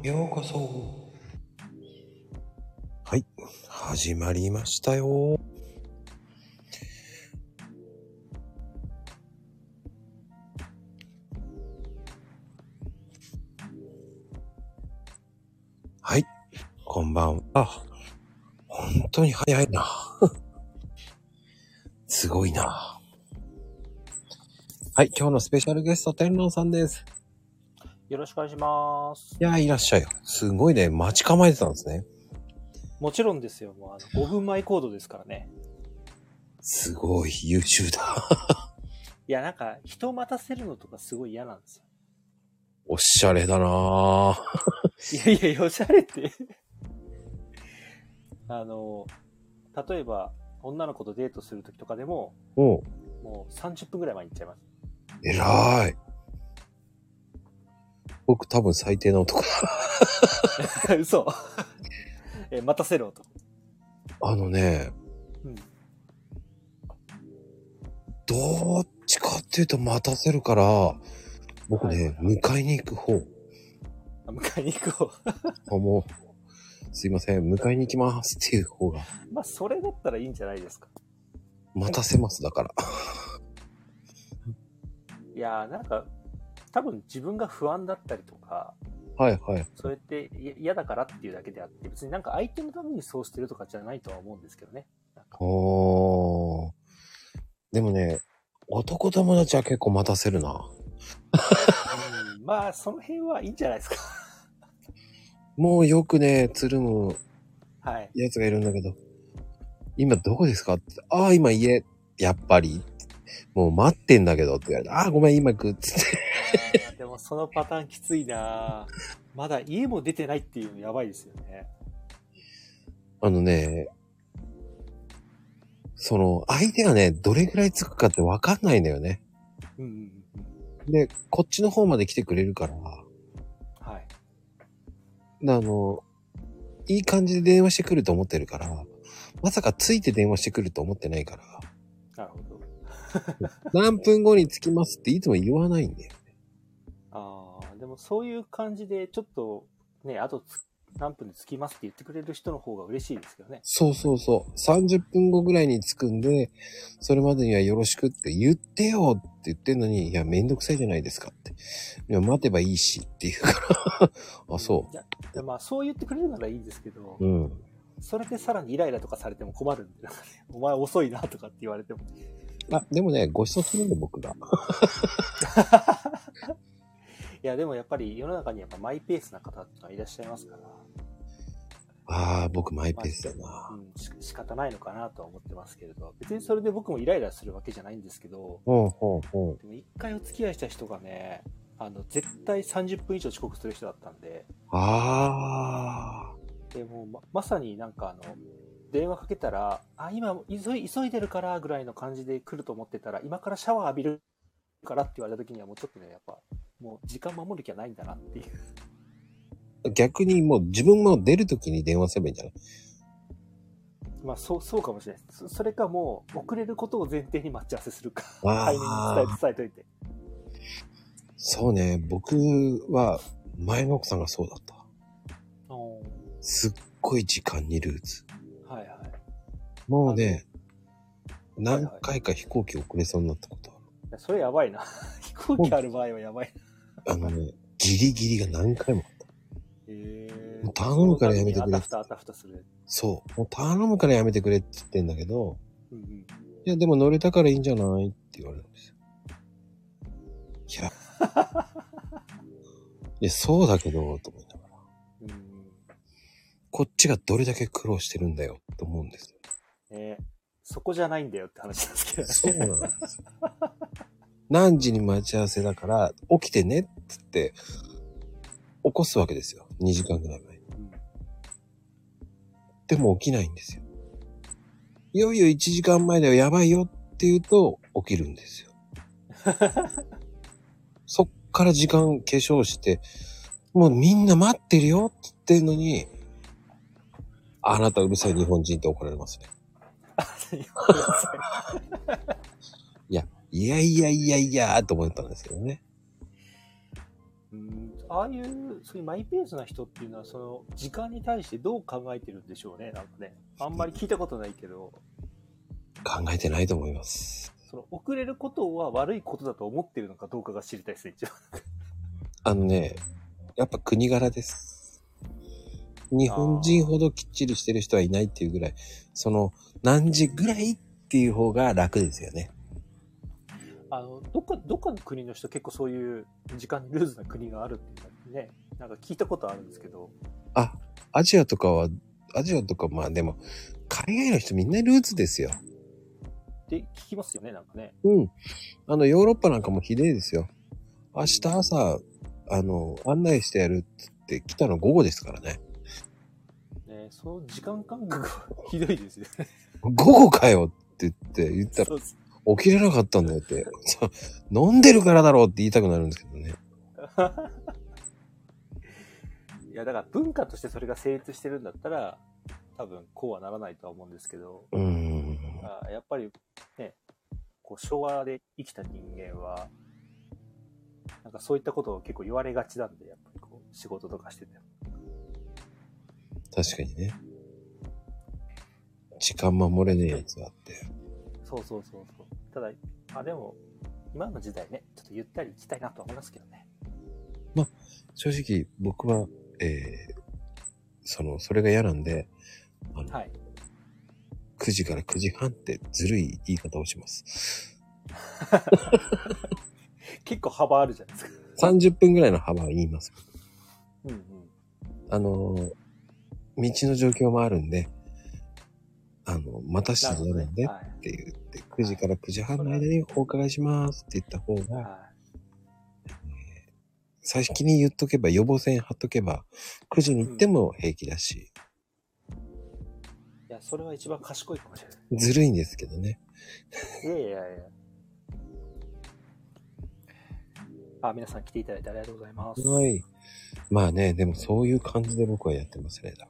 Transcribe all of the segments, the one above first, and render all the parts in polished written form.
ようこそ。はい、始まりましたよ。はい、こんばんは。本当に早いな。すごいな。はい、今日のスペシャルゲスト、天狼さんです。 よろしくお願いします。 いやー、いらっしゃいよ。すごいね、待ち構えてたんですね。 もちろんですよ。もう5分前コードですからね。 すごい優秀だ。 いや、なんか、人を待たせるのとかすごい嫌なんですよ。 おしゃれだなぁ。 いや、おしゃれって。例えば、女の子とデートするときとかでも、もう30分ぐらい前に行っちゃいます。 えらい。僕多分最低な男だ。 嘘。待たせろと。 ね、 うん、 どっちかっていうと待たせるから、僕ね、迎えに行く方。 迎えに行く方。 もう、すいません、迎えに行きますっていう方が。 まあ、それだったらいいんじゃないですか。 待たせます、だから。 いや、なんか、多分自分が不安だったりとか、 はいはい。 それって嫌だからっていうだけであって、別になんか相手のためにそうしてるとかじゃないとは思うんですけどね。 でもね、男友達は結構待たせるな。 まあ、その辺はいいんじゃないですか。 もうよくね、つるむはい。 やつがいるんだけど、今どこですかって、ああ、今家、やっぱり、もう待ってんだけどって言われて、ああ、ごめん、今行くっつって。 でもそのパターンきついな。まだ家も出てないっていうのやばいですよね。 相手がね、どれぐらいつくかってわかんないんだよね。で、こっちの方まで来てくれるから、 はい。 いい感じで電話してくると思ってるから、まさかついて電話してくると思ってないから。 なるほど。 何分後に着きますっていつも言わないんだよね。 ああ、でもそういう感じで、ちょっと、ね、あと何分で着きますって言ってくれる人の方が嬉しいですけどね。 そうそうそう。30分後ぐらいに着くんで、それまでにはよろしくって言ってよって言ってんのに、いや、めんどくさいじゃないですかって。いや、待てばいいしっていうからあ、そう。 いや、まあ、そう言ってくれるならいいですけど、 うん。 それでさらにイライラとかされても困るんで、なんかね、お前遅いなとかって言われても。 あ、でもね、ご馳走するんで僕が。 いや、でもやっぱり世の中にやっぱマイペースな方ってのはいらっしゃいますから。 ああ、僕マイペースだな、 まあ仕方ないのかなとは思ってますけれど、別にそれで僕もイライラするわけじゃないんですけど、でも一回お付き合いした人がね、絶対30分以上遅刻する人だったんで、でもまさになんか電話かけたら、今急いでるからぐらいの感じで来ると思ってたら、今からシャワー浴びるからって言われた時にはもうちょっとね、やっぱ、もう時間守る気はないんだなっていう。 逆にもう自分も出るときに電話すればいいんじゃない？ まあそうかもしれないです。それかもう遅れることを前提に待ち合わせするか、タイミング伝えといて。 そうね、僕は前の奥さんがそうだった。すっごい時間にルーズ。 はいはい。 もうね、何回か飛行機遅れそうになったことある。それやばいな。飛行機ある場合はやばいな。ギリギリが何回もあった。もう頼むからやめてくれ。そう。もう頼むからやめてくれって言ってんだけど、いや、でも乗れたからいいんじゃないって言われるんですよ。いや、そうだけど、と思いながら。こっちがどれだけ苦労してるんだよ、と思うんですよ。 そこじゃないんだよって話ですけどね。 そうなんですよ。何時に待ち合わせだから、起きてねって言って、起こすわけですよ。2時間ぐらい前に。でも起きないんですよ。いよいよ1時間前だよ、やばいよって言うと、起きるんですよ。そっから時間化粧して、もうみんな待ってるよって言ってんのに、あなたうるさい日本人って怒られますね。いやと思ったんですけどね。 ああいう、そういうマイペースな人っていうのは、その、時間に対してどう考えてるんでしょうね、なんかね。あんまり聞いたことないけど。 考えてないと思います。 その、遅れることは悪いことだと思ってるのかどうかが知りたいですね、一番。やっぱ国柄です。日本人ほどきっちりしてる人はいないっていうぐらい、その、何時ぐらいっていう方が楽ですよね。 どっかの国の人結構そういう時間にルーズな国があるっていうね、なんか聞いたことあるんですけど。 アジアとかまあでも、海外の人みんなルーズですよ。 って聞きますよね、なんかね。 うん。ヨーロッパなんかもひでえですよ。明日朝、案内してやるって来たの午後ですからね。 ね、その時間感覚はひどいですよね。 午後かよって言ったら、起きれなかったんだよって。飲んでるからだろうって言いたくなるんですけどね。 いや、だから文化としてそれが成立してるんだったら、多分こうはならないとは思うんですけど、やっぱりね、こう昭和で生きた人間は、なんかそういったことを結構言われがちなんで、やっぱりこう仕事とかしてて。 確かにね。時間守れねえやつがあって。 そう。ただ、でも、今の時代ね、ちょっとゆったり行きたいなと思いますけどね。 まあ、正直僕は、それが嫌なんで、 はい。 9時から9時半ってずるい言い方をします。 結構幅あるじゃないですか。 30分ぐらいの幅は言います。 うん。 道の状況もあるんで、またしてなるんでって言って、9時から9時半の間にお伺いしますって言った方が、先に言っとけば、予防線貼っとけば、9時に行っても平気だし。 いや、それは一番賢いかもしれない。 ずるいんですけどね。 いや。皆さん来ていただいてありがとうございます。 はい。まあね、でもそういう感じで僕はやってますね、だから。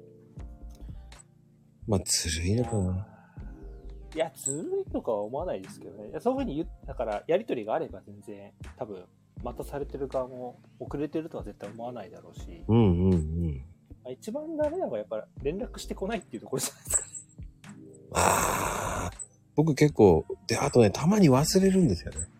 まあ、ずるいのかな。 いや、ずるいとかは思わないですけどね。そういうふうにだから、やりとりがあれば全然、多分、待たされてる側も遅れてるとは絶対思わないだろうし。一番ダメなのはやっぱ連絡してこないっていうところじゃないですかね。 僕結構、で、あとね、たまに忘れるんですよね。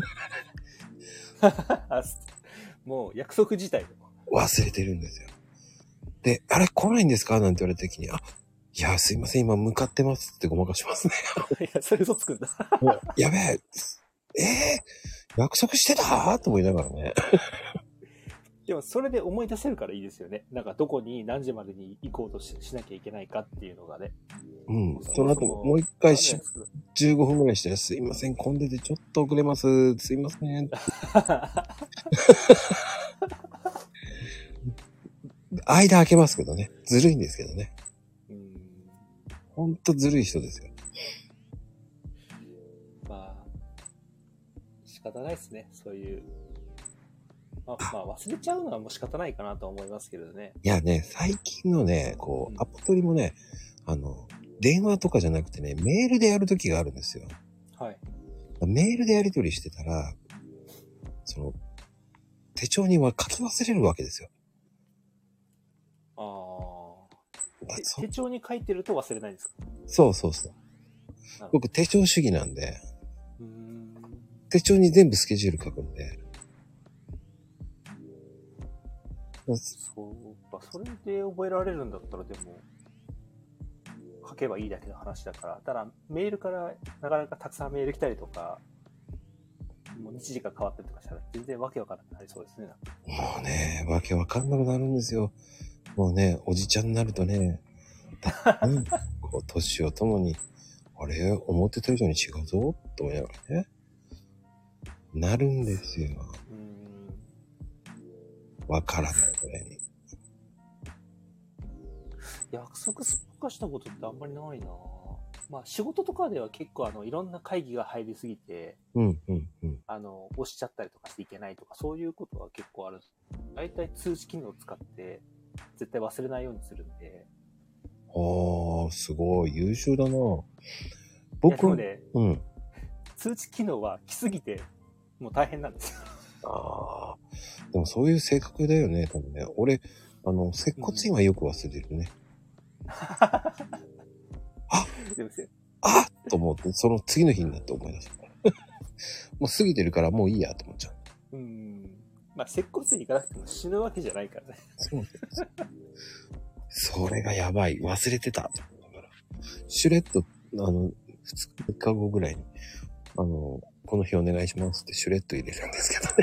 もう約束自体忘れてるんですよ。で、あれ来ないんですかなんて言われた時に、いや、すいません、今向かってますってごまかしますね。 いや、それ嘘つくんだ。 やべえ、約束してたと思いながらね。 でも、それで思い出せるからいいですよね。なんか、どこに何時までに行こうと しなきゃいけないかっていうのがね。 その後もう一回15分ぐらいして、すいません、混んでてちょっと遅れます。すいません。間開けますけどね。ずるいんですけどね。ほんとずるい人ですよ。 まあ、仕方ないですね。そういう。まあ、忘れちゃうのはもう仕方ないかなと思いますけどね。 いやね、最近のね、アポ取りもね、電話とかじゃなくてね、メールでやるときがあるんですよ。 はい。 メールでやり取りしてたら、手帳には書き忘れるわけですよ。 手帳に書いてると忘れないんですか？ そう。僕手帳主義なんで、手帳に全部スケジュール書くんで。 そうか、それで覚えられるんだったらでも、書けばいいだけの話だから。ただ、メールからなかなかたくさんメール来たりとか、もう日時が変わったりとかしたら全然わけわからなくなりそうですね。 もうね、わけわかんなくなるんですよ。もうね、おじちゃんになるとね、年をともに、あれ、思ってた以上に違うぞ、と思いながらね、なるんですよ。わからないぐらいに。 約束すっかしたことってあんまりないな。まあ仕事とかでは結構いろんな会議が入りすぎて、押しちゃったりとかしていけないとか、そういうことは結構ある。だいたい通知機能を使って絶対忘れないようにするんで。 すごい優秀だな。 僕もね、通知機能は来すぎてもう大変なんですよ。 ああ。でもそういう性格だよね、多分ね。俺、接骨院はよく忘れるね。ああと思って、その次の日になって思い出した。もう過ぎてるからもういいやと思っちゃう。 まあ、接骨院行かなくても死ぬわけじゃないからね。 そうです。それがやばい。忘れてた。シュレット、2日後ぐらいに、この日お願いしますってシュレット入れるんですけどね。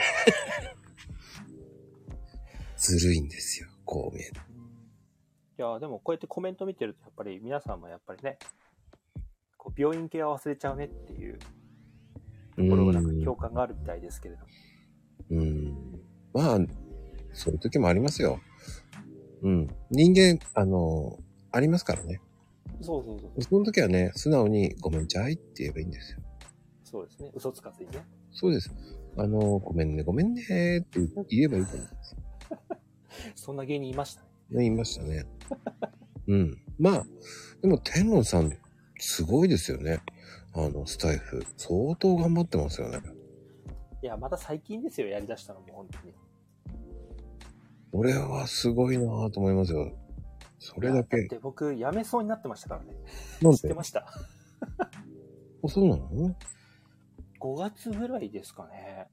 ずるいんですよ、こう見える。 いや、でもこうやってコメント見てると、やっぱり皆さんもやっぱりね、こう病院系は忘れちゃうねっていうところがなんか共感があるみたいですけれども。 まあ、そういう時もありますよ。人間、ありますからね。 そう。 その時はね、素直にごめんちゃいって言えばいいんですよ。 そうですね。嘘つかずにね。 そうです。ごめんねって言えばいいと思うんです。 そんな芸人いましたね。いましたね。まあ、でも天論さん、すごいですよね。スタイフ。相当頑張ってますよね。 いや、また最近ですよ、やりだしたのも、本当に。 俺はすごいなぁと思いますよ。それだけ。 だって僕、辞めそうになってましたからね。 なんで？ 知ってました。 そうなの？ 5 月ぐらいですかね。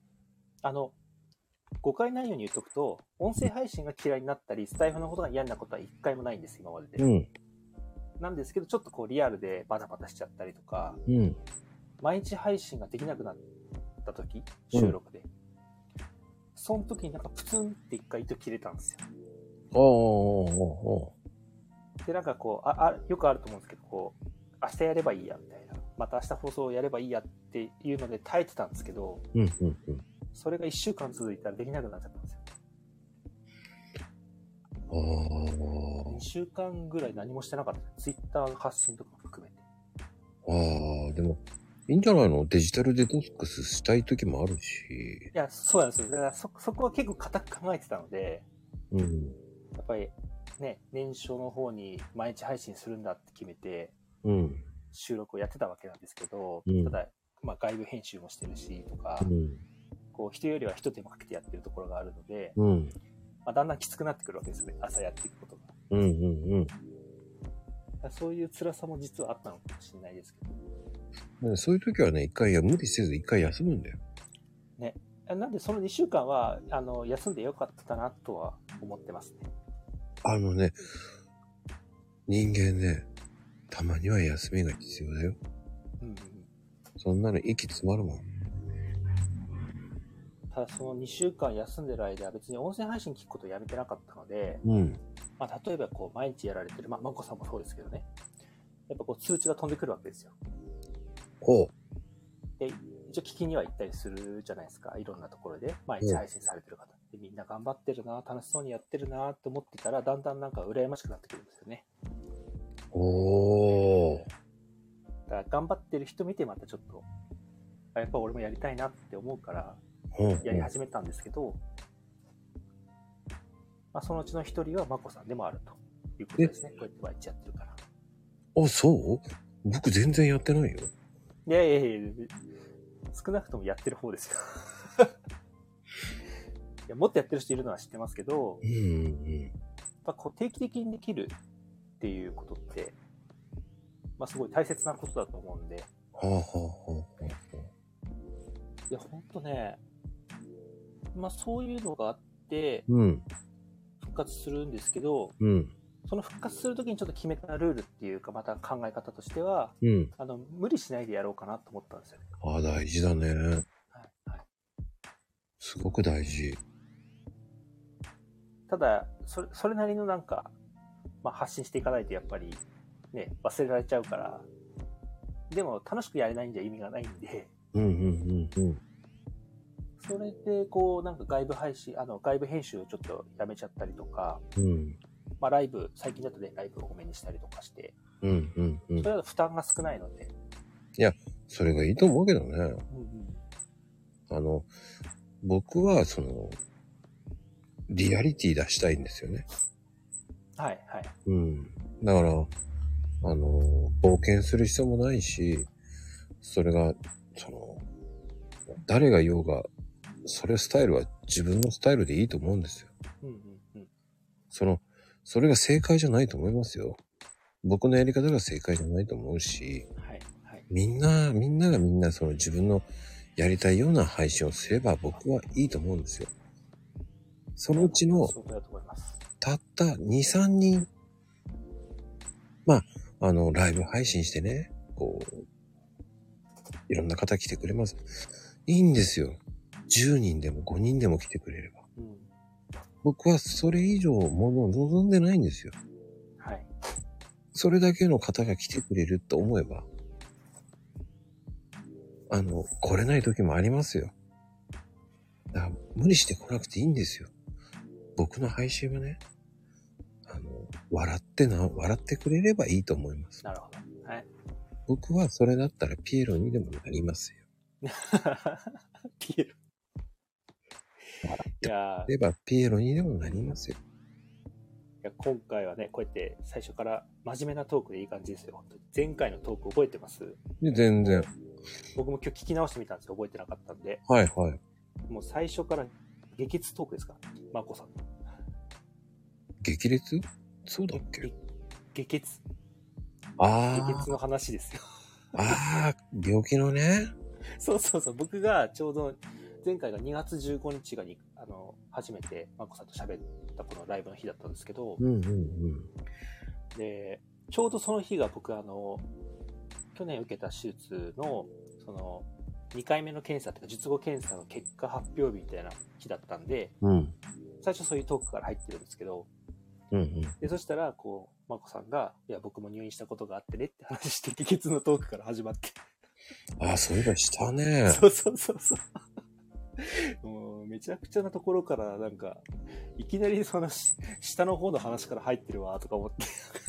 誤解ないように言っとくと、音声配信が嫌いになったり、スタイフのことが嫌なことは一回もないんです、今までで。なんですけど、ちょっとこうリアルでバタバタしちゃったりとか、毎日配信ができなくなった時、収録で。その時になんかプツンって一回糸切れたんですよ。で、なんかこう、よくあると思うんですけど、こう、明日やればいいや、みたいな。また明日放送やればいいやっていうので耐えてたんですけど、それが1週間続いたらできなくなっちゃったんですよ。2週間ぐらい何もしてなかった。ツイッター発信とかも含めて。 でも、いいんじゃないの？デジタルデトックスしたい時もあるし。 いや、そうなんですよ。だからそこは結構固く考えてたので、やっぱりね、年初の方に毎日配信するんだって決めて、収録をやってたわけなんですけど、ただ、まあ外部編集もしてるしとか、こう人よりは一手間かけてやってるところがあるので、まあ、だんだんきつくなってくるわけですね、朝やっていくことが。そういう辛さも実はあったのかもしれないですけど。そういう時はね、無理せず一回休むんだよ。 ね。なんでその2週間は、休んでよかったなとは思ってますね。 人間ね、たまには休みが必要だよ。そんなの息詰まるもん。 ただその2週間休んでる間は別に音声配信聞くことをやめてなかったので、まあ、例えばこう毎日やられてる、まこさんもそうですけどね、やっぱこう通知が飛んでくるわけですよ。で、一応聞きには行ったりするじゃないですか。いろんなところで毎日配信されてる方。でみんな頑張ってるな、楽しそうにやってるなと思ってたら、だんだんなんか羨ましくなってくるんですよね。だから頑張ってる人見てまたちょっと、やっぱ俺もやりたいなって思うから、やり始めたんですけど、まあ、そのうちの一人はまこさんでもあるということですね。こうやって毎日やってるから。 そう？僕全然やってないよ。 いや、少なくともやってる方ですよ。いや、もっとやってる人いるのは知ってますけど、やっぱこう定期的にできるっていうことって、まあすごい大切なことだと思うんで。いや、ほんとね、まあそういうのがあって、復活するんですけど、その復活するときにちょっと決めたルールっていうか、また考え方としては、無理しないでやろうかなと思ったんですよね。 大事だね。すごく大事。 ただ、それなりのなんか、まあ、発信していかないとやっぱり、ね、忘れられちゃうから、でも楽しくやれないんじゃ意味がないんで、それで、こう、なんか外部配信、外部編集をちょっとやめちゃったりとか、まあライブ、最近だとね、ライブを多めにしたりとかして、それだと負担が少ないので。 いや、それがいいと思うけどね。僕は、リアリティ出したいんですよね。だから、冒険する必要もないし、それが、誰が言おうが、 それスタイルは自分のスタイルでいいと思うんですよ。それが正解じゃないと思いますよ。僕のやり方が正解じゃないと思うし、みんながその自分のやりたいような配信をすれば僕はいいと思うんですよ。そのうちのたった2、3人、ライブ配信してね、いろんな方来てくれます。いいんですよ。10人でも5人でも来てくれれば。僕はそれ以上ものを望んでないんですよ。はい。それだけの方が来てくれると思えば、来れない時もありますよ。だから無理して来なくていいんですよ。僕の配信はね、笑ってくれればいいと思います。 なるほど。はい。 僕はそれだったらピエロにでもなりますよ。 ピエロ。 笑ってくれればピエロにでもなりますよ。 いや、今回はね、こうやって最初から真面目なトークでいい感じですよ。前回のトーク覚えてます？ 全然。 僕も今日聞き直してみたんですよ。覚えてなかったんで。 はいはい。 もう最初から激烈トークですか？マコさんの。 激烈？そうだっけ？ 激烈。 激烈の話ですよ。 病気のね。 そう。僕がちょうど前回が2月15日が初めてマコさんと喋ったこのライブの日だったんですけど、で、ちょうどその日が僕去年受けた手術の2回目の検査というか術後検査の結果発表日みたいな日だったんで、最初そういうトークから入ってるんですけど、でそしたらマコさんがいや僕も入院したことがあってねって話して激烈のトークから始まって、 そういえばしたね。 そうもうめちゃくちゃなところからなんかいきなり下の方の話から入ってるわとか思って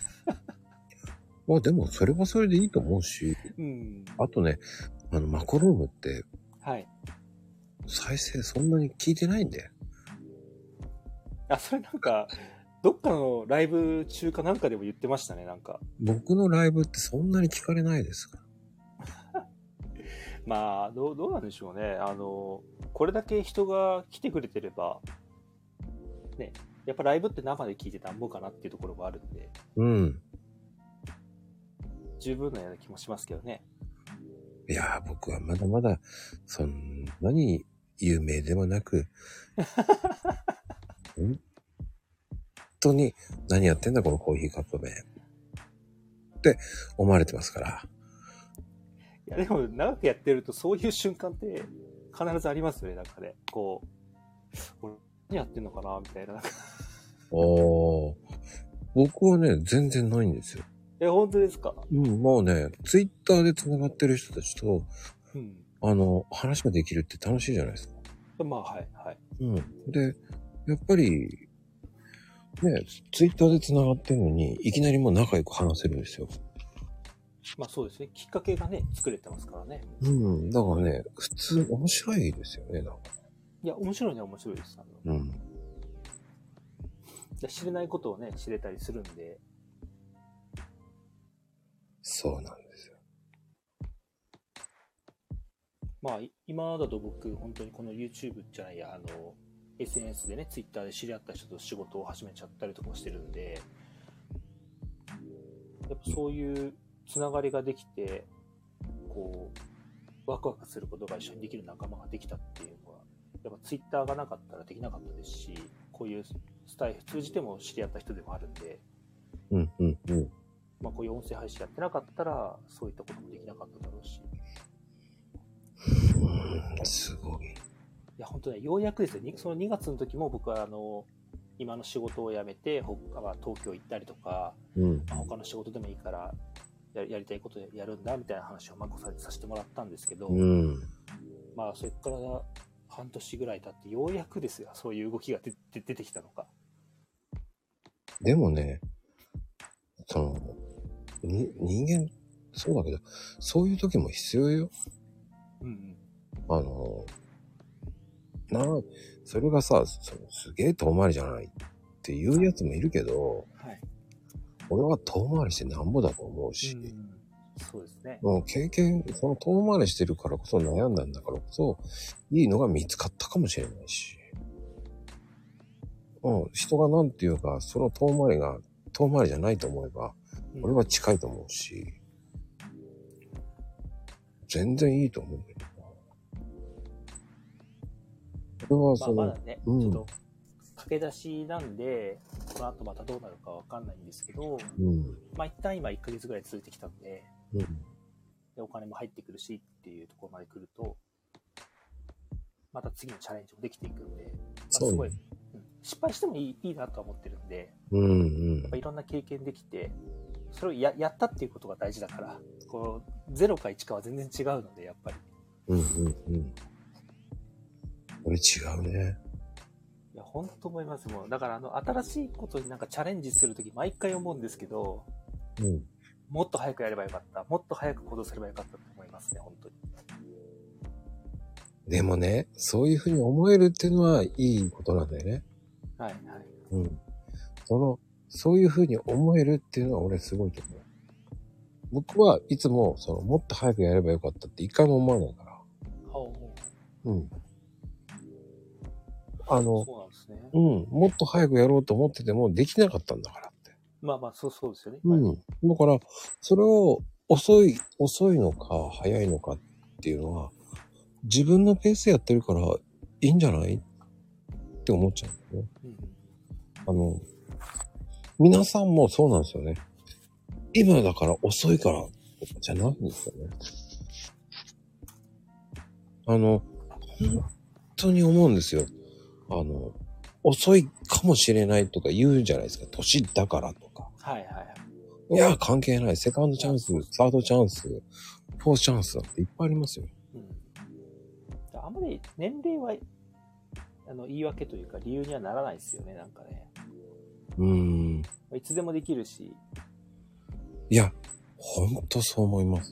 でもそれはそれでいいと思うし、あとねマコルームって再生そんなに聞いてないんで。 それなんかどっかのライブ中かなんかでも言ってましたね、なんか。 僕のライブってそんなに聞かれないですから。 まあ、どうなんでしょうね。これだけ人が来てくれてれば、ね、やっぱライブって生で聞いてなんぼかなっていうところがあるんで、十分なような気もしますけどね。 いやー、僕はまだまだ、そんなに有名でもなく、本当に何やってんだこのコーヒーカップ麺って思われてますから。 いやでも長くやってるとそういう瞬間って必ずありますよね。なんかね、俺何やってんのかなみたいな。 僕はね全然ないんですよ。 本当ですか？ もうねツイッターで繋がってる人たちと、話ができるって楽しいじゃないですか。 まあはい。 でやっぱりねツイッターで繋がってるのにいきなりもう仲良く話せるんですよ。 まあそうですね。きっかけがね、作れてますからね。 だからね、普通面白いですよね、なんか。 いや、面白いです。知れないことをね、知れたりするんで。 そうなんですよ。 まあ、今だと僕、本当にこの YouTube じゃないや、SNS でね、Twitter で知り合った人と仕事を始めちゃったりとかしてるんで、やっぱそういうつながりができて、ワクワクすることが一緒にできる仲間ができたっていうのは、やっぱツイッターがなかったらできなかったですし、こういうスタイフ通じても知り合った人でもあるんで、まあこういう音声配信やってなかったら、そういったこともできなかっただろうし。 すごい。いや、本当ね、ようやくですよ。その2月の時も僕は今の仕事を辞めて、東京行ったりとか、他の仕事でもいいから、やりたいことやるんだみたいな話をマコさんにさせてもらったんですけど、まあそれから半年ぐらい経ってようやくですよ、そういう動きが出てきたのか。 でもね、人間そうだけど、そういう時も必要よ。それがさ、すげえ遠回りじゃないっていうやつもいるけど、俺は遠回りしてなんぼだと思うし。 そうですね。 経験、その遠回りしてるからこそ悩んだんだからこそ、いいのが見つかったかもしれないし。人がなんていうか、その遠回りが遠回りじゃないと思えば、俺は近いと思うし、全然いいと思うけどな。これはその、 まだね、ちょっと駆け出しなんで、この後またどうなるかわかんないんですけど、一旦今1ヶ月ぐらい続いてきたんで、でお金も入ってくるしっていうところまで来ると、また次のチャレンジもできていくんで、すごい、失敗してもいいなとは思ってるんで、やっぱいろんな経験できて、それをやったっていうことが大事だから、こう0か1かは全然違うので、やっぱり。 これ違うね。 いや、本当思います。もうだから新しいことになんかチャレンジするとき毎回思うんですけど、もっと早くやればよかった、もっと早く行動すればよかったと思いますね、本当に。 でもね、そういうふうに思えるっていうのはいいことなんだよね。 はいはい。 そういうふうに思えるっていうのは俺すごいと思う。僕はいつももっと早くやればよかったって一回も思わないから。そうなんですね。もっと早くやろうと思っててもできなかったんだからって。 そうですよね。 だから、それを遅いのか早いのかっていうのは、自分のペースでやってるからいいんじゃないって思っちゃうんだよね。皆さんもそうなんですよね。今だから遅いからじゃないんですよね。本当に思うんですよ。遅いかもしれないとか言うんじゃないですか。年だからとか。いや、関係ない。セカンドチャンス、サードチャンス、フォースチャンスだっていっぱいありますよ。 あんまり年齢は、言い訳というか理由にはならないですよね、なんかね。いつでもできるし。 いや、ほんとそう思います。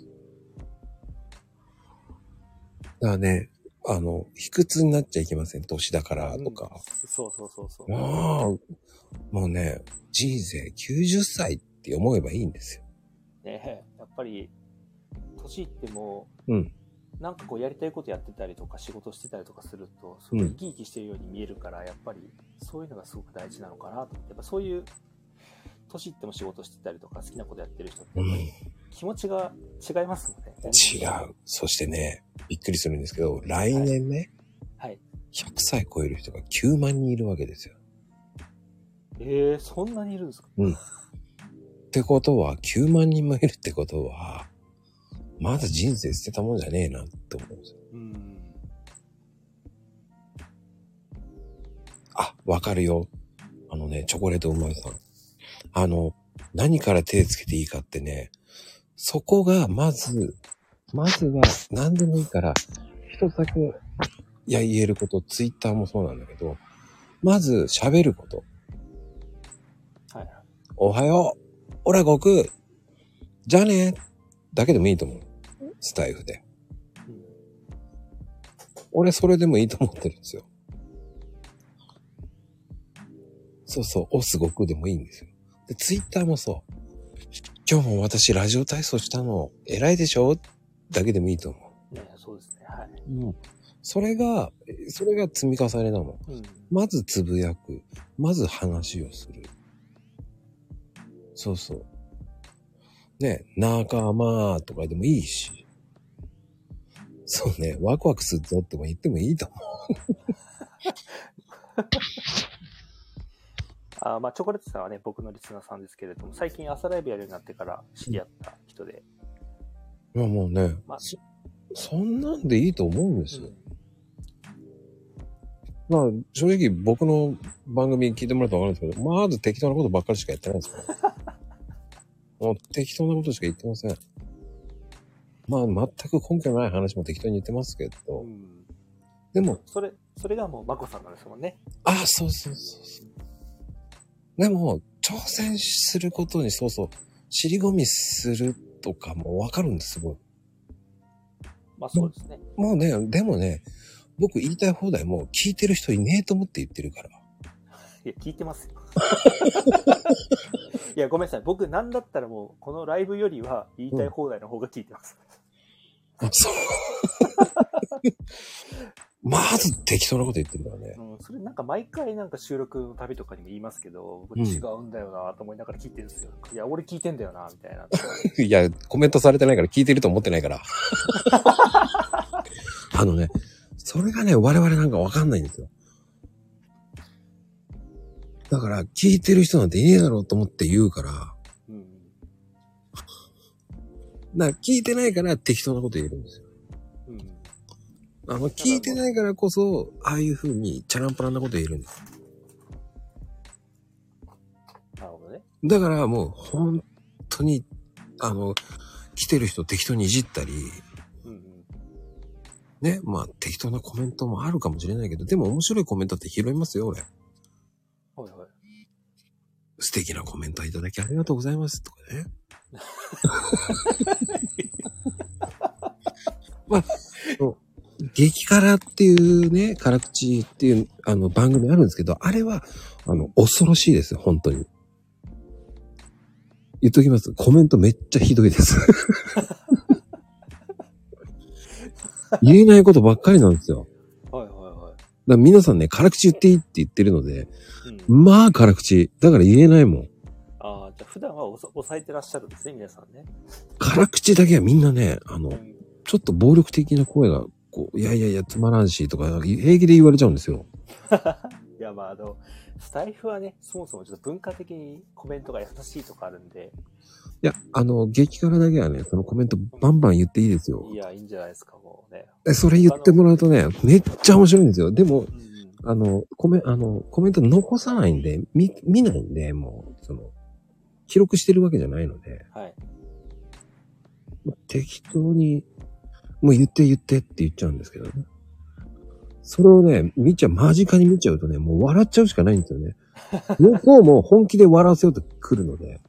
だからね、卑屈になっちゃいけません。年だからとか。 そう。 もうね、人生90歳って思えばいいんですよ。 ねえ、やっぱり、年いっても、なんかこうやりたいことやってたりとか仕事してたりとかすると、すごい生き生きしてるように見えるから、やっぱりそういうのがすごく大事なのかなと思って、やっぱそういう、年いっても仕事してたりとか好きなことやってる人って、気持ちが違いますもんね。 違う。そしてね、びっくりするんですけど、来年ね、100歳超える人が9万人いるわけですよ。 そんなにいるんですか？ ってことは、9万人もいるってことは、まだ人生捨てたもんじゃねえなって思うんですよ。わかるよ。チョコレートうまいさん。何から手つけていいかってね、そこがまずは何でもいいから、一つだけ言えること、ツイッターもそうなんだけど、まず喋ること。おはよう。オラ悟空。じゃあね。だけでもいいと思う。スタイフで。俺それでもいいと思ってるんですよ。そう、オス悟空でもいいんですよ。で、ツイッターもそう。今日も私ラジオ体操したの、偉いでしょだけでもいいと思う。 そうですね。はい。 それが積み重ねなの。まずつぶやく。まず話をする。そう。ね、仲間とかでもいいし。そうね、ワクワクするぞっても言ってもいいと思う。チョコレートさんはね、僕のリスナーさんですけれども、最近朝ライブやるようになってから知り合った人で。 いや、もうね、そんなんでいいと思うんですよ。正直僕の番組聞いてもらったらわかるんですけど、まず適当なことばっかりしかやってないんですから。もう適当なことしか言ってません。全く根拠ない話も適当に言ってますけど。でも。 それがもうマコさんなんですもんね。 そう。でも、挑戦することに尻込みするとかもわかるんです、すごい。 そうですね。 もうね、でもね、僕言いたい放題もう聞いてる人いねえと思って言ってるから。 いや、聞いてますよ。いや、ごめんなさい。僕、なんだったらもう、このライブよりは言いたい放題の方が聞いてます。 あ、そう。まず適当なこと言ってるからね。 それなんか毎回なんか収録の旅とかにも言いますけど、僕違うんだよなと思いながら聞いてるんですよ。いや、俺聞いてんだよな、みたいな。 いや、コメントされてないから聞いてると思ってないから。それがね、我々なんかわかんないんですよ。だから、聞いてる人なんていねえだろうと思って言うから。だから聞いてないから適当なこと言えるんですよ。聞いてないからこそ、ああいう風にチャランポランなこと言えるんです。 なるほどね。 だからもう、本当に、来てる人適当にいじったり、ね、まあ適当なコメントもあるかもしれないけど、でも面白いコメントって拾いますよ、俺。 はいはい。 素敵なコメントいただきありがとうございますとかね。まあ、激辛っていうね、辛口っていう番組あるんですけど、あれは恐ろしいですよ、本当に。言っときます。コメントめっちゃひどいです。言えないことばっかりなんですよ。 はいはいはい。 だから皆さんね、辛口言っていいって言ってるので、まあ辛口。だから言えないもん。 ああ、じゃあ普段は抑えてらっしゃるんですね、皆さんね。 辛口だけはみんなね、ちょっと暴力的な声が、こう、いや、つまらんし、とか、平気で言われちゃうんですよ。 いや、まあスタイフはね、そもそもちょっと文化的にコメントが優しいとかあるんで。 いや、激辛だけはね、そのコメントバンバン言っていいですよ。 いや、いいんじゃないですか、もうね。 それ言ってもらうとね、めっちゃ面白いんですよ。でも、コメント残さないんで、見ないんで、もう、記録してるわけじゃないので。 はい。 適当に、もう言ってって言っちゃうんですけどね。それをね、間近に見ちゃうとね、もう笑っちゃうしかないんですよね。向こうも本気で笑わせようと来るので。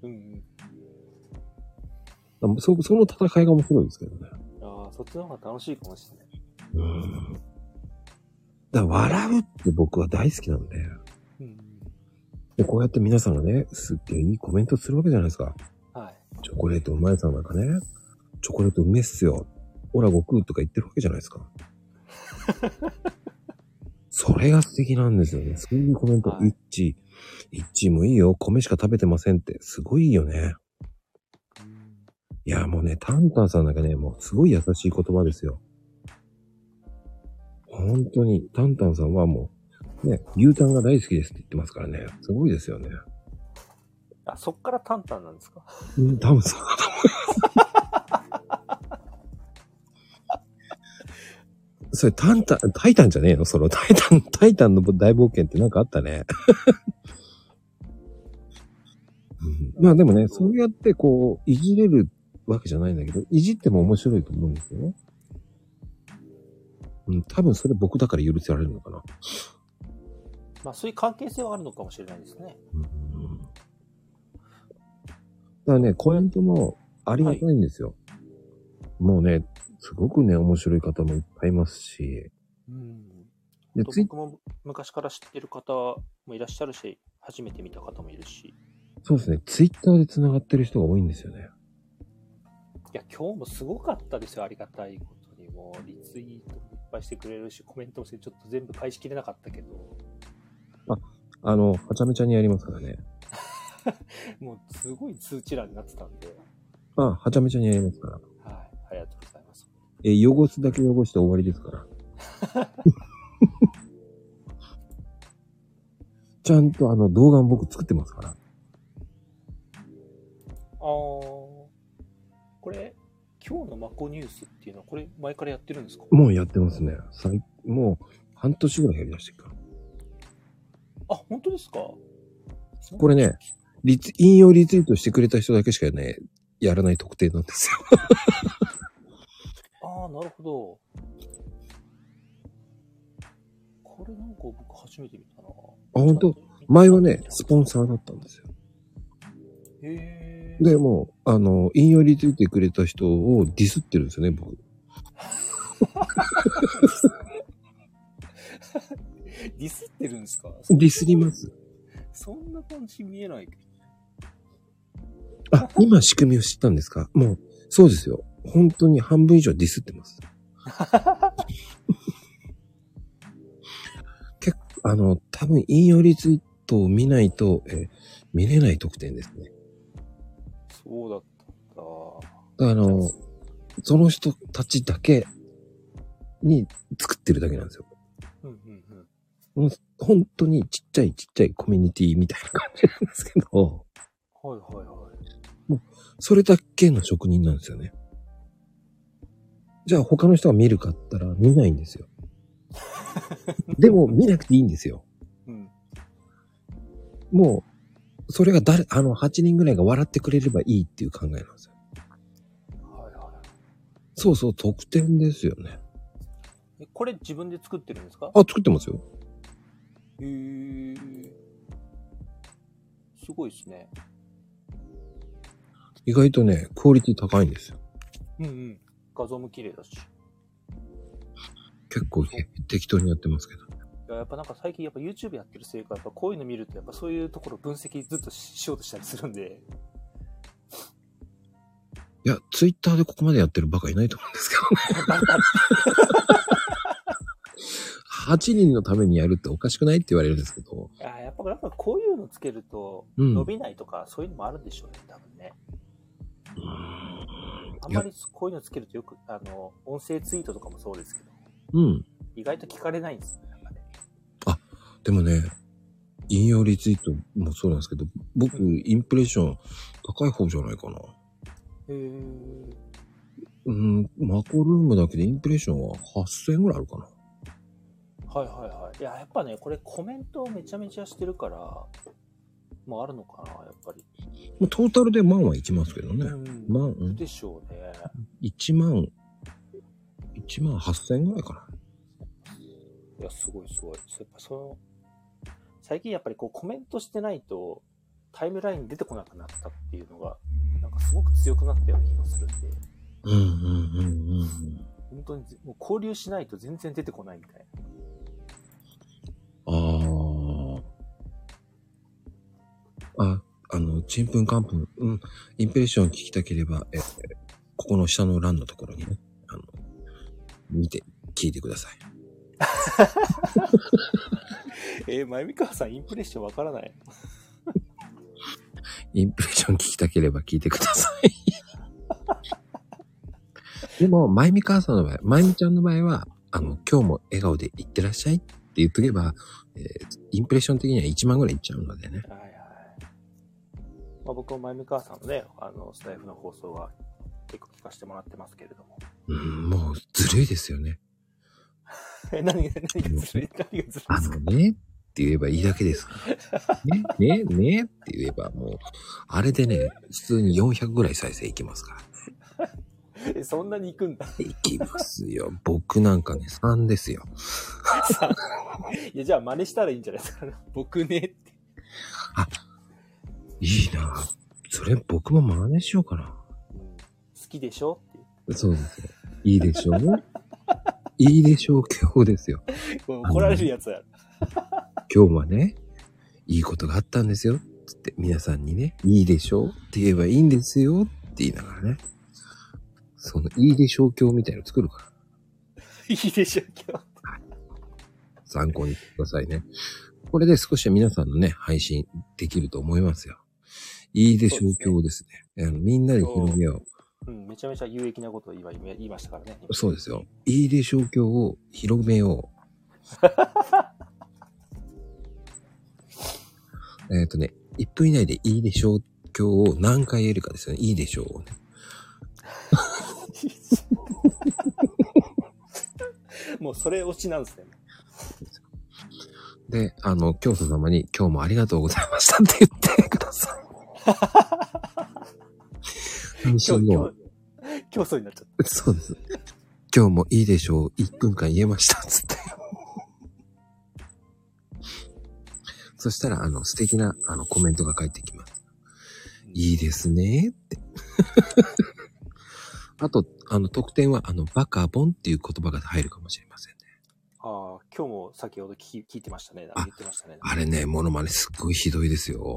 その戦いが面白いですけどね。 ああ、そっちの方が楽しいかもしれない。 だから笑うって僕は大好きなんで。で、こうやって皆さんがね、すっげえいいコメントするわけじゃないですか。 はい。 チョコレートうまいさんなんかね、チョコレートうめえっすよ。オラ悟空とか言ってるわけじゃないですか。それが素敵なんですよね。そういうコメント、一致もいいよ。米しか食べてませんって。すごいよね。いや、もうね、タンタンさんなんかね、もうすごい優しい言葉ですよ。本当に、タンタンさんはもう、ね、牛タンが大好きですって言ってますからね。すごいですよね。 あ、そっからタンタンなんですか？ 多分そうだと思います。それタイタンじゃねえの？タイタンの大冒険ってなんかあったね。まあでもね、そうやってこう、いじれるわけじゃないんだけど、いじっても面白いと思うんですよね。多分それ僕だから許せられるのかな。 まあそういう関係性はあるのかもしれないですね。 だからね、コメントもありがたいんですよ。もうね、すごくね、面白い方もいっぱいいますし。 で、僕も昔から知ってる方もいらっしゃるし、初めて見た方もいるし。 そうですね、ツイッターで繋がってる人が多いんですよね。 いや、今日もすごかったですよ、ありがたいことに。もう、リツイートもいっぱいしてくれるし、コメントもして、ちょっと全部返しきれなかったけど。 はちゃめちゃにやりますからね。 もう、すごい通知欄になってたんで。 はちゃめちゃにやりますから。 はい、ありがとうございます。 汚すだけ汚して終わりですから。ちゃんと動画も僕作ってますから。 これ、今日のマコニュースっていうのは、これ前からやってるんですか？ もうやってますね。もう半年ぐらいやりだしてるから。 あ、本当ですか？ これね、引用リツイートしてくれた人だけしかね、やらない特定なんですよ。 ああ、なるほど。これなんか僕初めて見たな。 本当？前はね、スポンサーだったんですよ。 へで、もう、引用リツイートしてくれた人をディスってるんですよね、僕。 ディスってるんですか？ ディスります。 そんな感じ見えないけど。 あ、今仕組みを知ったんですか？もう、そうですよ。本当に半分以上ディスってます。結構、多分引用リツイートを見ないと、見れない特典ですね。 そうだったんだ。その人たちだけに作ってるだけなんですよ。もう本当にちっちゃいコミュニティみたいな感じなんですけど。 はいはいはい。 もう、それだけの職人なんですよね。じゃあ他の人が見るかったら見ないんですよ。でも見なくていいんですよ。うん、もう、それが8人ぐらいが笑ってくれればいいっていう考えなんですよ。はいはい。そうそう、特典ですよね。 これ自分で作ってるんですか？ あ、作ってますよ。 へー。すごいですね。 意外とね、クオリティ高いんですよ。 うんうん。画像も綺麗だし。 結構適当にやってますけど。 いや、やっぱなんか最近やっぱ YouTube やってるせいか、やっぱこういうの見るとやっぱそういうところ分析ずっとしようとしたりするんで。 いや、Twitter でここまでやってるバカいないと思うんですけどね。8人のためにやるっておかしくないって言われるんですけど。 やっぱこういうのつけると伸びないとか、そういうのもあるんでしょうね、多分ね。あんまりこういうのつけるとよく、音声ツイートとかもそうですけど。うん。意外と聞かれないんですよ、やっぱね。 あ、でもね、引用リツイートもそうなんですけど、僕、インプレッション高い方じゃないかな。マコルームだけでインプレッションは8000円ぐらいあるかな。 はいはいはい。いや、やっぱね、これコメントめちゃめちゃしてるから、もうあるのかな、やっぱり。 トータルで万はいきますけどね。 万でしょうね。 1万8000円ぐらいかな。 いや、すごいすごい。やっぱ最近やっぱりこうコメントしてないとタイムラインに出てこなくなったっていうのが、なんかすごく強くなったような気がするんで。本当にもう交流しないと全然出てこないみたいな。 ちんぷんかんぷん、インプレッションを聞きたければ、ここの下の欄のところにね、見て、聞いてください。まゆみかわさん、インプレッションわからない？ インプレッション聞きたければ聞いてください。でも、まゆみかわさんの場合、まゆみちゃんの場合は、今日も笑顔でいってらっしゃいって言っとけば、インプレッション的には1万ぐらいいっちゃうのでね。はいはい。 僕もまゆみかわさんのね、スタイフの放送は結構聞かせてもらってますけれども。 もうずるいですよね。 何がずるい？何がずるいですか？ ねって言えばいいだけですから。ねって言えばもう、あれでね、普通に400ぐらい再生いきますからね。そんなに行くんだ。 いきますよ。僕なんかね、3ですよ。 いや、じゃあ真似したらいいんじゃないですか。僕ねって。 あ、いいな。それ僕も真似しようかな。 好きでしょって。 そうですよ。いいでしょういいでしょう今日ですよ。 怒られるやつや。 今日はね、いいことがあったんですよ。つって皆さんにね、いいでしょうって言えばいいんですよって言いながらね。そのいいでしょう今日みたいなの作るから。 いいでしょう今日。 参考にしてくださいね。これで少しは皆さんのね、配信できると思いますよ。いいでしょう今日ですね。みんなで広げよう。めちゃめちゃ有益なことを言いましたからね。 そうですよ。いいでしょう今日を広めよう。1分以内でいいでしょう今日を何回言えるかですよね。いいでしょうをね。 もうそれ推しなんですね。 で、教祖様に今日もありがとうございましたって言ってください。 競争になっちゃった。 そうです。今日もいいでしょう。1分間言えました。つって。そしたら、素敵な、コメントが返ってきます。いいですね。って。あと、特典は、バカボンっていう言葉が入るかもしれませんね。 ああ、今日も先ほど聞いてましたね。言ってましたね。 あれね、モノマネすっごいひどいですよ。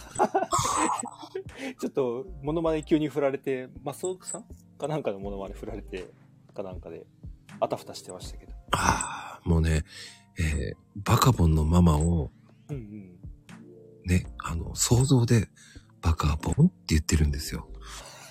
ちょっと、モノマネ急に振られて、マスオクさんかなんかのモノマネ振られて、かなんかで、あたふたしてましたけど。 ああ、もうね、バカボンのママを、 うんうん。 ね、想像で、バカボンって言ってるんですよ。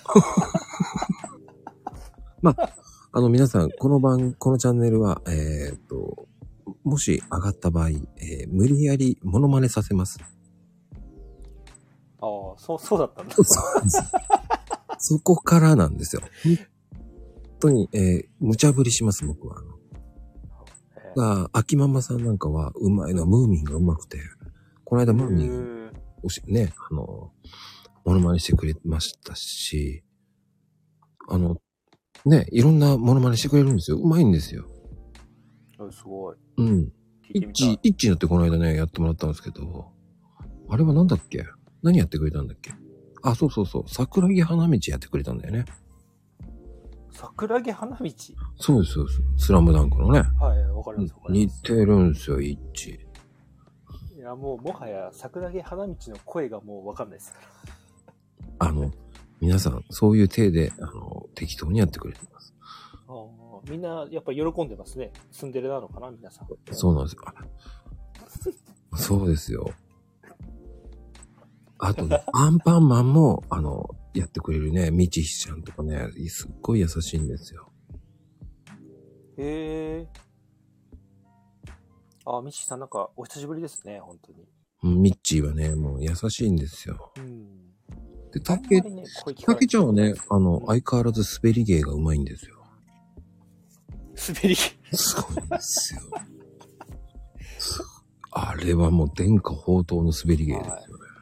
まあ、皆さん、このチャンネルは、もし上がった場合、無理やりモノマネさせます。 ああ、そうだったんだ。 そうです。そこからなんですよ。本当に、無茶ぶりします、僕は。秋ママさんなんかは、うまいのは、ムーミンがうまくて、この間ムーミンをね、モノマネしてくれましたし、ね、いろんなモノマネしてくれるんですよ。うまいんですよ。 すごい。 うん。イッチーだってこの間ね、やってもらったんですけど、あれはなんだっけ？何やってくれたんだっけ？あ、そう。桜木花道やってくれたんだよね。 桜木花道？ そうです。スラムダンクのね。 はい、わかります。 似てるんですよ、イッチ。 いや、もはや桜木花道の声がもうわかんないですから。 皆さん、そういう体で、適当にやってくれてます。 みんな、やっぱ喜んでますね。ツンデレなのかな、皆さん。 そうなんですよ。そうですよ。あとね、アンパンマンも、やってくれるね、みちひちゃんとかね、すっごい優しいんですよ。 へえ。みちひさんなんか、お久しぶりですね、本当に。 ミッチーはね、もう優しいんですよ。で、たけちゃんはね、相変わらず滑り芸がうまいんですよ。 滑り芸すごいんですよ。あれはもう天下宝刀の滑り芸ですよね。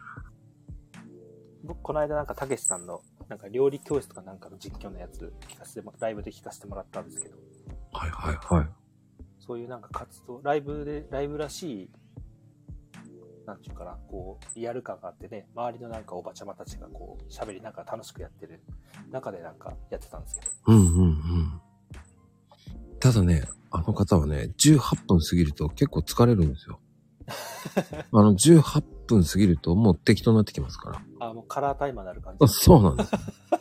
僕、この間なんか、たけしさんの、なんか料理教室とかなんかの実況のやつ、ライブで聞かせてもらったんですけど。 はい。 そういうなんか活動、ライブらしい、なんていうかな、こう、リアル感があってね、周りのなんかおばちゃまたちがこう、喋りながら楽しくやってる中でなんかやってたんですけど。 ただね、あの方はね、18分過ぎると結構疲れるんですよ。18分過ぎるともう適当になってきますから。 もうカラータイマーになる感じ。 そうなんです。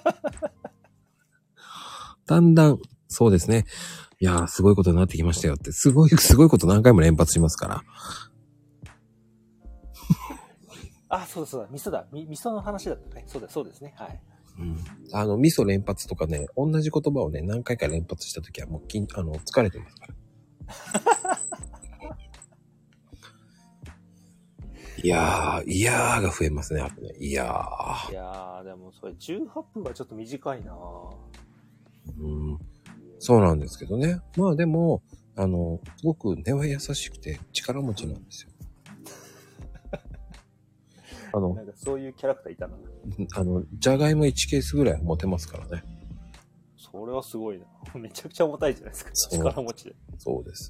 だんだん、そうですね。いやー、すごいことになってきましたよって、すごいこと何回も連発しますから。 そうだ、味噌の話だったね。そうですね。はい。 味噌連発とかね、同じ言葉をね、何回か連発したときはもう疲れてますから。いやーが増えますね、あとね。いやー、でもそれ18分はちょっと短いなそうなんですけどね。まあでも、すごく根は優しくて力持ちなんですよ。 なんかそういうキャラクターいたな。 じゃがいも1ケースぐらい持てますからね。 それはすごいな。めちゃくちゃ重たいじゃないですか。力持ちで。 そうです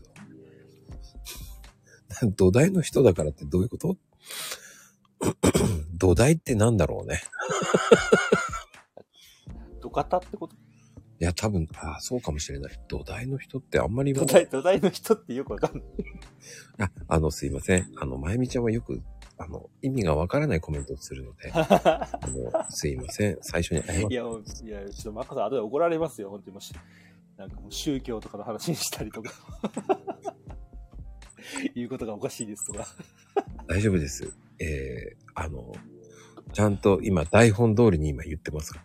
よ。土台の人だからってどういうこと土台ってなんだろうね。 土方ってこと？ いや、多分、そうかもしれない。土台の人ってあんまり土台の人ってよくわかんない。 すいません。まゆみちゃんはよく、意味がわからないコメントをするので、すいません。最初に謝って。 いや、ちょっとマッカさん後で怒られますよ。本当になんかもう宗教とかの話にしたりとか。言うことがおかしいですとか。 大丈夫です。ちゃんと今台本通りに今言ってますから。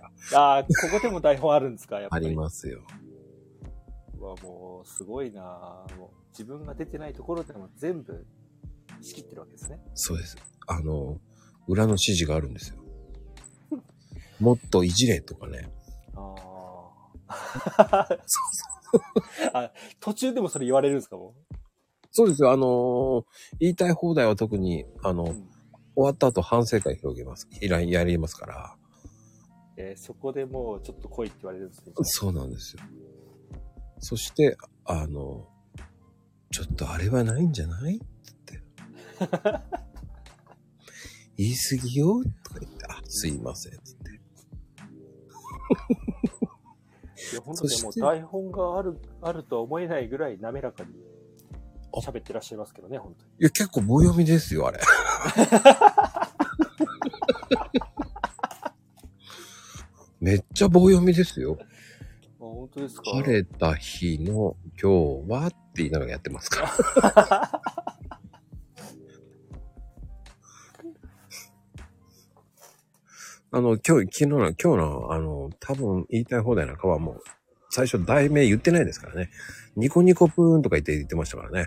ここでも台本あるんですか？やっぱり。 ありますよ。 もうすごいなもう自分が出てないところでも全部仕切ってるわけですね。 そうです。裏の指示があるんですよ。もっといじれとかね。 途中でもそれ言われるんですか？もう。 そうですよ。言いたい放題は特に、終わった後反省会やりますから。 そこでもうちょっと来いって言われるんですね。 そうなんですよ。そして、ちょっとあれはないんじゃないって言って。言い過ぎよとか言って、すいませんって言って。 いや、本当にもう台本があるとは思えないぐらい滑らかに喋ってらっしゃいますけどね、本当に。 いや、結構棒読みですよ、あれ。めっちゃ棒読みですよ。 本当ですか？ 晴れた日の今日はって言いながらやってますから。今日の、多分言いたい放題なんかはもう、最初題名言ってないですからね。ニコニコプーンとか言ってましたからね。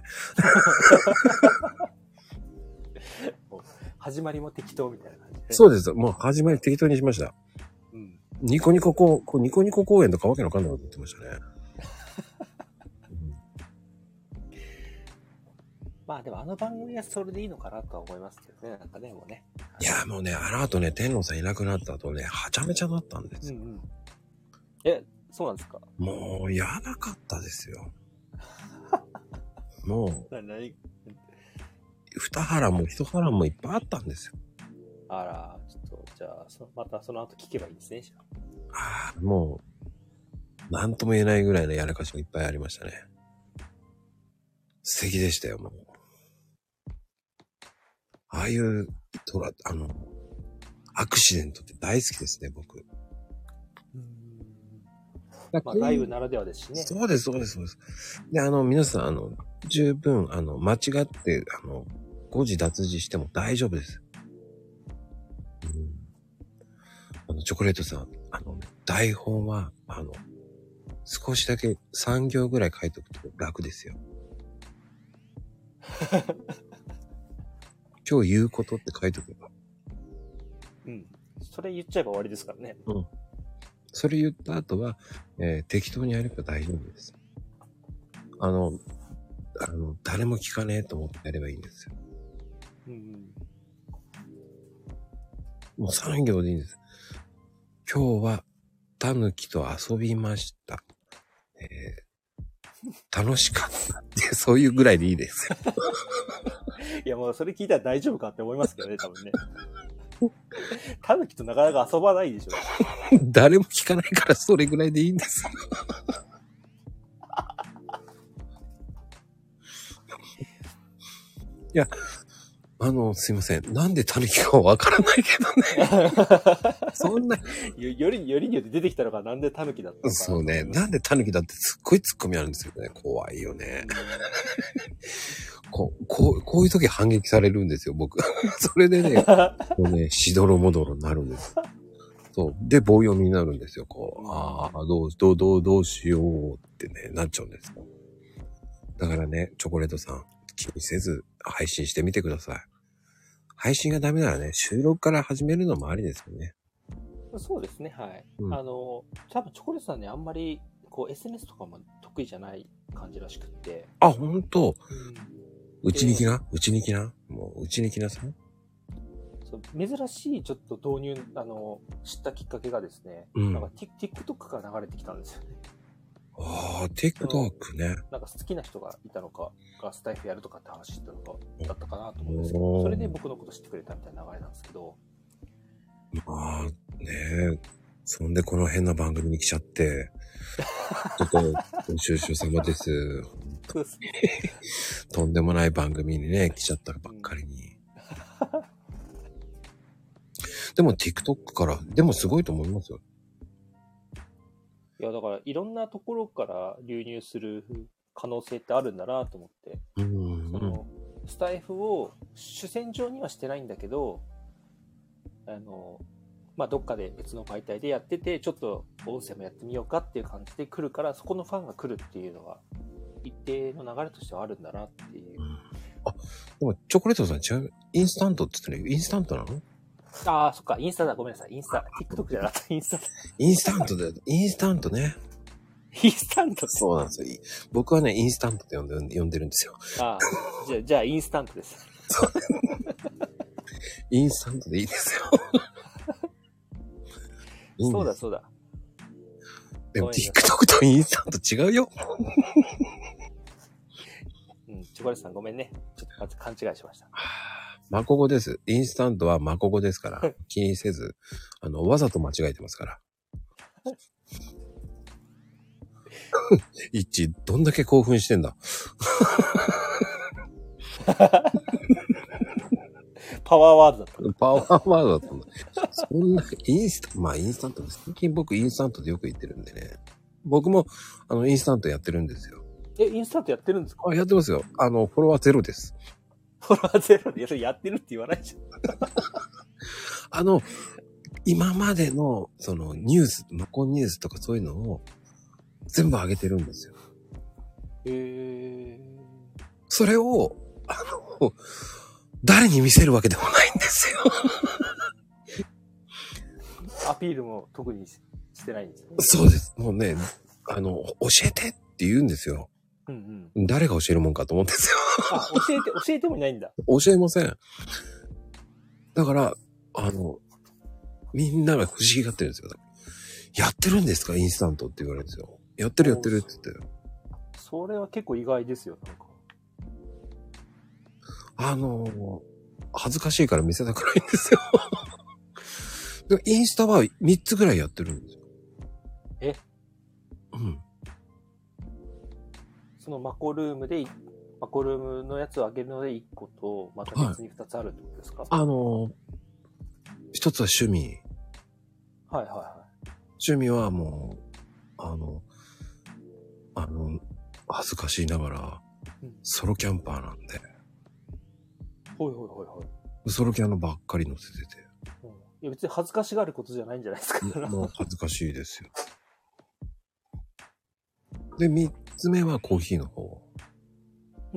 始まりも適当みたいな感じで。 そうです。もう始まり適当にしました。 うん。 ニコニコ公園とかわけのわかんないこと言ってましたね。 まあでもあの番組はそれでいいのかなとは思いますけどね。なんかね、もうね。 いや、もうね、あの後ね、天皇さんいなくなった後ね、はちゃめちゃだったんですよ。 うんうん。そうなんですか？ もう、やばかったですよ。もう、二波乱も一波乱もいっぱいあったんですよ。 あら、ちょっと、じゃあ、またその後聞けばいいですね、じゃあ。もう、なんとも言えないぐらいのやらかしがいっぱいありましたね。素敵でしたよ、もう。ああいう、アクシデントって大好きですね、僕。 まあ、ライブならではですしね。 そうです。で、皆さん、十分、間違って、誤字脱字しても大丈夫です。チョコレートさん、台本は、少しだけ3行ぐらい書いておくと楽ですよ。今日言うことって書いておけば。 うん。それ言っちゃえば終わりですからね。 うん。それ言った後は、適当にやれば大丈夫です。誰も聞かねえと思ってやればいいんですよ。もう3行でいいんです。今日は、タヌキと遊びました。楽しかったって、そういうぐらいでいいですよ。 いや、もうそれ聞いたら大丈夫かって思いますけどね、多分ね。タヌキとなかなか遊ばないでしょ。 誰も聞かないからそれぐらいでいいんです。いや、すいません。なんでタヌキかわからないけどね。そんな。 よりによって出てきたのがなんでタヌキだったのか。 そうね。なんでタヌキだってすっごいツッコミあるんですよね。怖いよね。こういう時反撃されるんですよ、僕。それでね、もうね、しどろもどろになるんです。そう。で、棒読みになるんですよ。どうしようってね、なっちゃうんですよ。だからね、チョコレートさん、気にせず配信してみてください。配信がダメならね、収録から始めるのもありですよね。 そうですね、はい。多分チョコレートさんね、あんまり、SNS とかも得意じゃない感じらしくって。 あ、ほんと？うちに来なもう、うちに来なさい。 そう、珍しいちょっと導入、知ったきっかけがですね、なんか TikTok が流れてきたんですよね。 ああ、TikTok ね。 なんか好きな人がいたのか、がスタイフやるとかって話だったかなと思うんですけど、それで僕のこと知ってくれたみたいな流れなんですけど。 まあ、ねえ。そんでこの変な番組に来ちゃって、ちょっと、ご愁傷様です。とんでもない番組にね、来ちゃったばっかりに。でも TikTok から、でもすごいと思いますよ。 いや、だからいろんなところから流入する可能性ってあるんだなと思って。スタイフを主戦場にはしてないんだけど、まあ、どっかで別の媒体でやってて、ちょっと音声もやってみようかっていう感じで来るから、そこのファンが来るっていうのが、一定の流れとしてはあるんだなっていう。 あ、でもチョコレートさん違う。インスタントって言ってね、インスタントなの？ ああ、そっか、インスタだ、ごめんなさい、インスタ。TikTok じゃなかった、インスタ。 インスタントだよ、インスタントね。 インスタントそうなんですよ。僕はね、インスタントって呼んでるんですよ。 ああ、じゃあインスタントです。 そう。インスタントでいいですよ。 そうだ。 でも TikTok とインスタント違うよ。 チョコレートさんごめんね。ちょっと勘違いしました。 マコ語です。インスタントはマコ語ですから、気にせず、わざと間違えてますから。一致、どんだけ興奮してんだ。 パワーワードだった。 パワーワードだったんだ。そんな、インスタントです。最近僕インスタントでよく言ってるんでね。僕も、インスタントやってるんですよ。 インスタントやってるんですか？ あ、やってますよ。フォロワーゼロです。 フォロワーゼロで、やってるって言わないじゃん。今までの、ニュース、マコンニュースとかそういうのを、全部上げてるんですよ。それを、誰に見せるわけでもないんですよ。 アピールも特にしてないんですね。 そうです。もうね、教えてって言うんですよ。 うんうん。 誰が教えるもんかと思うんですよ。 あ、教えてもいないんだ。 教えません。だから、みんなが不思議がってるんですよ。やってるんですかインスタントって言われるんですよ。やってるって言って。 それは結構意外ですよ、なんか。 恥ずかしいから見せたくないんですよ。でインスタは3つぐらいやってるんですよ。うん。 そのマコルームのやつを上げるので1個と、また別に2つあるってことですか？ はい、1つは趣味。 はいはいはい。 趣味はもう、恥ずかしいながら、ソロキャンパーなんで。 ほいほいほいほい。ソロキャンばっかり載せてて。 いや別に恥ずかしがることじゃないんじゃないですか。 もう恥ずかしいですよ。で、3つ目はコーヒーの方。 うん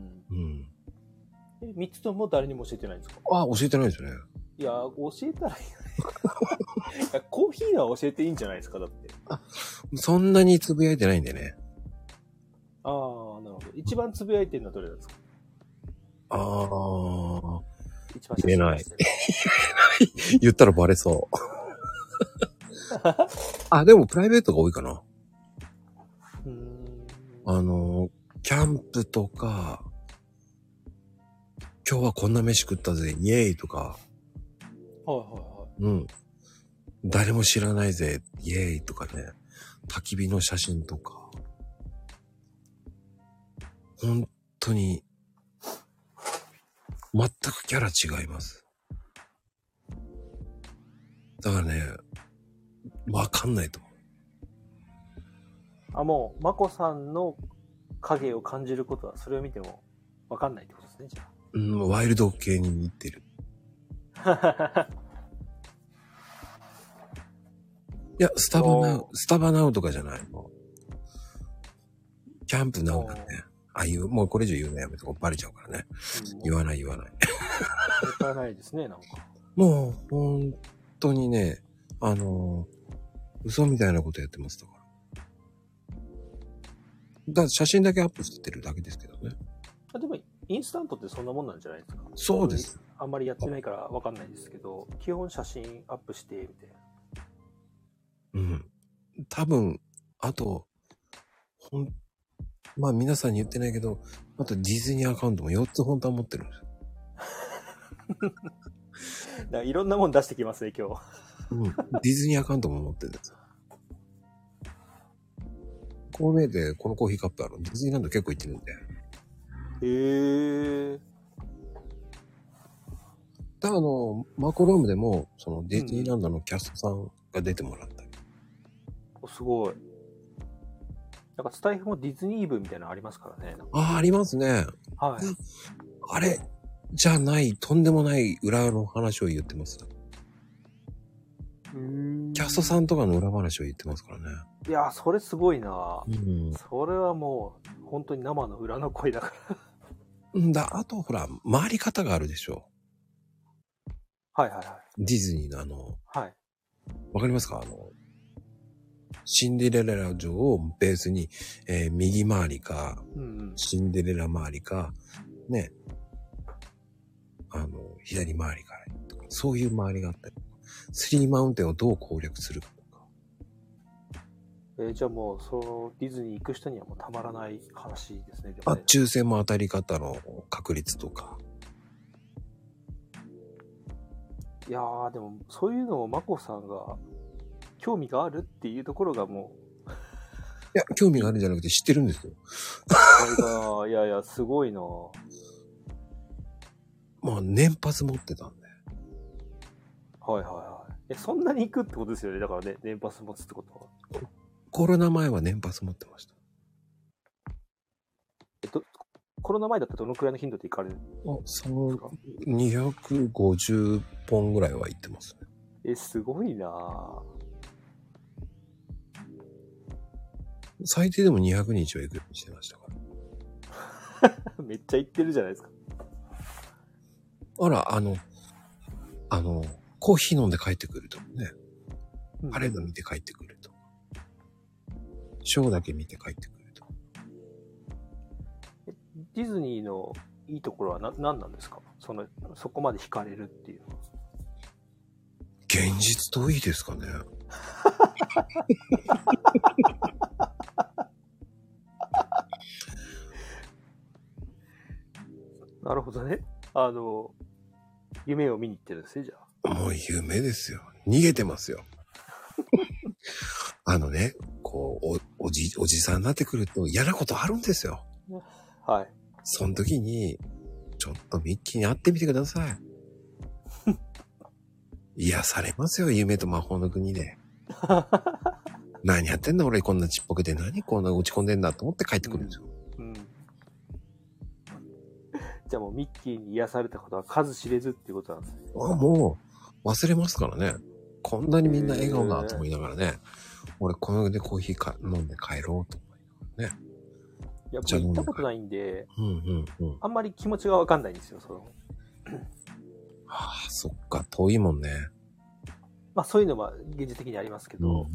。3つとも誰にも教えてないんですか？ あ、教えてないですよね。 いや、教えたらいいいやコーヒーは教えていいんじゃないですか、だって。 そんなにつぶやいてないんでね。 ああ、なるほど。一番つぶやいてるのはどれなんですか？一番言えない。言ったらバレそう。でもプライベートが多いかな。キャンプとか、今日はこんな飯食ったぜ、イエーイとか。うん。誰も知らないぜ、イエーイとかね。焚き火の写真とか。本当に、全くキャラ違います。だからね、わかんないと思う。 もう、まこさんの影を感じることは、それを見てもわかんないってことですね、じゃあ。 ワイルド系に似てる。いや、スタバナウとかじゃないの。キャンプナウだね。もうこれ以上言うのやめとこう。バレちゃうからね。言わない。言わないですね、なんか。 もう、本当にね、嘘みたいなことやってますだから。写真だけアップしてるだけですけどね。 でも、インスタントってそんなもんなんじゃないですか？ そうです。 あんまりやってないからわかんないですけど、基本写真アップして、みたいな。 うん。多分、あと、まあ皆さんに言ってないけど、あとディズニーアカウントも4つ本当は持ってるんですよ。 だからいろんなもん出してきますね、今日。 ディズニーアカウントも持ってるんですよ。こう見えて、このコーヒーカップディズニーランド結構行ってるんで。マコロームでも、ディズニーランドのキャストさんが出てもらったり。 すごい。なんかスタイフもディズニー部みたいなのありますからね。 ありますね。 はい。 あれじゃない、とんでもない裏の話を言ってます。キャストさんとかの裏話を言ってますからね。 いや、それすごいな。それはもう、本当に生の裏の声だから。 あとほら、回り方があるでしょ。 はい。 ディズニーのはい。 わかりますか？シンデレラ城をベースに、右回りか、シンデレラ回りか、ね、左回りからとか、そういう回りがあったり、スリーマウンテンをどう攻略するかとか。じゃあもう、ディズニー行く人にはもうたまらない話ですね。 抽選も当たり方の確率とか。 いやー、でも、そういうのをマコさんが、興味があるっていうところがもう。 いや、興味があるんじゃなくて知ってるんですよ。 いや、すごいな。 まあ年パス持ってたんで。 はいはいはい。そんなに行くってことですよね。だからね、年パス持つってことは。 コロナ前は年パス持ってました。 コロナ前だったらどのくらいの頻度で行かれるんですか？250本ぐらいは行ってますね。すごいなぁ。 最低でも200日は行くようにしてましたから。 めっちゃ行ってるじゃないですか。 あら、コーヒー飲んで帰ってくるとね。パレード見て帰ってくると。ショーだけ見て帰ってくると。 ディズニーのいいところは何なんですか？そこまで惹かれるっていうのは。 現実遠いですかね。 なるほどね。夢を見に行ってるんですね、じゃあ。もう夢ですよ。逃げてますよ。こう、おじさんになってくると嫌なことあるんですよ。 はい。 その時に、ちょっとミッキーに会ってみてください。癒されますよ、夢と魔法の国で。何やってんだ俺こんなちっぽくて何こんな落ち込んでんだと思って帰ってくるんですよ。 じゃあもうミッキーに癒されたことは数知れずっていうことなんですね。 もう忘れますからね。こんなにみんな笑顔だと思いながらね。俺この辺でコーヒー飲んで帰ろうと思いながらね。 いや、僕行ったことないんで、あんまり気持ちがわかんないんですよ、 はあ、そっか、遠いもんね。 まあそういうのは現実的にありますけど、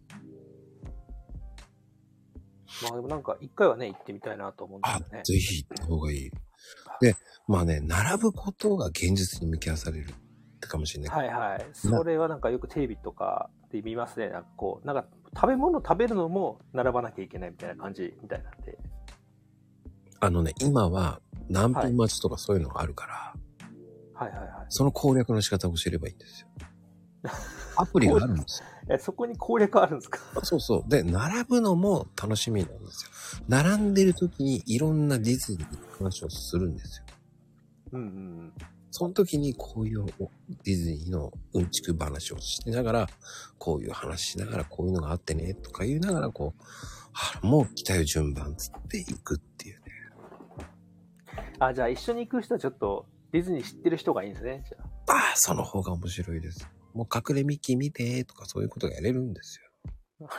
まあでもなんか一回はね、行ってみたいなと思うんですよね。 ぜひ行った方がいい。で、まあね、並ぶことが現実に向き合わされるってかもしれない。 はいはい。それはなんかよくテレビとかで見ますね。なんか食べ物食べるのも並ばなきゃいけないみたいな感じみたいなんで。 今は何分待ちとかそういうのがあるから、 はいはいはい。 その攻略の仕方を教えればいいんですよ。アプリがあるんですよ。 そこに攻略あるんですか？ そうそう。で、並ぶのも楽しみなんですよ。並んでる時にいろんなディズニーの話をするんですよ。その時にこういうディズニーのうんちく話をしながら、こういう話しながらこういうのがあってね、とか言いながらもう来たよ順番つって行くっていうね。 じゃあ一緒に行く人はちょっとディズニー知ってる人がいいんですね、じゃあ。 その方が面白いです。もう隠れミッキー見てとかそういうことがやれるんですよ。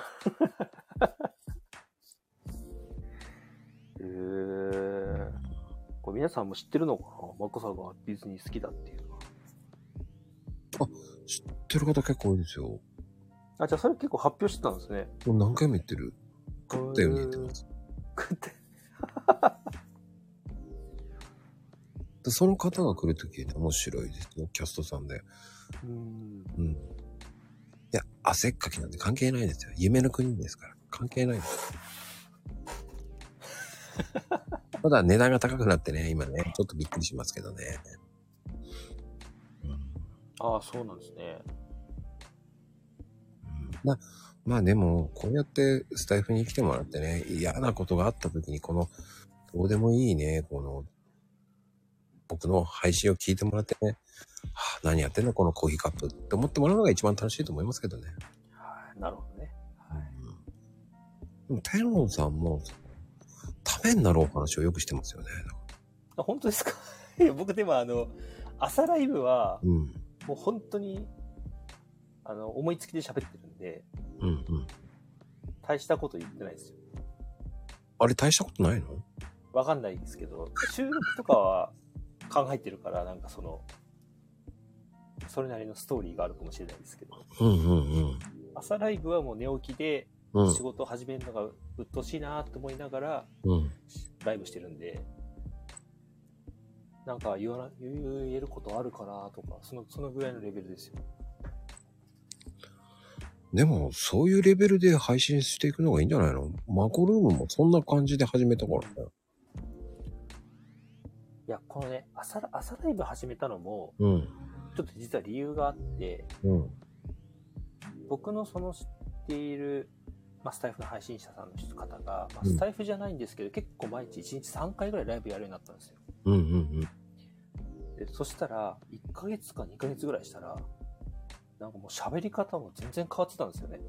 これ皆さんも知ってるのかな？マコさんがディズニー好きだっていうのは。 知ってる方結構多いですよ。 じゃあそれ結構発表してたんですね。 もう何回も言ってる。食ったように言ってます。 食ってでその方が来るとき面白いですよ、キャストさんで。いや、汗っかきなんで関係ないですよ。夢の国ですから。関係ないです。ただ値段が高くなってね、今ね、ちょっとびっくりしますけどね。 そうなんですね。 まあでも、こうやってスタイフに来てもらってね、嫌なことがあった時にどうでもいいね、僕の配信を聞いてもらってね、何やってんのこのコーヒーカップって思ってもらうのが一番楽しいと思いますけどね。 なるほどね。 でも、テロンさんも、ためになるお話をよくしてますよね。 本当ですか？いや、僕でも朝ライブは、もう本当に、思いつきで喋ってるんで、大したこと言ってないですよ。 あれ大したことないの？ わかんないですけど、収録とかは考えてるから、なんかそれなりのストーリーがあるかもしれないですけど、朝ライブはもう寝起きで仕事を始めるのがうっとうしいなと思いながら、ライブしてるんで、なんか言えることあるかなとか、そのぐらいのレベルですよ。 でも、そういうレベルで配信していくのがいいんじゃないの？マコルームもそんな感じで始めたからね。 いや、このね、朝ライブ始めたのも、ちょっと実は理由があって、僕の知っている、スタイフの配信者さんの方が、スタイフじゃないんですけど、結構毎日1日3回ぐらいライブやるようになったんですよ。 そしたら、1ヶ月か2ヶ月ぐらいしたら、なんかもう喋り方も全然変わってたんですよね。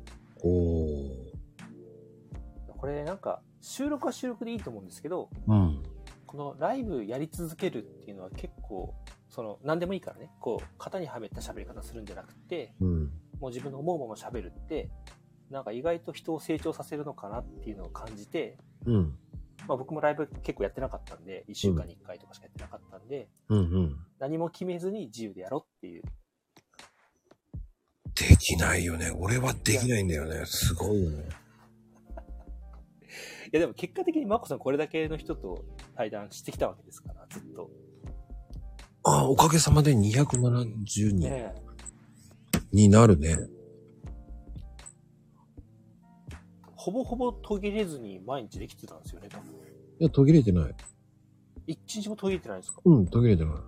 これなんか、収録は収録でいいと思うんですけど、 うん、 このライブやり続けるっていうのは結構、何でもいいからね、こう、型にはめた喋り方するんじゃなくて、 うん、 もう自分の思うまま喋るって、なんか意外と人を成長させるのかなっていうのを感じて、 うん。 まあ僕もライブ結構やってなかったんで、1週間に1回とかしかやってなかったんで、 うんうん、 何も決めずに自由でやろうっていう。 できないよね。俺はできないんだよね。すごいよね。 いやでも結果的にマコさんこれだけの人と対談してきたわけですから、ずっと。 ああ、おかげさまで270人になるね。 ほぼほぼ途切れずに毎日できてたんですよね、多分。 いや、途切れてない。 一日も途切れてないんですか？ うん、途切れてない。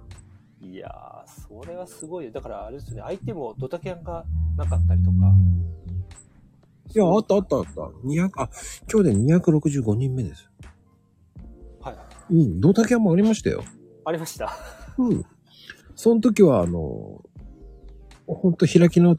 いやー、それはすごいよ。だからあれですよね、相手もドタキャンがなかったりとか。 いや、あった。今日で265人目です。 はい。 うん、ドタキャンもありましたよ。 ありました。 うん。その時は、ほんと開き直って、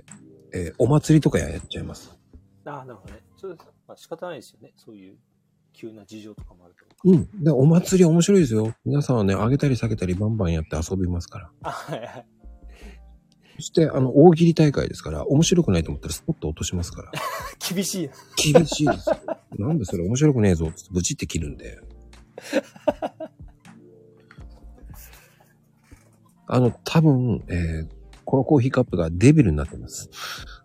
お祭りとかやっちゃいます。 ああ、なるほどね。そうです。まあ仕方ないですよね。そういう急な事情とかもあると。 うん。で、お祭り面白いですよ。皆さんはね、上げたり下げたりバンバンやって遊びますから。 あ、はいはい。 そして、大喜利大会ですから、面白くないと思ったらスポッと落としますから。 厳しい。 厳しいですよ。なんでそれ面白くねえぞってブチって切るんで。多分、このコーヒーカップがデビルになってます。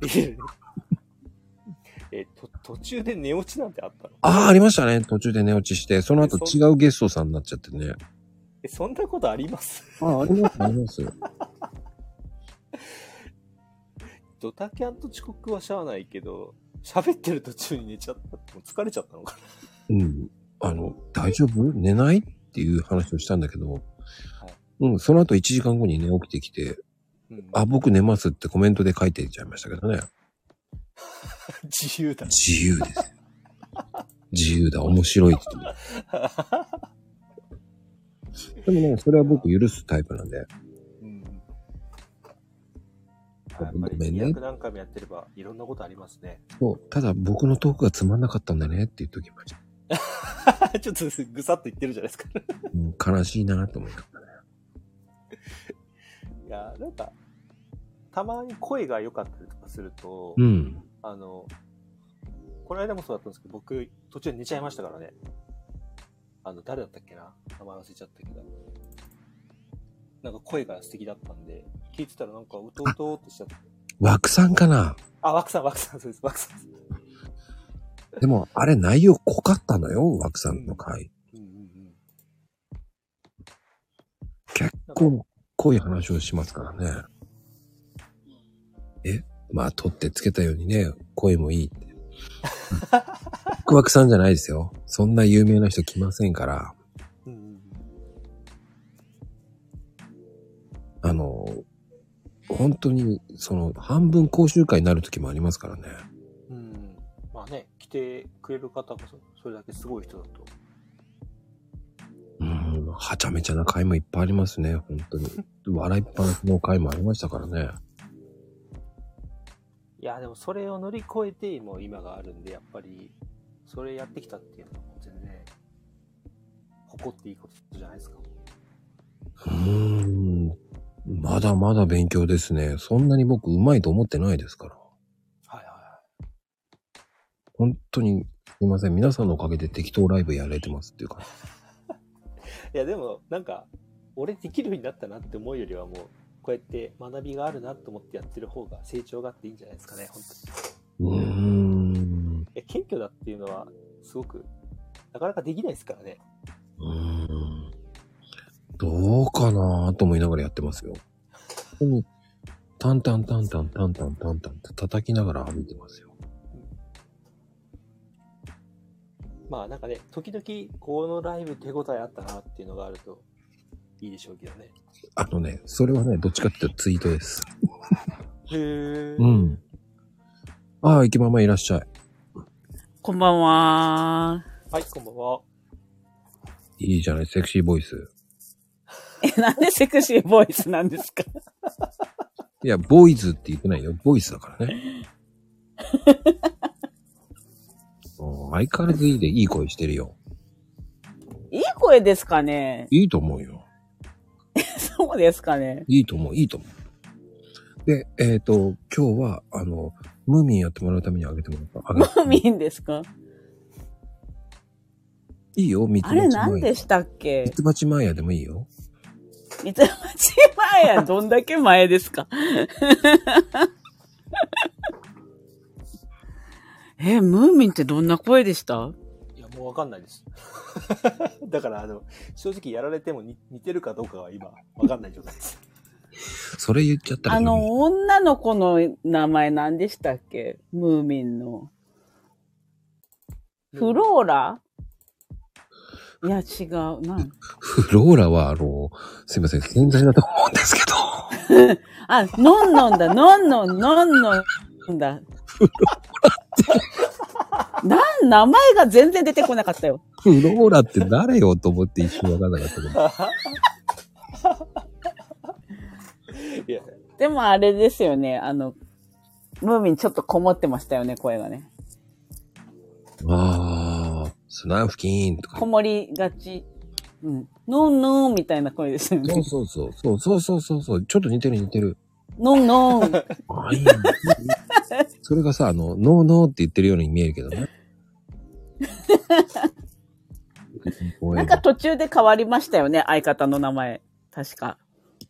途中で寝落ちなんてあったの？ ありましたね。途中で寝落ちして、その後違うゲストさんになっちゃってね。 そんなことあります？ あります、あります。 ドタキャンと遅刻はしゃあないけど、喋ってる途中に寝ちゃったってもう疲れちゃったのかな。 うん。大丈夫？寝ないっていう話をしたんだけど、はい、うん、その後1時間後にね、起きてきて、僕寝ますってコメントで書いてちゃいましたけどね。 自由だ。 自由です。自由だ、面白いって言って。でもね、それは僕許すタイプなんで。 ごめんね。200何回もやってればいろんなことありますね。 そう。ただ僕のトークがつまんなかったんだねって言っときました。 ちょっとぐさっと言ってるじゃないですか。 悲しいなと思いながらね。 いや、なんか、たまに声が良かったりとかすると、 うん。 この間もそうだったんですけど、僕、途中で寝ちゃいましたからね。誰だったっけな？名前忘れちゃったけど。なんか声が素敵だったんで、聞いてたらなんかうとうとってしちゃって。 枠さんかな？ 枠さん、そうです、枠さん。 でも、あれ内容濃かったのよ、枠さんの回。結構濃い話をしますからね。まあ、取ってつけたようにね、声もいいって。枠さんじゃないですよ。そんな有名な人来ませんから。本当に、半分講習会になる時もありますからね。 まあね、来てくれる方こそ、それだけすごい人だと。 はちゃめちゃな回もいっぱいありますね、本当に。笑いっぱなしの回もありましたからね。 いや、でもそれを乗り越えて、もう今があるんで、やっぱり、それやってきたっていうのは、全然、誇っていいことじゃないですか。 まだまだ勉強ですね。そんなに僕上手いと思ってないですから。 はいはいはい。 本当に、すいません。皆さんのおかげで適当ライブやれてますっていうか。 いやでも、なんか、俺できるようになったなって思うよりはもう、こうやって学びがあるなと思ってやってる方が成長があっていいんじゃないですかね、本当に。謙虚だっていうのは、すごく、なかなかできないですからね。 どうかなと思いながらやってますよ。タンタンタンタンタンタンタンタンって叩きながら歩いてますよ。 まあなんかね、時々このライブ手応えあったなっていうのがあるといいでしょうけどね。 それはね、どっちかっていうとツイートです。 へー。 うん。いきままいらっしゃい。 こんばんは。 はい、こんばんは。 いいじゃない、セクシーボイス。 なんでセクシーボイスなんですか？ いや、ボイズって言ってないよ。ボイスだからね。相変わらずいい声してるよ。 いい声ですかね？ いいと思うよ。 そうですかね？ いいと思う。で、今日は、ムーミンやってもらうためにあげてもらった。 ムーミンですか？ いいよ、ミツバチマーヤ。 あれ何でしたっけ？ ミツバチマーヤでもいいよ。 ミツバチマーヤどんだけ前ですか？ムーミンってどんな声でした？ いや、もうわかんないです。だから、正直やられても似てるかどうかは今、わかんない状態です。 それ言っちゃったら。 女の子の名前何でしたっけ？ムーミンの。フローラ？いや、違う。 フローラは、すいません、健在だと思うんですけど。 あ、のんのんだ、のんのんだ。 フローラって。 名前が全然出てこなかったよ。 フローラって誰よと思って一瞬わかんなかったけど。 いやでもあれですよね、ムーミンちょっとこもってましたよね、声がね。 スナフキーンとか。 こもりがち。うん。のんのんみたいな声ですよね。 そう。ちょっと似てる。 のんのん。 いいそれがさ、ノーって言ってるように見えるけどね。 なんか途中で変わりましたよね、相方の名前。確か。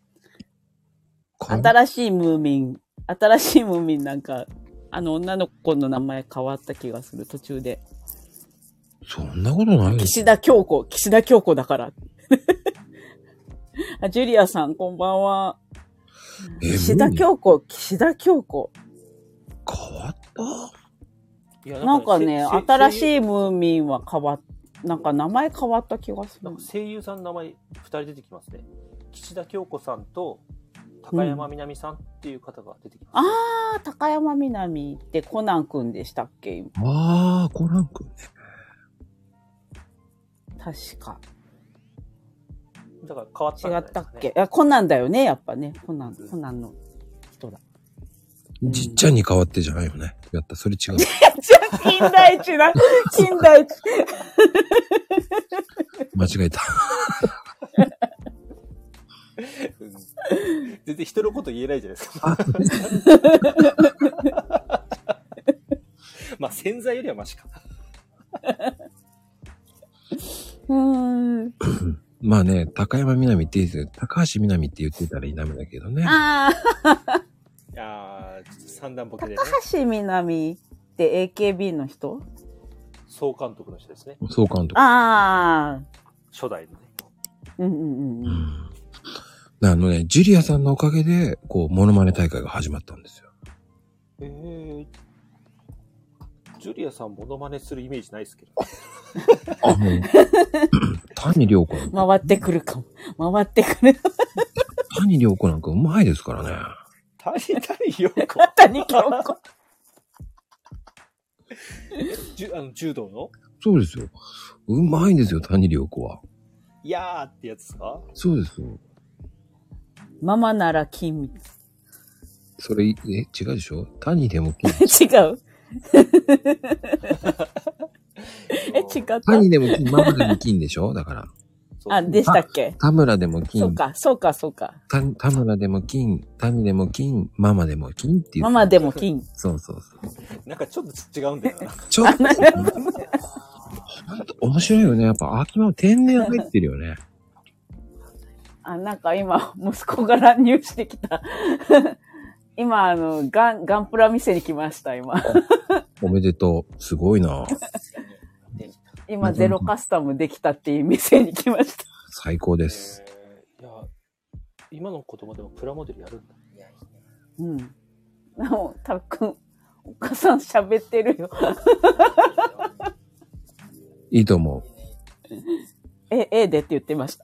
新しいムーミンなんか、女の子の名前変わった気がする、途中で。 そんなことないよ。 岸田京子だから。ジュリアさん、こんばんは。岸田京子。 変わった？ いやなんかね、新しいムーミンはなんか名前変わった気がする。 なんか声優さんの名前2人出てきますね。岸田京子さんと高山みなみさんっていう方が出てきます、ね高山みなみってコナンくんでしたっけ？ コナンくんね。 確か。 だから変わったんじゃないですかね。 違ったっけ？コナンだよね、やっぱね。コナンの人だ。 じっちゃんに変わってじゃないよね。やった、それ違う。 金田一だ。金田一。 間違えた。 全然人のこと言えないじゃないですか。まあ洗剤よりはマシか。 まあね、高山みなみって言うけど、高橋みなみって言ってたらダメだけどね。 三段ボケでね。 高橋みなみって AKB の人？ 総監督の人ですね。 総監督。 初代のね。 ジュリアさんのおかげで、モノマネ大会が始まったんですよ。 ジュリアさんモノマネするイメージないですけど。 谷涼子。 回ってくる。 谷涼子なんかうまいですからね。 谷涼子。柔道の？ そうですよ。うまいんですよ、谷涼子は。 いやーってやつですか？ そうですよ。 ママなら金。 それ、違うでしょ？谷でも金。 違う。違った。 谷でも金、ママでも金でしょ？だから。 でしたっけ？ 田村でも金。 そうか。 田村でも金、谷でも金、ママでも金っていう。 ママでも金。 そう。 なんかちょっと違うんだよな。 ちょっと。面白いよね。やっぱ、秋葉天然入ってるよね。 なんか今、息子が乱入してきた。今、ガンプラ店に来ました、今。 おめでとう。すごいな。 今、ゼロカスタムできたっていう店に来ました。 最高です。 いや、今の子供でもプラモデルやるんだ。 でも、たっくん、お母さん喋ってるよ。 いいと思う。 でって言ってました。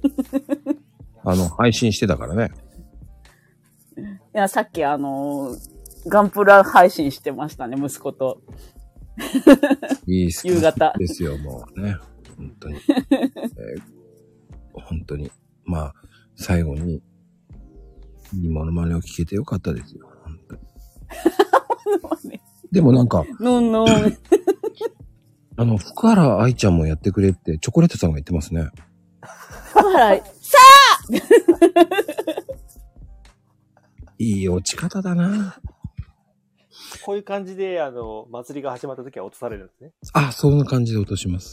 配信してたからね。 いや、さっきガンプラ配信してましたね、息子と。 いい夕方ですよ、もうね。本当に。本当に。 まあ、最後に、いいモノマネを聞けてよかったですよ。本当にでもなんか、福原愛ちゃんもやってくれってチョコレートさんが言ってますね。 福原愛、さあいい落ち方だな。 こういう感じで、祭りが始まった時は落とされるんですね。 あ、そんな感じで落とします。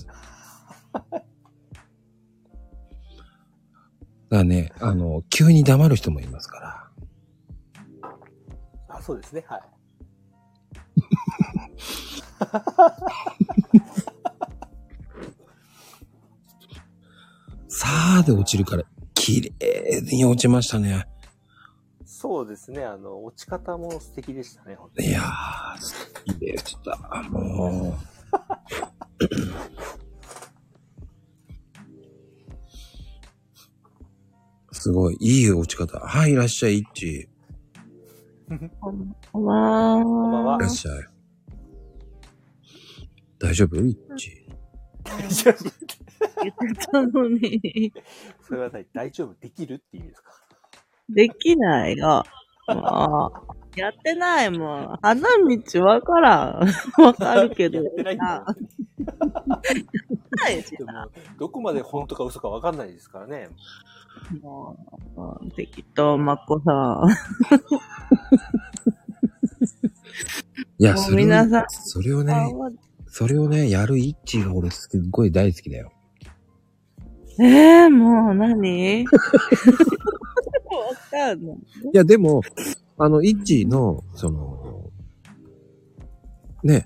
だね、急に黙る人もいますから。 あ、そうですね、はい。 さあで落ちるから、綺麗に落ちましたね。 そうですね、落ち方も素敵でしたね、本当に。 いやー、素敵でした。もう。すごい、いい落ち方。はい、いらっしゃい、いっち。 こんばんは。 こんばんは。 いらっしゃい。大丈夫いっち。 大丈夫言ってたのに。 それは大丈夫できるって意味ですか？ できないよ。もう、やってないもん。花道わからん。わかるけど。 やってないんだ。 ないしでもどこまで本当か嘘かわかんないですからね。 もう、適当、まっこさん。 いや、 もう皆さんそれをね、やるイッチが俺すっごい大好きだよ。 もう何わかんない。 いや、でも、イッチの、ね、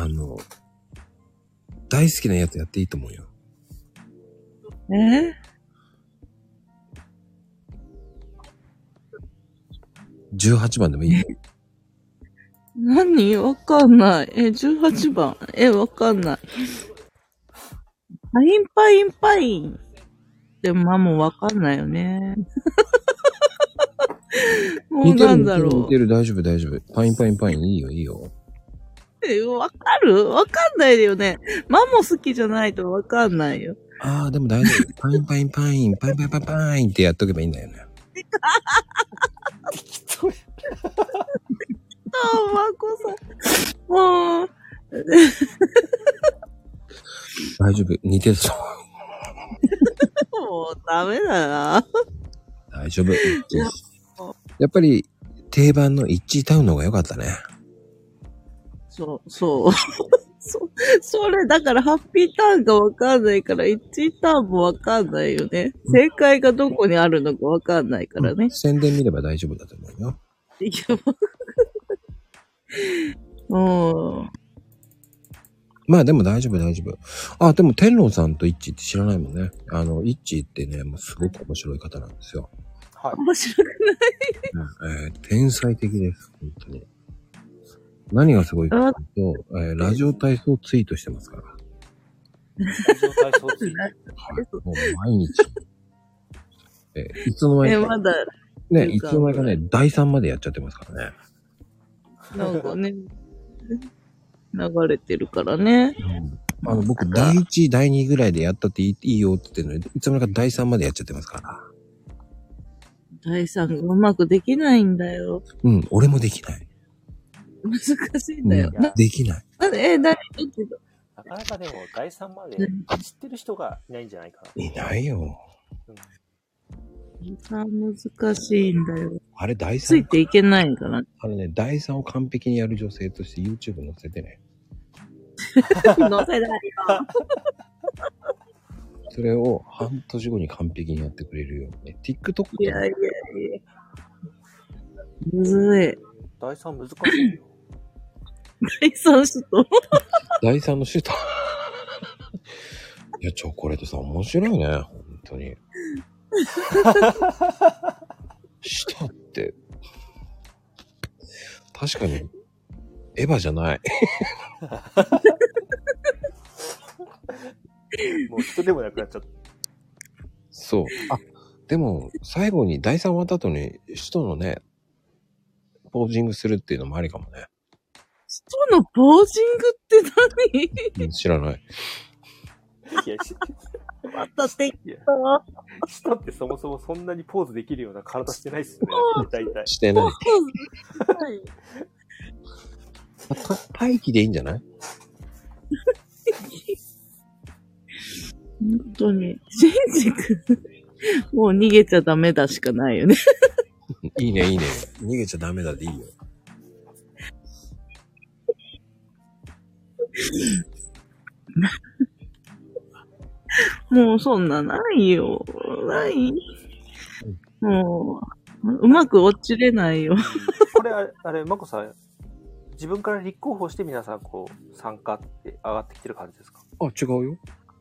大好きなやつやっていいと思うよ。18番でもいいよ。 何わかんない。18番。わかんない。パインパインパイン。でもまあもうわかんないよね。もうなんだろう。 似てる、大丈夫、大丈夫。パインパインパイン、いいよ、いいよ。 わかるわかんないよね。マも好きじゃないとわかんないよ。 ああ、でも大丈夫。パインパインパイン、パインパインパインパインってやっとけばいいんだよね。 マコさん。もう。 大丈夫、似てるぞ。 もうダメだな。 大丈夫。やっぱり定番のイッチタウンの方が良かったね。 そう。それ、だからハッピーターンがわかんないから、イッチターンもわかんないよね。正解がどこにあるのかわかんないからね。 宣伝見れば大丈夫だと思うよ。 いや、もう。 まあでも大丈夫、大丈夫。あ、でも天狼さんとイッチって知らないもんね。イッチってね、もうすごく面白い方なんですよ。 はい。 面白くない。 天才的です。本当に。何がすごいかというと、ラジオ体操ツイートしてますから。 ラジオ体操ツイート。もう毎日。いつの間にか。 まだ。 ね、いつの間にかね、第3までやっちゃってますからね。 なんかね、流れてるからね。 僕、第1、第2ぐらいでやったっていいよって言ってるのに、いつの間にか第3までやっちゃってますから。 第3がうまくできないんだよ。 うん、俺もできない。 難しいんだよ。 できない。 なかなかでも、第3まで知ってる人がいないんじゃないかな。 いないよ。 難しいんだよ。 あれ、第3。 ついていけないんかな。 第3を完璧にやる女性として YouTube 載せてね。 載せないよ。 それを半年後に完璧にやってくれるようにね。TikTok とか。 いや。むずい。 第3難しいよ。 第3首都第3の首都。いや、チョコレートさん面白いね。本当に。首都って、確かに、エヴァじゃない。 もう人でもなくなっちゃった。 そう。あ、でも、最後に第3終わった後に、首都のね、ポージングするっていうのもありかもね。 首都のポージングって何？ 知らない。 いや、 またできた。 人ってそもそもそんなにポーズできるような体してないっすよね。大体。 してない。 はい。 待機でいいんじゃない？ 本当に。シンジ君、もう逃げちゃダメだしかないよね。 いいね、いいね。逃げちゃダメだでいいよ。 もうそんなないよ。ない。もう、うまく落ちれないよ。 これあれ、まこさん、自分から立候補して皆さんこう、参加って上がってきてる感じですか？ あ、違うよ。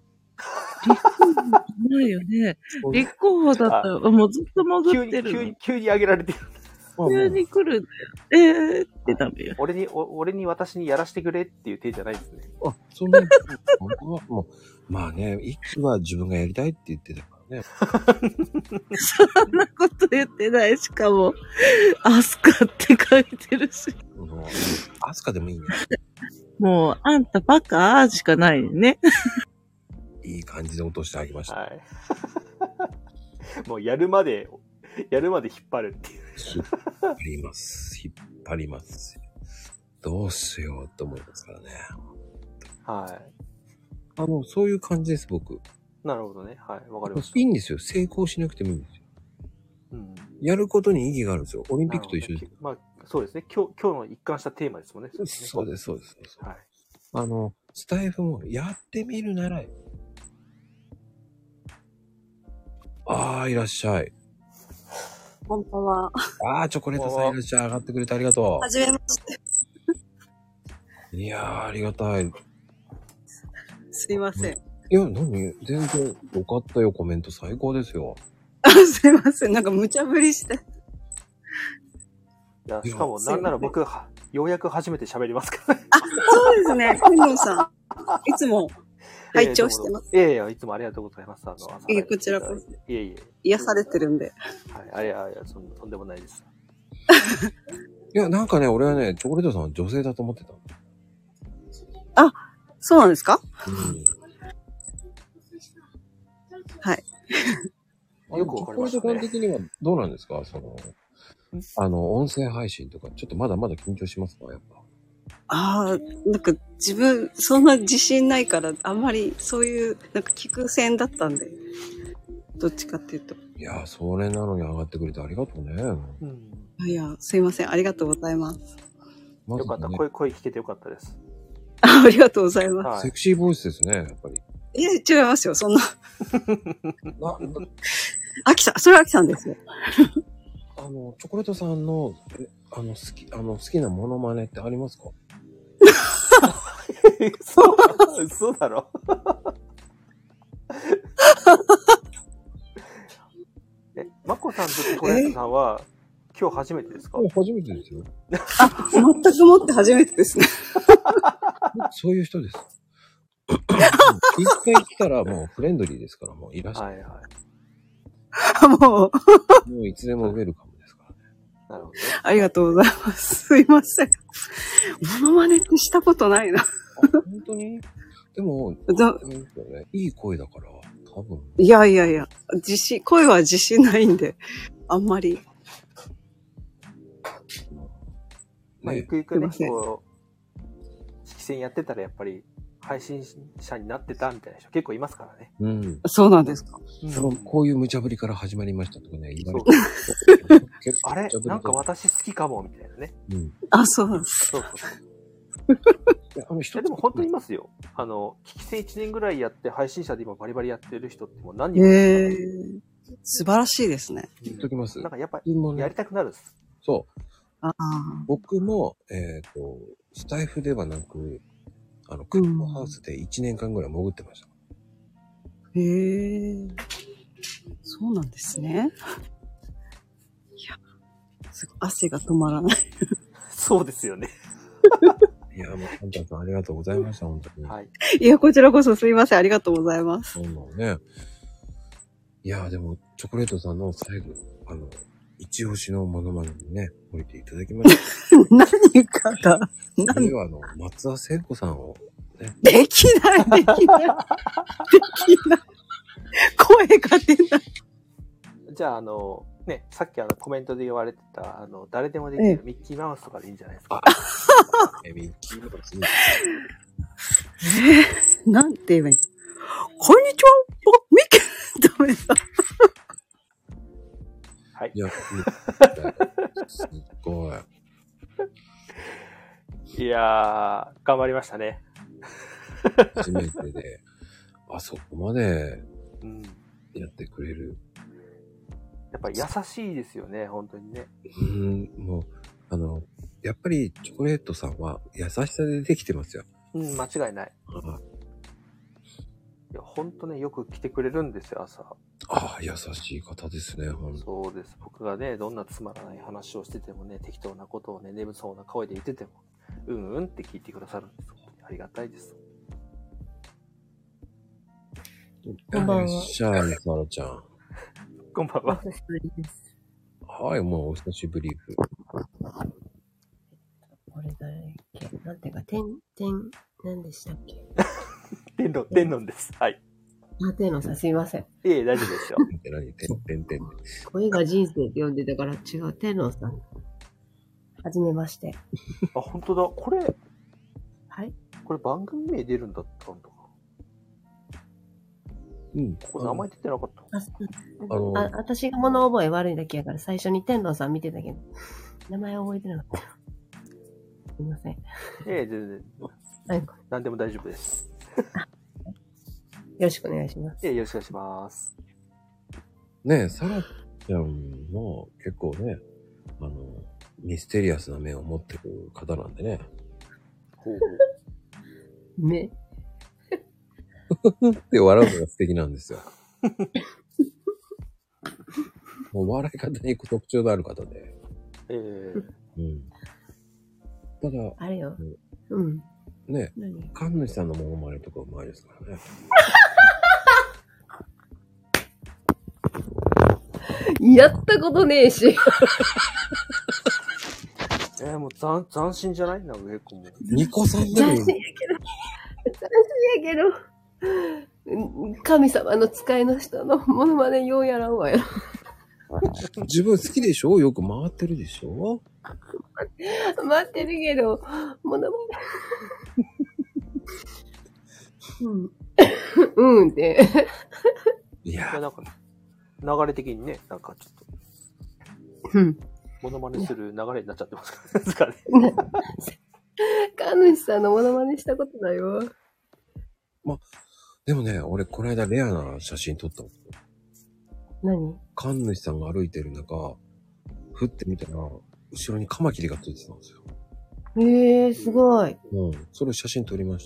ないよね。立候補だったら、もうずっと潜ってる。 急に上げられてる。 急に来るんだよ。ってダメよ。 俺に私にやらせてくれっていう手じゃないですね。 あ、そんなに、もう、まあね、いつは自分がやりたいって言ってたからね。 そんなこと言ってない。しかも、アスカって書いてるし。 アスカでもいいね。 もう、あんたバカしかないね。 いい感じで落としてあげました。 はい。もうやるまで引っ張るっていう。 引っ張ります。どうしようと思いますからね。 はい。 そういう感じです、僕。 なるほどね。はい。わかりました。 いいんですよ。成功しなくてもいいんですよ。うん。やることに意義があるんですよ。オリンピックと一緒です。 まあ、そうですね。今日の一貫したテーマですもんね。 そうです。はい。 ススタイフもやってみるなら、いらっしゃい。 こんばんは。 チョコレートさんいらっしゃい。上がってくれてありがとう。 はじめまして。 いやー、ありがたい。 すいません。 いや、全然よかったよ。コメント最高ですよ。 すいません。なんか無茶ぶりして。 いや、しかもなんなら僕、ようやく初めて喋りますからね。 そうですね。天童さん。いつも拝聴してます。 いや、いつもありがとうございます。 こちらこそ。 いえ。 癒されてるんで。 はい。とんでもないです。 いや、なんかね、俺はね、チョコレートさんは女性だと思ってた。 あ、そうなんですか？はい。 よくわかりましたね。 チョコレートさん的にはどうなんですか？音声配信とか、ちょっとまだまだ緊張しますか？やっぱ。 なんか自分、そんな自信ないから、あんまりそういう、なんか聞く線だったんで、どっちかっていうと。 いや、それなのに上がってくれてありがとうね。 いや、すいません。ありがとうございます。 よかった。声聞けてよかったです。 ありがとうございます。 セクシーボイスですね、やっぱり。 いや、違いますよ、そんな。それはアキさんですよ。 チョコレートさんの、好きなモノマネってありますか？ 嘘だろ。マコさんとチョコレートさんは、今日初めてですか？ 初めてですよ。 全くもって初めてですね。 そういう人です。一回来たらもうフレンドリーですから、もういらっしゃい。 もういつでもウェルカムですからね。 なるほど。 ありがとうございます。すいません。モノマネってしたことないな。 本当に？でも、いい声だから、多分。 いや、声は自信ないんで、あんまり。 ゆくゆくね、こう、式戦やってたらやっぱり、配信者になってたみたいな人結構いますからね。 そうなんですか。 こういう無茶ぶりから始まりましたとかね、言われて。 あれなんか私好きかも、みたいなね。 そうなんです。 そう。でも本当にいますよ。聞き戦1年ぐらいやって配信者で今バリバリやってる人ってもう何人もいる。 素晴らしいですね。 言っときます。 なんかやっぱりやりたくなるっす。 そう。僕も、スタイフではなく、クリームハウスで1年間ぐらい潜ってました。 そうなんですね。いや、すごい汗が止まらない。 そうですよね。 いや、もう、パンタンさんありがとうございました、本当に。 はい。 いや、こちらこそすいません、ありがとうございます。 そうなのね。いや、でも、チョコレートさんの最後、一押しのモノマネにね、降りていただきました。 何かだ。 それは松田聖子さんを、ね。 できない。 声が出ない。 じゃあ、ね、さっきコメントで言われてた、誰でもできるミッキーマウスとかでいいんじゃないですか。 ミッキーマウス。 なんて言えばいいの？こんにちはミッキーダメだ。 はい。 いや、すっごい。 いやー、頑張りましたね。 初めてで、あそこまでやってくれる。 やっぱり優しいですよね、本当にね。 もう、やっぱりチョコレートさんは優しさでできてますよ。 間違いない。いや、ほんとね、よく来てくれるんですよ、朝。 ああ、優しい方ですね、ほんと。 そうです。僕がね、どんなつまらない話をしててもね、適当なことをね、眠そうな声で言ってても、うんって聞いてくださるんです。ありがたいです。 こんばんは。 シャーリー、サラちゃん。 こんばんは。 お久しぶりです。 はい、もうお久しぶり。 これだっけなんていうか、何でしたっけ天論です。はい。 天論さんすいません。 大丈夫ですよ。 何声が人生って呼んでたから違う、天論さん。はじめまして。 あ、本当だ。これ、 はい。 これ番組名出るんだったんだか。これ名前出てなかった。 私が物覚え悪いだけやから最初に天論さん見てたけど、名前覚えてなかった。すいません。 全然。何でも大丈夫です。 よろしくお願いします。 よろしくお願いします。 ねえ、サラちゃんも結構ね、ミステリアスな目を持ってる方なんでね。 ほうほう。目って笑うのが素敵なんですよ。もう笑い方に特徴のある方で。ただ、 あれよ。 ね、神主さんのモノマネとかうまいですからね。 やったことねえし。 もう斬新じゃないなんか結構もう。 ニコさんでもいい。 斬新やけど、神様の使いの人のモノマネようやらんわよ。 自分好きでしょ？よく回ってるでしょ？ 回ってるけど、モノマネ。って。 いや、なんか、流れ的にね、なんかちょっと、モノマネする流れになっちゃってますからね。 神主さんのモノマネしたことないわ。 でもね、俺この間レアな写真撮ったの。 何？ 神主さんが歩いてる中、ふって見たら、後ろにカマキリがついてたんですよ。 すごい。 それ写真撮りました。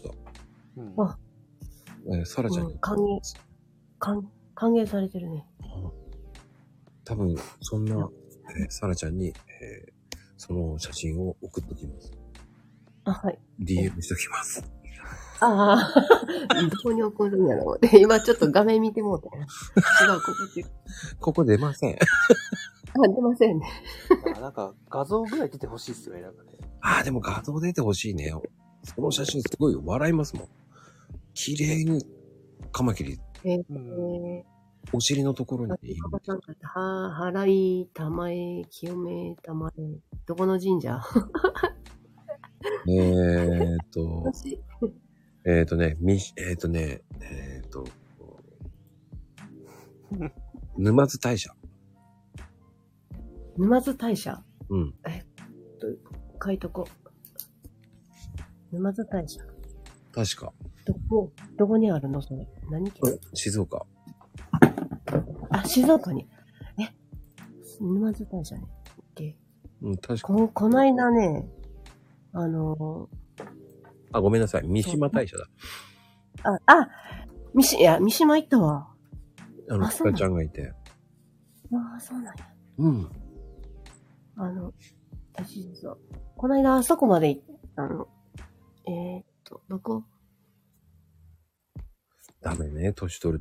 サラちゃんに。 歓迎されてるね。 多分、そんな、サラちゃんに、その写真を送っときます。 はい。 DM しときます。 どこに送るんやろう。今ちょっと画面見てもうたよ。違う、 ここ出ません。 出ませんね。 なんか画像ぐらい出てほしいっすよね、なんかね。 でも画像出てほしいね。その写真すごい笑いますもん。綺麗にカマキリ。お尻のところにいる。 払い、玉江、清め、玉江。どこの神社？沼津大社。沼津大社？書いとこ。沼津大社。 確か。 どこにあるのそれ？何県？ 静岡。 静岡に。沼津大社ね。 確か。 こないだね、 ごめんなさい。三島大社だ。 三島行ったわ。 スカちゃんがいて。 そうなんや。私さ、こないだあそこまで行ったの。どこ？ ダメね、年取ると。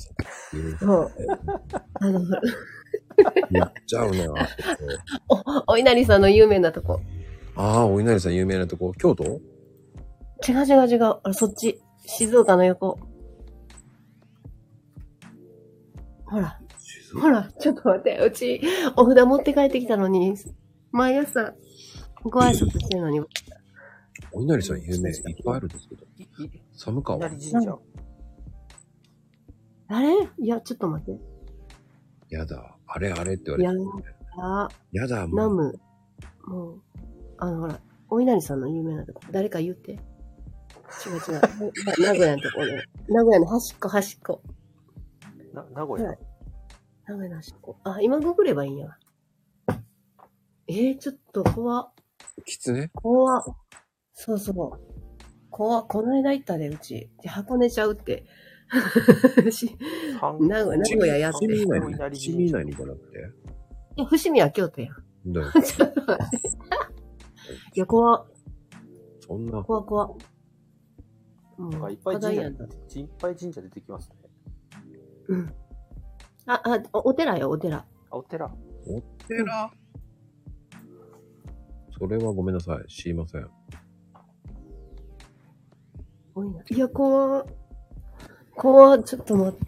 言っちゃうね。 お稲荷さんの有名なとこ。 お稲荷さん有名なとこ。京都？ 違う。そっち。静岡の横。 ほら、ちょっと待って、うち、お札持って帰ってきたのに、毎朝、ご挨拶してるのに。 お稲荷さん有名いっぱいあるんですけど。寒川。 稲荷神社。 あれいや、ちょっと待って。 やだ。あれって言われて、やだ、 もう。ナム。もう、ほら、お稲荷さんの有名なとこ。誰か言って。違う。名古屋のところ。名古屋の端っこ。 名古屋。 名古屋の端っこ。今ググればいいんや。ちょっと怖。 きつね。 怖。そう。怖。この間行ったで、うち。で、箱根ちゃうって。名古屋やって。 伏見稲荷じゃなくて。 いや、伏見は京都やん。 だよ。 いや、怖。 そんな。 怖。 いっぱい神社出てきますね。 うん。お寺よ、お寺。 お寺。 それはごめんなさい。知りません。 いや、怖、ちょっと待って。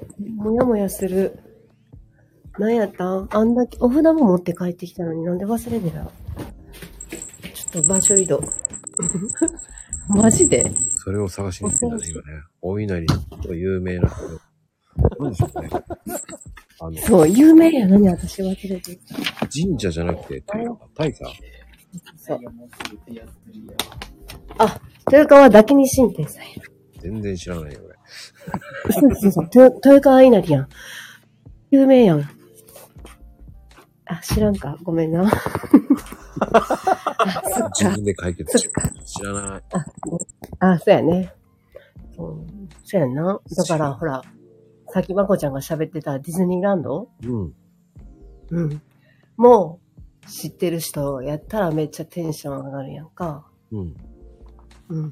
もやもやする。何やったん？あんだけ、お札も持って帰ってきたのになんで忘れてた？ちょっと場所移動。マジで？ それを探しに行ってたね、今ね。お稲荷と有名な人。何でしょうね。 そう、有名やのに私忘れてた。 神社じゃなくて、大社？ そう。豊川滝に神天さんや。 全然知らないよ、俺。 そう。豊川稲荷やん。有名やん。知らんかごめんな。 自分で解決しよう。知らない。 そうやね。そうやんな。だから、ほら、さっきまこちゃんが喋ってたディズニーランド？うん。もう、知ってる人やったらめっちゃテンション上がるやんか。うん。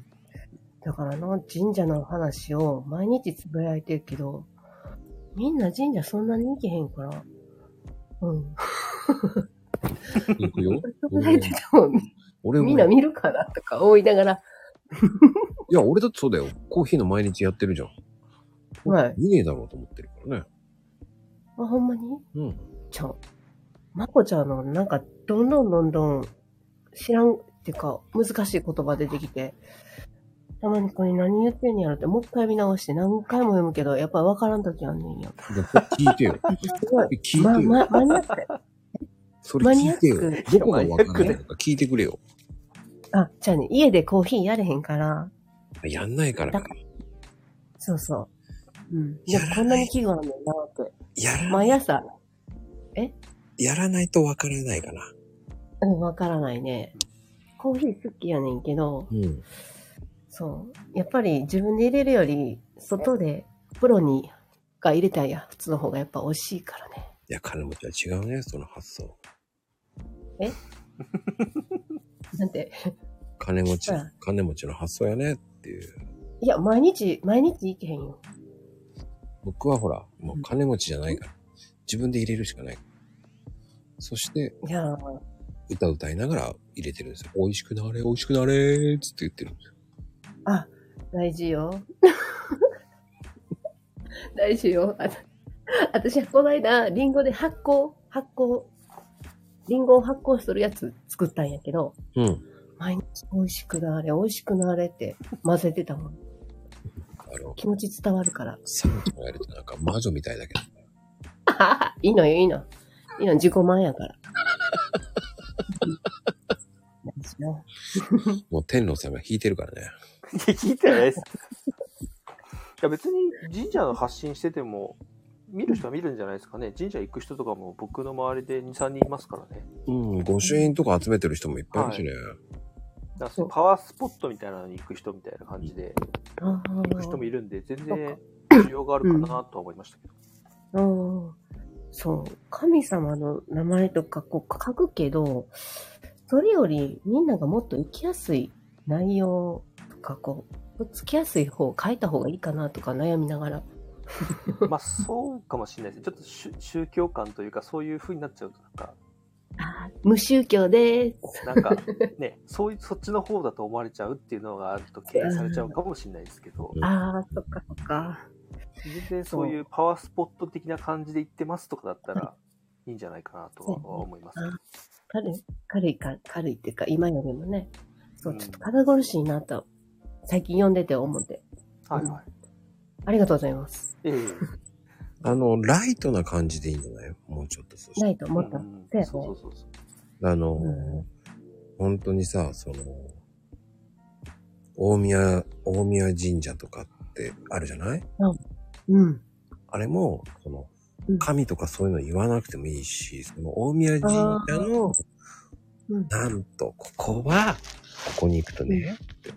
だからな、神社の話を毎日つぶやいてるけど、みんな神社そんなに行けへんから。 行くよ。 つぶやいてても、みんな見るかなとか思いながら。 いや、俺だってそうだよ。コーヒーの毎日やってるじゃん。 はい。 見ねえだろうと思ってるからね。 ほんまに？まこちゃんのなんか、どんどん知らんっていうか、難しい言葉出てきて、たまにこれ何言ってんやろって、もう一回見直して何回も読むけど、やっぱり分からんときあんねんよ。 聞いてよ。 すごい。聞いてよ。マニアック。 それ聞いてよ。どこが分からないのか聞いてくれよ。 じゃあね、家でコーヒーやれへんから。 やんないからか。 そう。でもこんなに器具あんねんなって。毎朝。 やらないと分からないかな。 分からないね。コーヒー好きやねんけど、そう。やっぱり自分で入れるより、外でプロが入れたいや、普通の方がやっぱ美味しいからね。 いや、金持ちは違うね、その発想。 なんて。 金持ちの発想やねっていう。 いや、毎日行けへんよ。 僕はほら、もう金持ちじゃないから、自分で入れるしかない。そして、歌いながら入れてるんですよ。美味しくなれーつって言ってるんですよ。 大事よ。大事よ。私はこの間、リンゴでリンゴを発酵するやつ作ったんやけど、毎日美味しくなれって混ぜてたもん。気持ち伝わるから。 サムとかやるとなんか魔女みたいだけど。 いいの。自己満やから。 もう天皇さんが弾いてるからね。 聞いてないです。いや別に神社の発信してても、見る人は見るんじゃないですかね。神社行く人とかも僕の周りで2、3人いますからね。 御朱印とか集めてる人もいっぱいいるしね。 だからパワースポットみたいなのに行く人みたいな感じで、行く人もいるんで、全然需要があるかなとは思いましたけど。 そう。神様の名前とか書くけど、それよりみんながもっと生きやすい内容とか、つきやすい方を書いた方がいいかなとか悩みながら。 そうかもしれないですね。ちょっと宗教観というか、そういう風になっちゃうとなんか。 無宗教でーす。 なんかね、そっちの方だと思われちゃうっていうのがあると敬遠されちゃうかもしれないですけど。 そっか。 全然そういうパワースポット的な感じで行ってますとかだったらいいんじゃないかなとは思います。 軽いっていうか、今よりもね、そう、ちょっと堅苦しいなと、最近読んでて思って。 はいはい。 ありがとうございます。 ええ。 ライトな感じでいいんじゃないもうちょっとそして。 ライト、もっと。 そう。 本当にさ、大宮神社とかってあるじゃない？ うん。 あれも、神とかそういうの言わなくてもいいし、大宮神社の、なんと、ここに行くとね、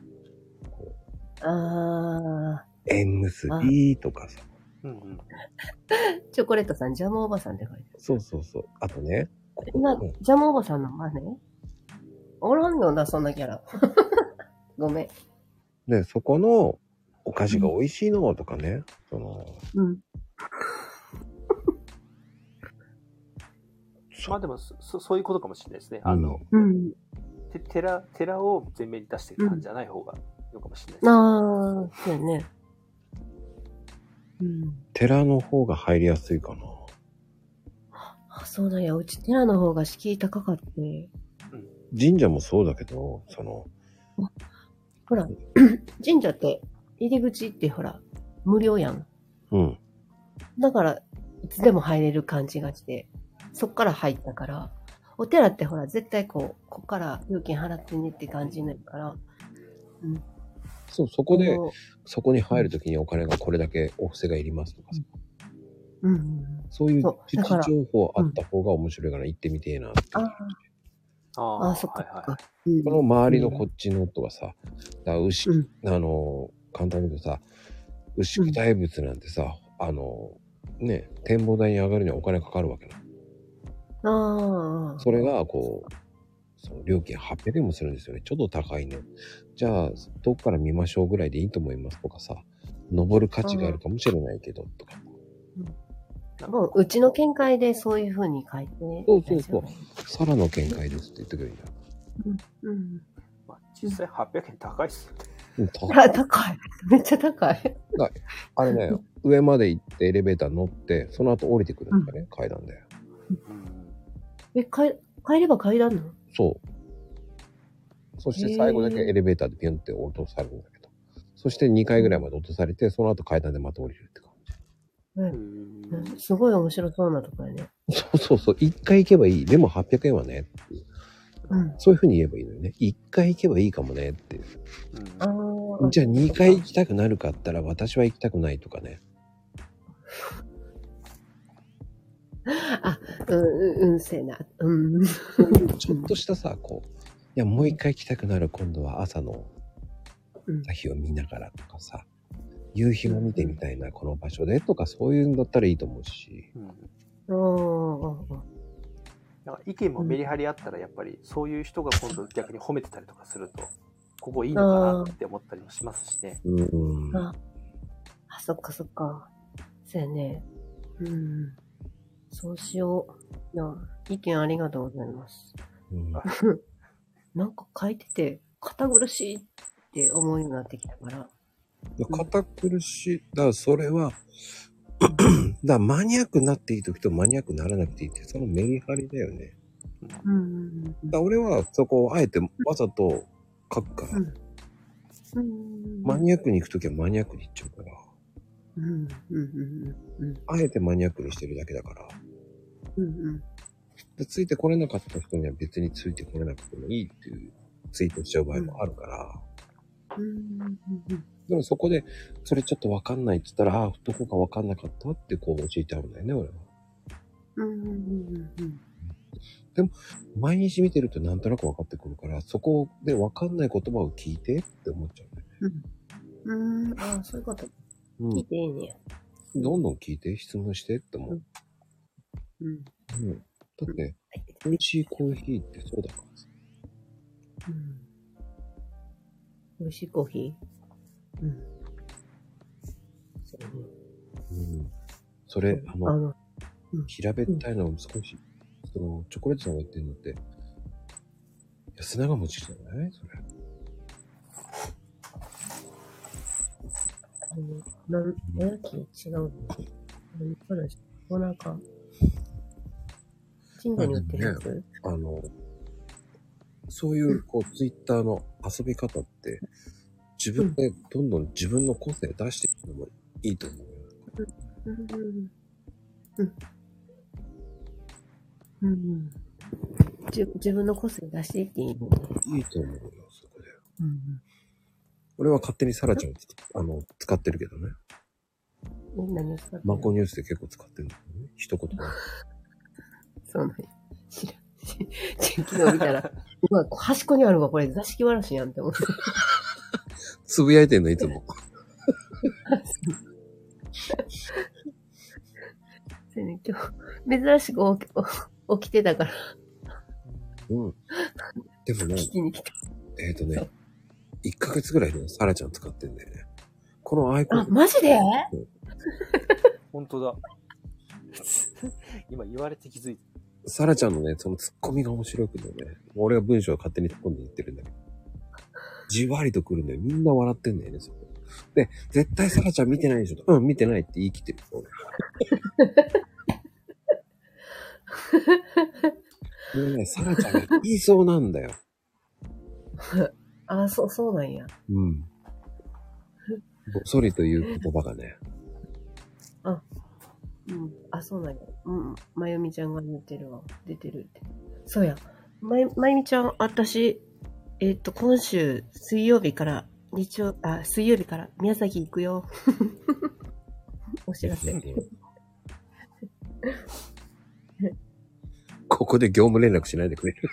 縁結びとかさ。 チョコレートさん、ジャムおばさんって書いてある。 そう。あとね、 今、ジャムおばさんの真似おらんよな、そんなキャラ。ごめん。 で、そこのお菓子が美味しいのとかね、 まあでもそういうことかもしれないですね。寺を前面に出していく感じじゃない方がいいのかもしれないですね。 そうやね。 寺の方が入りやすいかな。 そうなんや。うち寺の方が敷居高かって。 神社もそうだけど、 ほら、神社って入り口ってほら、無料やん。だから、いつでも入れる感じがして、そっから入ったから、お寺ってほら、絶対ここから料金払ってねって感じになるから、 そう、そこに入るときにお金がこれだけお布施がいりますとかさ。そういうプチ情報あった方が面白いから行ってみてえなっていう感じ。 そっか。 この周りのこっちのとはさ、簡単に言うとさ、牛久大仏なんてさ、展望台に上がるにはお金かかるわけな。それが料金800円もするんですよね。ちょっと高いね。じゃあ、どっから見ましょうぐらいでいいと思いますとかさ、登る価値があるかもしれないけど、とか。 もう、うちの見解でそういう風に書いて、 そう。サラの見解ですって言ってくれるんだよ。 実際800円高いっすよね。高い。めっちゃ高い。 あれね、上まで行ってエレベーター乗って、その後降りてくるんだね、階段で。 帰れば階段なの？ そう。そして最後だけエレベーターでピュンって落とされるんだけど。そして2階ぐらいまで落とされて、その後階段でまた降りるって感じ。すごい面白そうなとこやね。 そう。1回行けばいい。でも800円はねっていう。そういう風に言えばいいのよね。1回行けばいいかもねっていう。じゃあ2回行きたくなるかったら私は行きたくないとかね。 せな。 ちょっとしたさ、いや、もう一回行きたくなる、今度は朝の朝日を見ながらとかさ、夕日も見てみたいな、この場所でとか、そういうんだったらいいと思うし。 なんか意見もメリハリあったら、やっぱりそういう人が今度逆に褒めてたりとかすると、ここいいのかなって思ったりもしますしね。 そっか。そうやね。そうしよう。意見ありがとうございます。なんか書いてて、堅苦しいって思うようになってきたから。 堅苦しい。だからそれは、マニアックになっていい時とマニアックにならなくていいって、そのメリハリだよね。俺はそこをあえてわざと書くから。マニアックに行く時はマニアックに行っちゃうから。あえてマニアックにしてるだけだから。で、ついてこれなかった人には別についてこれなくてもいいっていうツイートしちゃう場合もあるから。でもそこで、それちょっとわかんないって言ったら、どこかわかんなかったって教えてあるんだよね、俺は。でも、毎日見てるとなんとなくわかってくるから、そこでわかんない言葉を聞いてって思っちゃうんだよね。 そういうこと。聞いていいね。 どんどん聞いて、質問してって思う。だって、美味しいコーヒーってそうだからさ。 美味しいコーヒー？ それ、平べったいのを少し、チョコレートさんが言ってるのって、安永餅じゃないそれ。 おやき違う。お腹。神社に売ってるやつ、 そういう、ツイッターの遊び方って、自分でどんどん自分の個性出していくのもいいと思うよ。 自分の個性出していっていいの？ いいと思うよ、そこで。俺は勝手にサラちゃんを使ってるけどね。 何を使ってる？ マコニュースで結構使ってるんだよね。一言。 そうなんや。知らん。昨日見たら、端っこにあるわ、これ座敷わらしやんって思って。 つぶやいてんの、いつも。 今日、珍しく起きてたから。 うん。でもね、 聞きに来た。 1ヶ月ぐらいでサラちゃん使ってんだよね。このアイコン。 あ、マジで？ 本当だ。今言われて気づいた。 サラちゃんのね、そのツッコミが面白くてね、俺が文章を勝手に突っ込んで言ってるんだけど、じわりと来るんだよ。みんな笑ってんだよね、そこ。で、絶対サラちゃん見てないでしょ。うん、見てないって言い切ってる。これね、サラちゃんが言いそうなんだよ。 あ、そうなんや。 うん。ぼそりという言葉がね。 あ、あ、そうなんや。まゆみちゃんが言ってるわ。出てるって。そうや。まゆみちゃん、私、今週、水曜日から宮崎行くよ。お知らせ。 ここで業務連絡しないでくれる。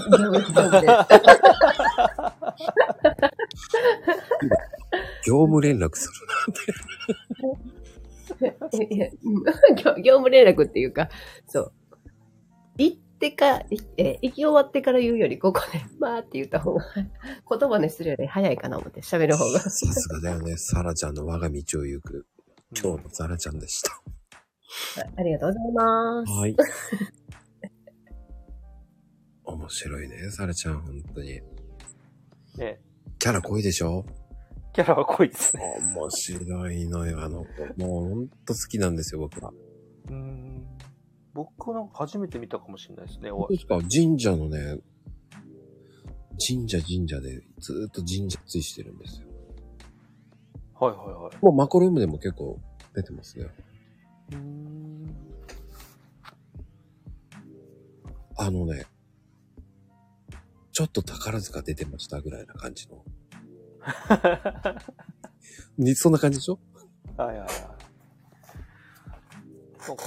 業務連絡するなんて。 業務連絡っていうか、そう。行き終わってから言うより、ここで、まーって言った方が、言葉にするより早いかな思って、喋る方が。 さすがだよね。サラちゃんの我が道を行く、今日のサラちゃんでした。 ありがとうございます。 はい。面白いね、サラちゃん、本当に。 ね。 キャラ濃いでしょ？ キャラは濃いですね。 面白いのよ、もうほんと好きなんですよ、僕は。 僕なんか初めて見たかもしれないですね。 そうですか、神社のね、神社でずーっと神社ついしてるんですよ。 はいはいはい。 もうマコルームでも結構出てますね。ちょっと宝塚出てましたぐらいな感じの。そんな感じでしょ？ はいはいはい。なんか、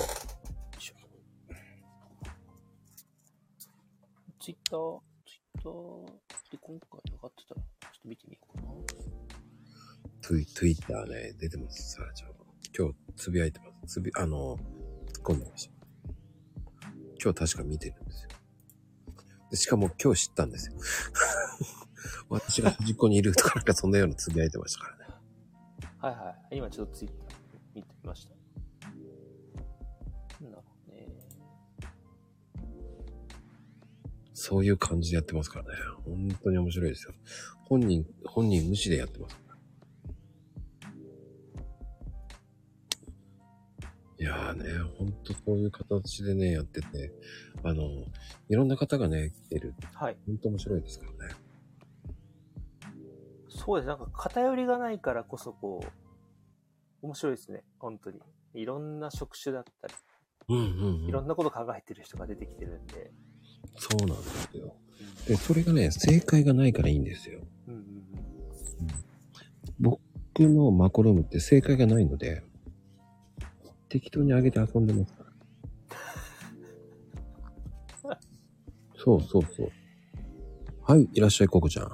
ツイッターで今回上がってたら、ちょっと見てみようかな。 ツイッターね、出てます、サラちゃんは。今日、つぶやいてます。突っ込んでました。今日確か見てるんですよ。でしかも今日知ったんですよ。私が端っこにいるとかなんかそんなようなつぶやいてましたからね。 はいはい。今ちょっとツイッター見てみました。なるほどね。 そういう感じでやってますからね。本当に面白いですよ。本人無視でやってます。いやーね、ほんとそういう形でね、やってて、いろんな方がね、来てる。 はい。 ほんと面白いですからね。 そうです。なんか偏りがないからこそ面白いですね。本当に。いろんな職種だったり。いろんなこと考えてる人が出てきてるんで。 そうなんですよ。で、それがね、正解がないからいいんですよ。僕のマコルームって正解がないので、適当に上げて遊んでますから。そう。はい、いらっしゃい、ココちゃん。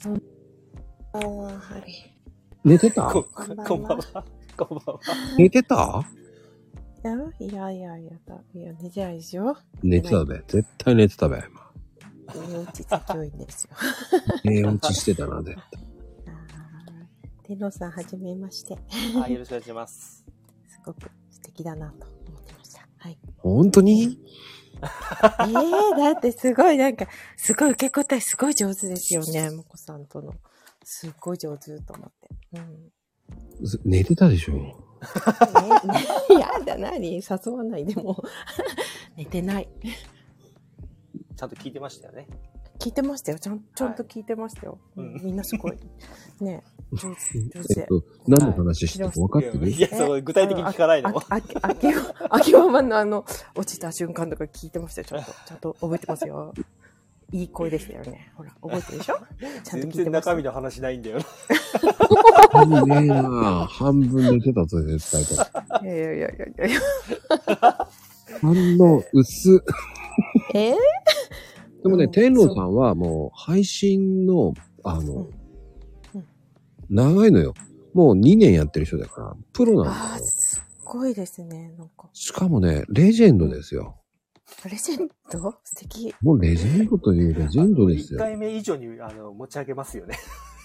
はい。 寝てた？ こんばんは。 寝てた？ いや、寝てないですよ。 寝てたべ。絶対寝てたべ、今。 寝落ち強いんですよ。 寝落ちしてたな、絶対。 天皇さん、はじめまして。 よろしくお願いします。 すごく素敵だなと思ってました。はい。 本当に？ だってすごい受け答えすごい上手ですよね、もこさんとの。すっごい上手と思って。 寝てたでしょ？ やだ、何誘わないでも。寝てない。 ちゃんと聞いてましたよね。 聞いてましたよ。ちゃんと聞いてましたよ。みんなすごい。ね上手で。 何の話してるか分かってる？ いや、そう具体的に聞かないの。 秋ママの落ちた瞬間とか聞いてましたよ。ちゃんと覚えてますよ。いい声でしたよね。ほら、覚えてるでしょ？ちゃんと聞いてました。 全然中身の話ないんだよ。 ねえな半分寝てたぞ、絶対。 いや。 反応薄。 でもね、天狼さんはもう配信の、長いのよ。もう2年やってる人だから、プロなんだよ。 すごいですね、なんか。 しかもね、レジェンドですよ。 レジェンド素敵。 もうレジェンドというレジェンドですよ。 1回目以上に持ち上げますよね。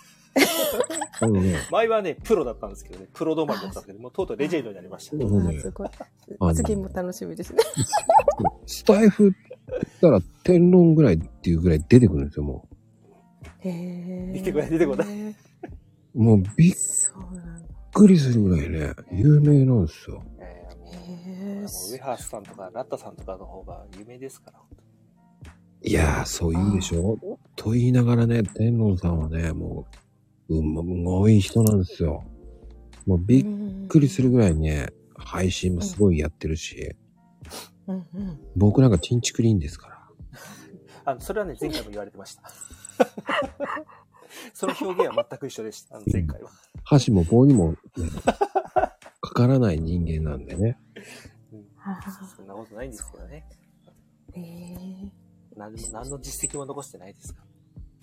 前はね、プロだったんですけどね、プロ止まりだったんですけど、もうとうとうレジェンドになりました。 すごい。次も楽しみですね。 スタイフったら天論ぐらいっていうぐらい出てくるんですよ、もう。 出てこない。 もうびっくりするぐらいね、有名なんですよ。 ウエハースさんとかラッタさんとかの方が有名ですから。 いやー、そう言うでしょと言いながらね、天論さんはね、もう、すごい人なんですよ。もうびっくりするぐらいね、配信もすごいやってるし、僕なんかチンチクリーンですから。 それはね、前回も言われてました。その表現は全く一緒でした、前回は。 箸も棒にも、ね、かからない人間なんでね。 そんなことないんですけどね。何の実績も残してないですから。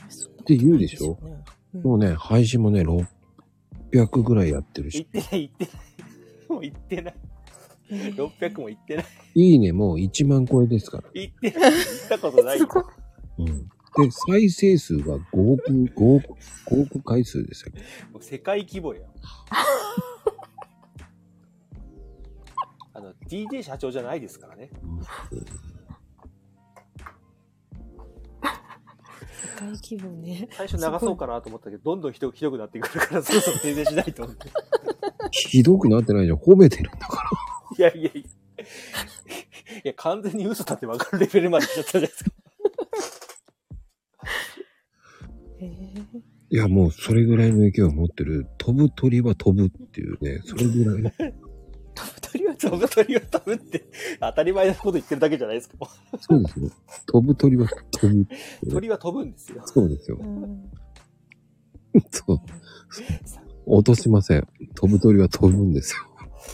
って言うでしょ、もうね、配信もね、600ぐらいやってるし。 言ってない。もう言ってない。600も言ってない。 いいね、もう1万超えですから。 言ったことないよ。 で、再生数が5億回数ですよ。 もう世界規模や。DJ 社長じゃないですからね。 世界規模ね。 最初流そうかなと思ったけど、どんどんひどくなってくるから、そろそろ訂正しないと思って。 ひどくなってないじゃん。褒めてるんだから。 いや、完全に嘘だって分かるレベルまで来ちゃったじゃないですか。 いや、もうそれぐらいの勢いを持ってる、飛ぶ鳥は飛ぶっていうね、それぐらいね。 飛ぶ鳥は飛ぶって当たり前のこと言ってるだけじゃないですか。 そうですよ。飛ぶ鳥は飛ぶ。 鳥は飛ぶんですよ。 そうですよ。そう。落としません。飛ぶ鳥は飛ぶんですよ。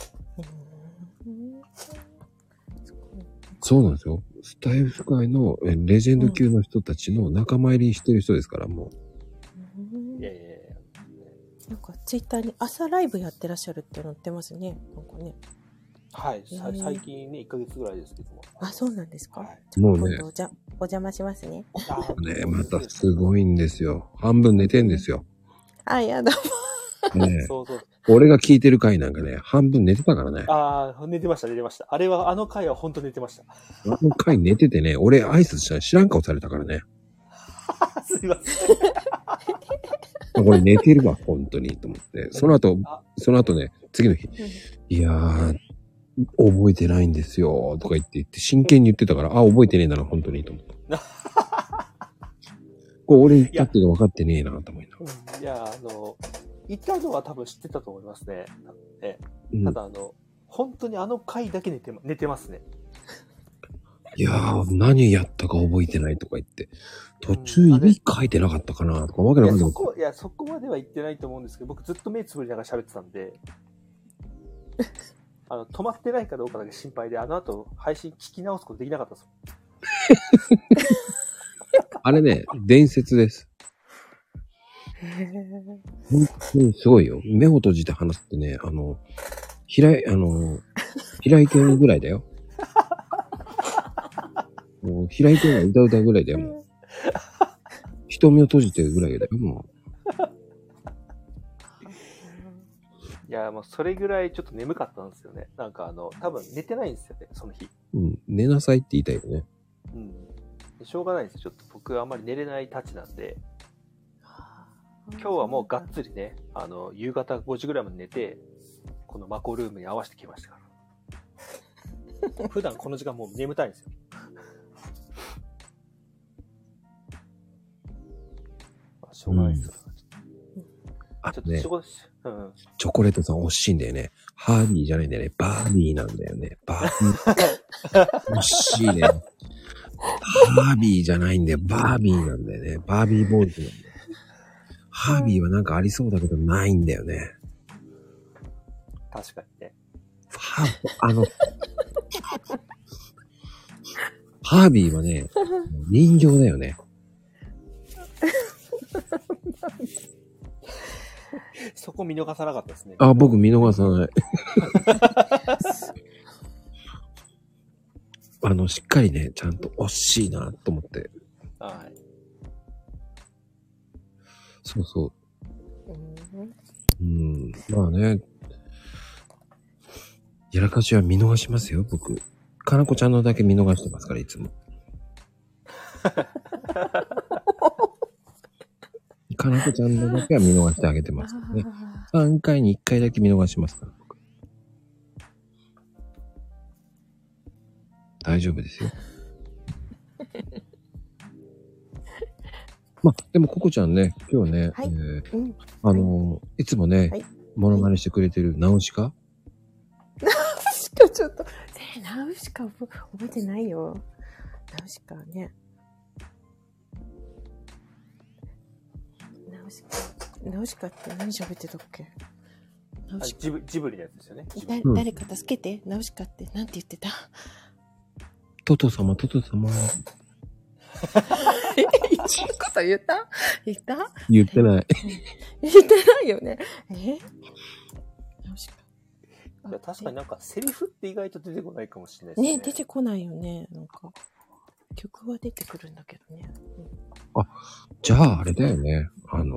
そうなんですよ。スタイフ界のレジェンド級の人たちの仲間入りしてる人ですから、もう。 いや。 なんかツイッターに朝ライブやってらっしゃるって載ってますね。なんかね。 はい。最近ね、1ヶ月ぐらいですけども。 あ、そうなんですか。 もうね。 お邪魔しますね。 ね、またすごいんですよ。半分寝てんですよ。 あ、やだ。 ね、そう。俺が聞いてる回なんかね、半分寝てたからね。 寝てました。あれは、あの回は本当寝てました。 あの回寝ててね、俺挨拶したら知らん顔されたからね。 すいません。 これ寝てるわ、本当に、と思って。その後ね、次の日、いやー、覚えてないんですよ、とか言って真剣に言ってたから、覚えてねえんだな、本当に、と思って。これ俺言ったって分かってねえな、と思いながら。 いや、言ったのは多分知ってたと思いますね。ただ本当にあの回だけ寝てますね。 いやー、何やったか覚えてないとか言って、途中指書いてなかったかなとかわけなかった。 そこまでは言ってないと思うんですけど、僕ずっと目つぶりながら喋ってたんで、止まってないかどうかだけ心配で、あの後配信聞き直すことできなかったです。 あれね、伝説です。本当にすごいよ。目を閉じて話すってね、平井堅ぐらいだよ。もう平井堅が歌うぐらいだよ。もう瞳を閉じてるぐらいだよ、もう。 いや、もうそれぐらいちょっと眠かったんですよね。なんか多分寝てないんですよね、その日。 寝なさいって言いたいよね。 しょうがないですよ。ちょっと僕あんまり寝れないたちなんで。今日はもうがっつりね、夕方5時ぐらいまで寝て、 このマコルームに合わせてきましたから。普段この時間もう眠たいんですよ。しょうがないですよ。 あちょっと仕事し、 チョコレートさん惜しいんだよね。ハービーじゃないんだよね。バービーなんだよね。バービー。惜しいね。ハービーじゃないんだよ。バービーなんだよね。バービーボーイズなんだよ。ハービーはなんかありそうだけどないんだよね。 確かにね。 ハービーはね、人形だよね。 そこ見逃さなかったですね。 あ、僕見逃さない。しっかりね、ちゃんと惜しいなと思って。 はい。 そうそう。まあね。やらかしは見逃しますよ、僕。かなこちゃんのだけ見逃してますから、いつも。かなこちゃんのだけは見逃してあげてますからね。3回に1回だけ見逃しますから、僕。大丈夫ですよ。まあ、でもココちゃんね、今日ね、いつもね、モノマネしてくれてるナウシカちょっと、ナウシカ覚えてないよ。ナウシカね。ナウシカって何喋ってたっけ？ナウシカ。 ジブリのやつですよね。 誰か助けて。ナウシカって何て言ってた？ トト様。 一言言った言ってない。 言ってないよね。ナウシカ。 いや確かになんかセリフって意外と出てこないかもしれないですね。ね、出てこないよね。なんか曲は出てくるんだけどね。 あ、じゃああれだよね。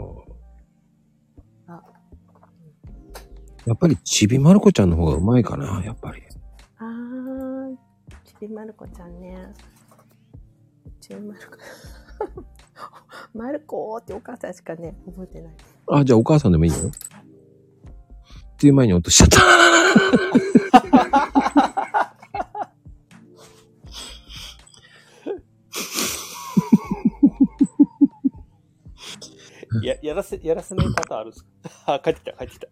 やっぱりちびまる子ちゃんの方がうまいかな、やっぱり。 ちびまる子ちゃんね。ちびまる子。まる子ってお母さんしかね、覚えてない。 あ、じゃあお母さんでもいいよ。っていう前に落としちゃった。 やらせないパターンあるんですか？帰ってきた。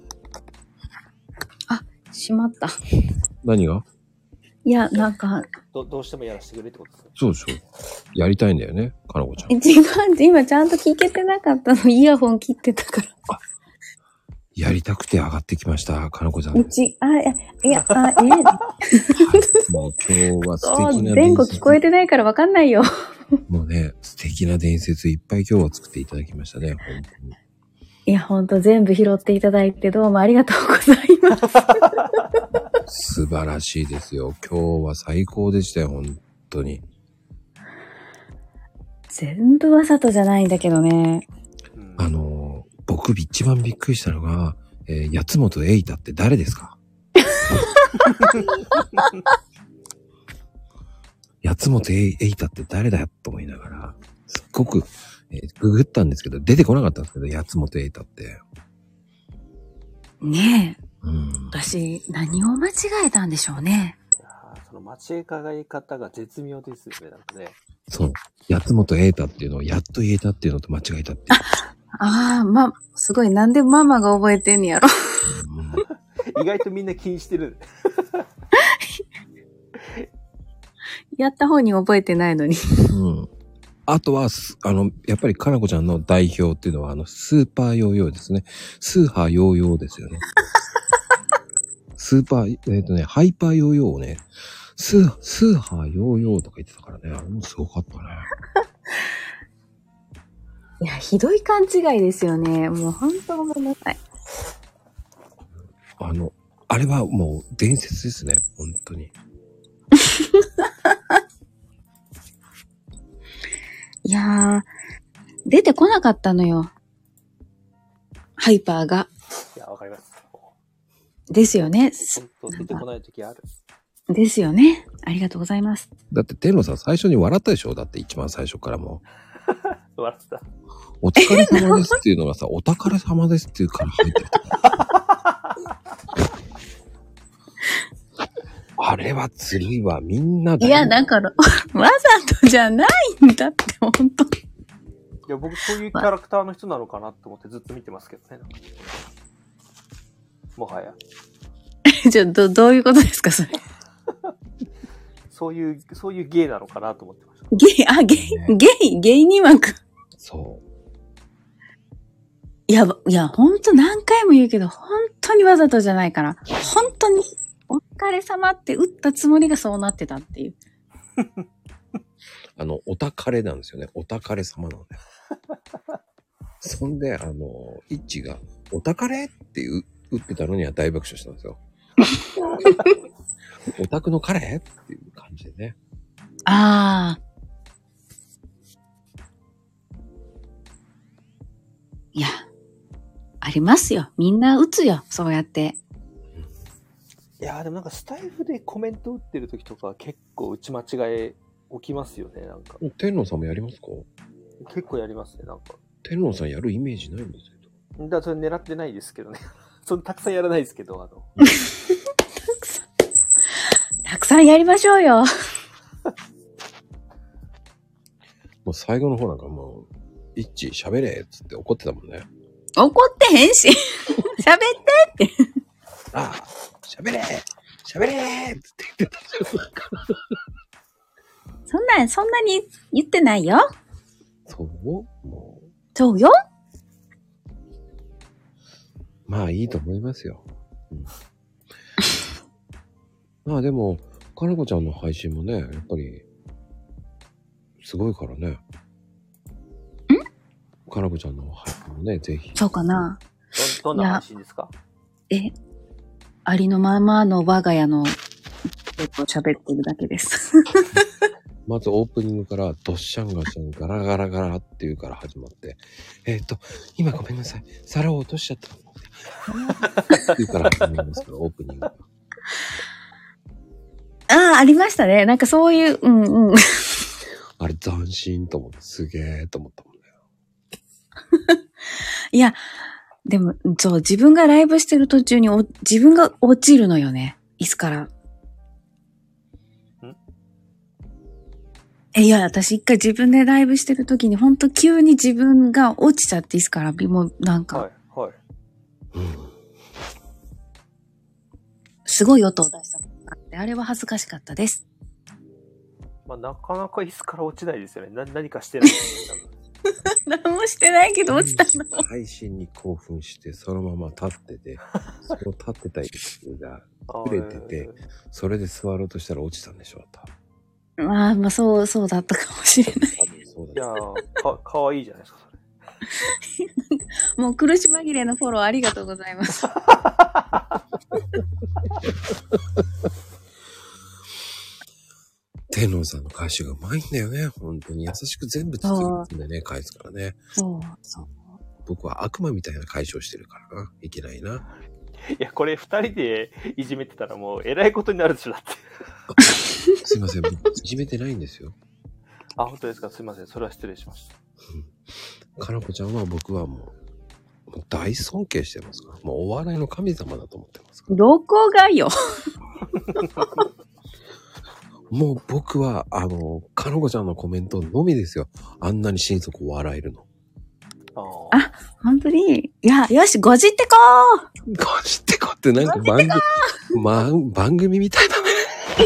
あ、しまった。 何が？ いや、なんか。 どうしてもやらせてくれってことですか？ そう。やりたいんだよね、かなこちゃん。 違う、今ちゃんと聞けてなかったの。イヤホン切ってたから。 やりたくて上がってきました、かなこちゃん。 もう今日は素敵な前後聞こえてないからわかんないよ。 もうね、素敵な伝説いっぱい今日は作っていただきましたね、本当に。 いや、ほんと全部拾っていただいてどうもありがとうございます。 素晴らしいですよ。今日は最高でしたよ、本当に。 全部わざとじゃないんだけどね。 僕一番びっくりしたのが、八本瑛太って誰ですか？八本瑛太って誰だよと思いながら、すっごく、ググったんですけど、出てこなかったんですけど、八本瑛太って。 ねえ。私、何を間違えたんでしょうね。 その間違い方が絶妙ですよね、なんかね。 そう。八本瑛太っていうのをやっと言えたっていうのと間違えたっていう。 すごい。なんでママが覚えてんやろ。 意外とみんな気にしてる。 やった方に覚えてないのに。 あとは、やっぱりかなこちゃんの代表っていうのは、スーパーヨーヨーですね。スーハーヨーヨーですよね。ハイパーヨーヨーをね、スーハーヨーヨーとか言ってたからね、あれもすごかったね。 いや、ひどい勘違いですよね。もう本当ごめんなさい。 あれはもう伝説ですね、本当に。 いやー、出てこなかったのよ。ハイパーが。 いや、わかります。 ですよね。 本当出てこない時ある。 ですよね。ありがとうございます。 だって天野さん最初に笑ったでしょ？だって一番最初からもう。笑った。 お疲れ様ですっていうのがさ、お宝様ですっていうから入ってきた。 あれはずるいわ。みんなだ。 いや、だから、わざとじゃないんだって、ほんと。 いや、僕そういうキャラクターの人なのかなと思ってずっと見てますけどね。もはや。 じゃあ、どういうことですか、それ。 そういうゲイなのかなと思ってました。 ゲイに枠。 そう。 いや、ほんと何回も言うけど、本当にわざとじゃないから、本当にお疲れ様って打ったつもりがそうなってたっていう。 おたかれなんですよね。おたかれ様なんだよ。そんで、イッチが、おたかれって打ってたのには大爆笑したんですよ。オタクの彼っていう感じでね。 ああ。いや、ありますよ。みんな打つよ。そうやって。 いやーでもなんかスタイフでコメント打ってる時とか結構打ち間違い起きますよね、なんか。 天皇さんもやりますか？ 結構やりますね、なんか。 天皇さんやるイメージないんですけど。 だからそれ狙ってないですけどね。そんたくさんやらないですけど、 たくさんやりましょうよ。 もう最後の方なんかもう、イッチ喋れっつって怒ってたもんね。 怒ってへんし。喋ってって。 ああ、喋れーっつって言ってた。 そんなに言ってないよ。 そうもう。 そうよ。 まあいいと思いますよ。まあでも、かなこちゃんの配信もね、やっぱり、すごいからね。かなこちゃんの配信もね、ぜひ。 そうかな。 どんな配信ですか？ ありのままの我が家のことを喋ってるだけです。 まずオープニングから、ドッシャンガシャンガラガラガラっていうから始まって、今ごめんなさい。皿を落としちゃった。っていうから始まりますから、オープニング。 ありましたね。なんかそういう、 あれ斬新と思って、すげーと思ったもんね。 いや、でも、そう、自分がライブしてる途中に自分が落ちるのよね。椅子から。いや、私一回自分でライブしてる時にほんと急に自分が落ちちゃって椅子から、もうなんか、 はい。 すごい音を出したことがあって、あれは恥ずかしかったです。 まあ、なかなか椅子から落ちないですよね。何かしてない。 何もしてないけど落ちたの。 配信に興奮して、そのまま立ってて、その立ってた椅子が触れてて、それで座ろうとしたら落ちたんでしょう、多分。 まあ、そうだったかもしれない。 いやー、かわいいじゃないですか、それ。 もう苦し紛れのフォローありがとうございます。 天皇さんの返しがうまいんだよね。本当に優しく全部包んでね、返すからね。 そう。 僕は悪魔みたいな返しをしてるからな。いけないな。 いや、これ二人でいじめてたらもう偉いことになるでしょ、だって。 すいません。いじめてないんですよ。 本当ですか？すいません。それは失礼しました。 かなこちゃんは僕はもう大尊敬してますから。もうお笑いの神様だと思ってますから。 どこがよ。 もう僕は、かのこちゃんのコメントのみですよ。あんなに心底笑えるの。 本当に？いや、よし、ごじってこー！ごじってこってなんか番組みたいだね。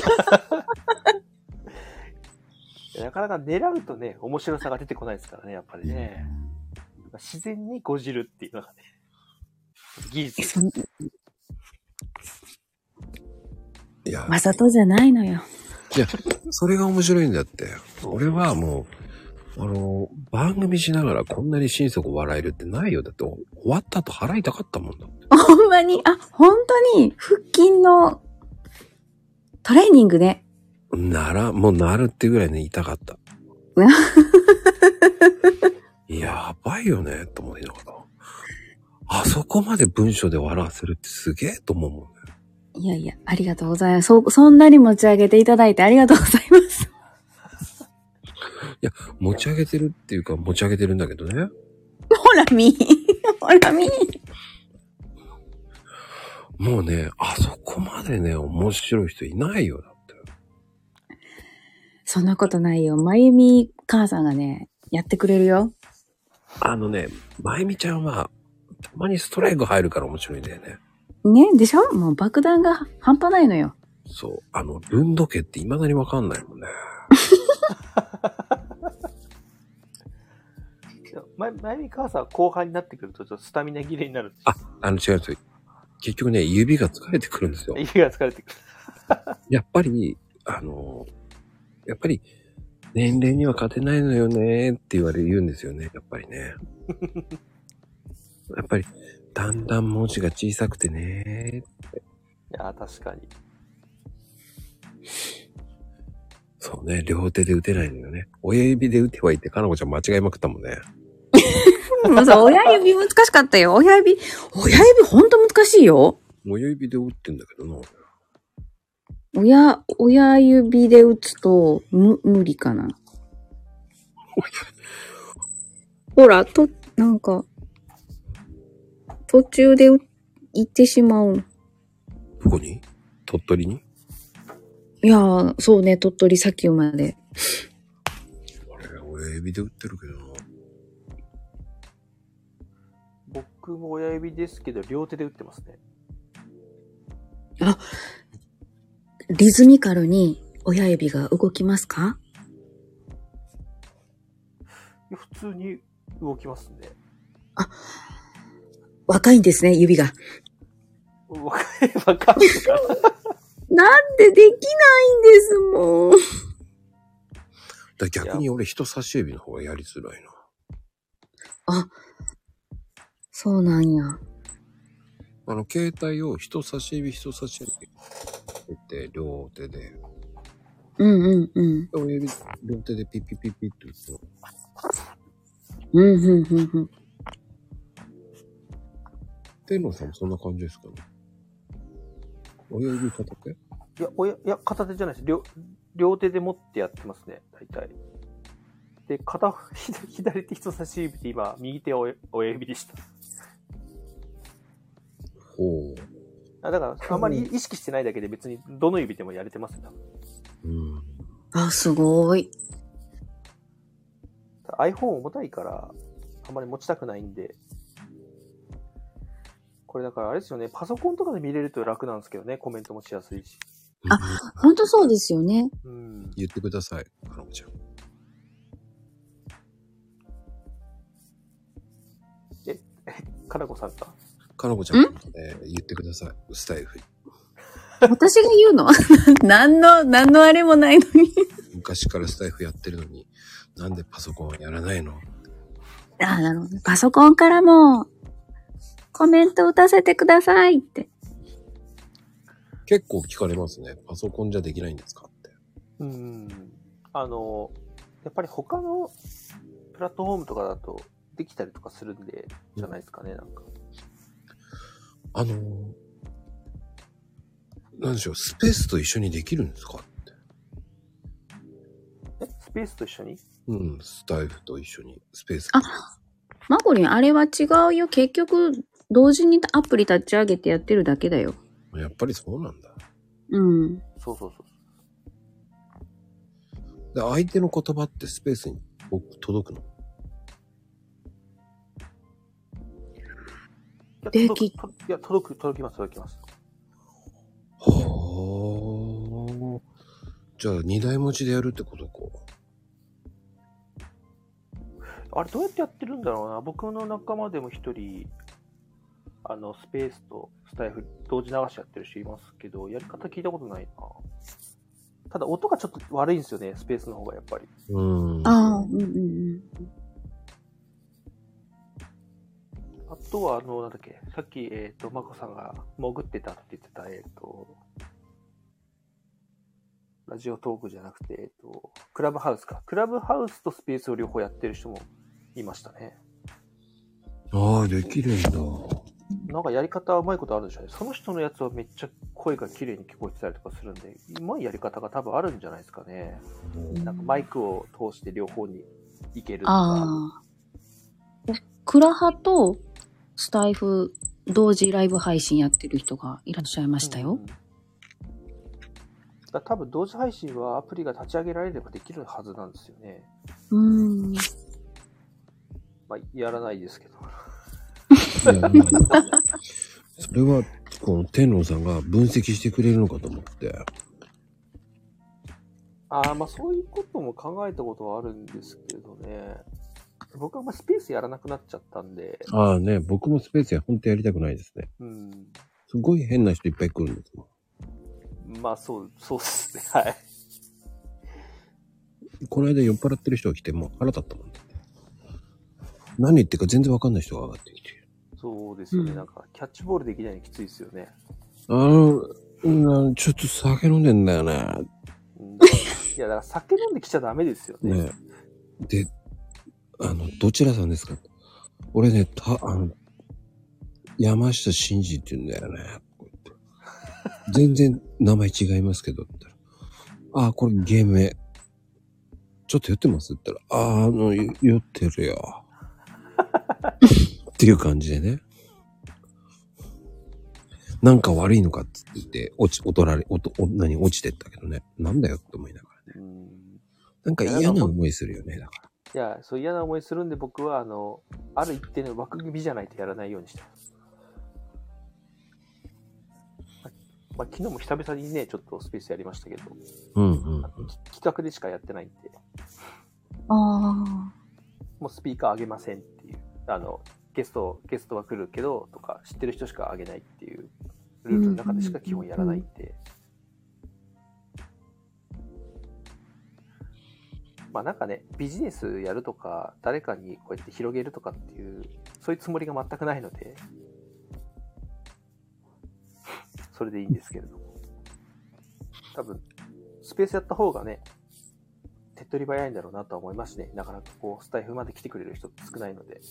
なかなか狙うとね、面白さが出てこないですからね、やっぱりね。自然にごじるっていうのがね、技術。 いや、 わざとじゃないのよ。 いや、それが面白いんだって。俺はもう、番組しながらこんなに心底笑えるってないよ。だって終わった後腹痛かったもんだ。 ほんまに、本当に腹筋のトレーニングね。 もうなるっていうぐらいね、痛かった。やばいよね、と思いながら。あそこまで文章で笑わせるってすげえと思うもんね。 いやいや、ありがとうございます。そんなに持ち上げていただいてありがとうございます。 いや、持ち上げてるっていうか、持ち上げてるんだけどね。 ほらみー。 もうね、あそこまでね、面白い人いないよ、だって。 そんなことないよ。まゆみ母さんがね、やってくれるよ。 まゆみちゃんは、たまにストライク入るから面白いんだよね。 ね、でしょ？もう爆弾が半端ないのよ。 そう。分度家って未だにわかんないもんね。 まゆみ母さんは後半になってくるとちょっとスタミナ切れになるんですよ。 違うんですよ。結局ね、指が疲れてくるんですよ。 指が疲れてくる。 やっぱり、年齢には勝てないのよねって言うんですよね、やっぱりね。やっぱり、だんだん文字が小さくてねって。 いや、確かに。 そうね、両手で打てないのよね。親指で打てばいいって、かなこちゃん間違えまくったもんね。 もうさ、親指難しかったよ。親指ほんと難しいよ。 親指で打ってんだけどな。 親指で打つと、無理かな。ほら、なんか、途中で行ってしまう。 どこに？鳥取に？ いやー、そうね、鳥取砂丘まで。 親指で打ってるけどな。 僕も親指ですけど、両手で打ってますね。 あ、リズミカルに親指が動きますか？ いや、普通に動きますね。 あ、若いんですね、指が。 若いかな。 なんでできないんですもん。 逆に俺人差し指の方がやりづらいな。 あ、そうなんや。 携帯を人差し指って両手で。 うんうんうん。 親指両手でピッピッピッピッと打つと。 うんうんうんうん。 天皇さんもそんな感じですかね。親指片手？ いや、片手じゃないです。両手で持ってやってますね、大体。で、左手人差し指って今、右手親指でした。 ほう。 だから、あんまり意識してないだけで別にどの指でもやれてますね。 あ、すごい。 iPhone 重たいから、あんまり持ちたくないんで。これだからあれですよね、パソコンとかで見れると楽なんですけどね、コメントもしやすいし。 あ、ほんとそうですよね。 言ってください、かなこちゃん。 かなこさんか。 かなこちゃん、言ってください、スタイフ。 私が言うの何のあれもないのに昔からスタイフやってるのに、なんでパソコンはやらないの？ あ、なるほど。パソコンからも、コメント打たせてくださいって。 結構聞かれますね。パソコンじゃできないんですかって。 やっぱり他のプラットフォームとかだとできたりとかするんで、じゃないですかね、なんか。 なんでしょう、スペースと一緒にできるんですかって。 スペースと一緒に？ スタイフと一緒にスペース。 あ、マコリン、あれは違うよ。結局、同時にアプリ立ち上げてやってるだけだよ。 やっぱりそうなんだ。 そう。 で、相手の言葉ってスペースに届くの？ 届きます。 はあ。じゃあ、二台持ちでやるってことか。 あれどうやってやってるんだろうな。僕の仲間でも一人、スペースとスタイフ同時流しやってる人いますけど、やり方聞いたことないな。ただ音がちょっと悪いんですよね、スペースの方がやっぱり。あとはなんだっけ、さっきまこさんが潜ってたって言ってたラジオトークじゃなくてクラブハウスか。クラブハウスとスペースを両方やってる人もいましたね。 ああ、できるんだ。 なんかやり方うまいことあるんでしょうね。その人のやつはめっちゃ声が綺麗に聞こえてたりとかするんで、うまいやり方が多分あるんじゃないですかね。なんかマイクを通して両方に行けるとか。 クラハとスタイフ同時ライブ配信やってる人がいらっしゃいましたよ。 多分同時配信はアプリが立ち上げられればできるはずなんですよね。まあ、やらないですけど。 それは、この天狼さんが分析してくれるのかと思って。 まあそういうことも考えたことはあるんですけどね。僕はスペースやらなくなっちゃったんで。 僕もスペース本当やりたくないですね。すごい変な人いっぱい来るんですもん。 まあそうですね。はい。 この間酔っ払ってる人が来て、もう腹立ったもん。何言ってるか全然わかんない人が上がってきて。 そうですよね。なんか、キャッチボールできないのきついですよね。 ちょっと酒飲んでんだよね。 いや、だから酒飲んできちゃダメですよね。 で、どちらさんですか？俺ね、山下真司って言うんだよね。全然名前違いますけどって言ったら、これ芸名。ちょっと酔ってますって言ったら、酔ってるよ。っていう感じでね。なんか悪いのかって言って、落ちてったけどね。なんだよって思いながらね。なんか嫌な思いするよね、だから。 いや、そう嫌な思いするんで僕は、ある一定の枠組みじゃないとやらないようにしてます。まあ、昨日も久々にね、ちょっとスペースやりましたけど、企画でしかやってないんで、もうスピーカーあげませんっていう、ゲストは来るけど、とか、知ってる人しかあげないっていう、ルールの中でしか基本やらないんで、まあなんかね、ビジネスやるとか、誰かにこうやって広げるとかっていう、そういうつもりが全くないので、それでいいんですけれども。多分、スペースやった方がね、手っ取り早いんだろうなとは思いますね。なかなかスタイフまで来てくれる人って少ないので。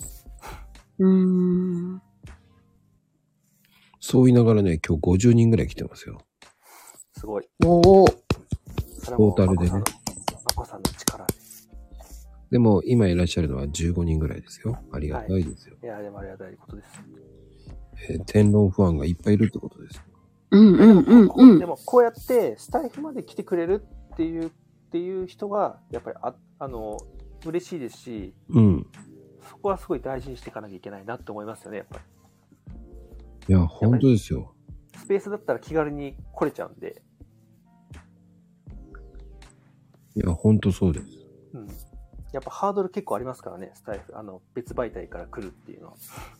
そう言いながらね、今日50人ぐらい来てますよ。 すごい。 トータルでね。 まこさんの力で。 でも、今いらっしゃるのは15人ぐらいですよ。ありがたいですよ。 いや、でもありがたいことです。 天狼ファンがいっぱいいるってことです。 でも、こうやってスタイフまで来てくれるっていう人が、やっぱり嬉しいですし、そこはすごい大事にしていかなきゃいけないなって思いますよね、やっぱり。 いや、本当ですよ。 スペースだったら気軽に来れちゃうんで。 いや、本当そうです。 やっぱハードル結構ありますからね、スタイフ、別媒体から来るっていうのは。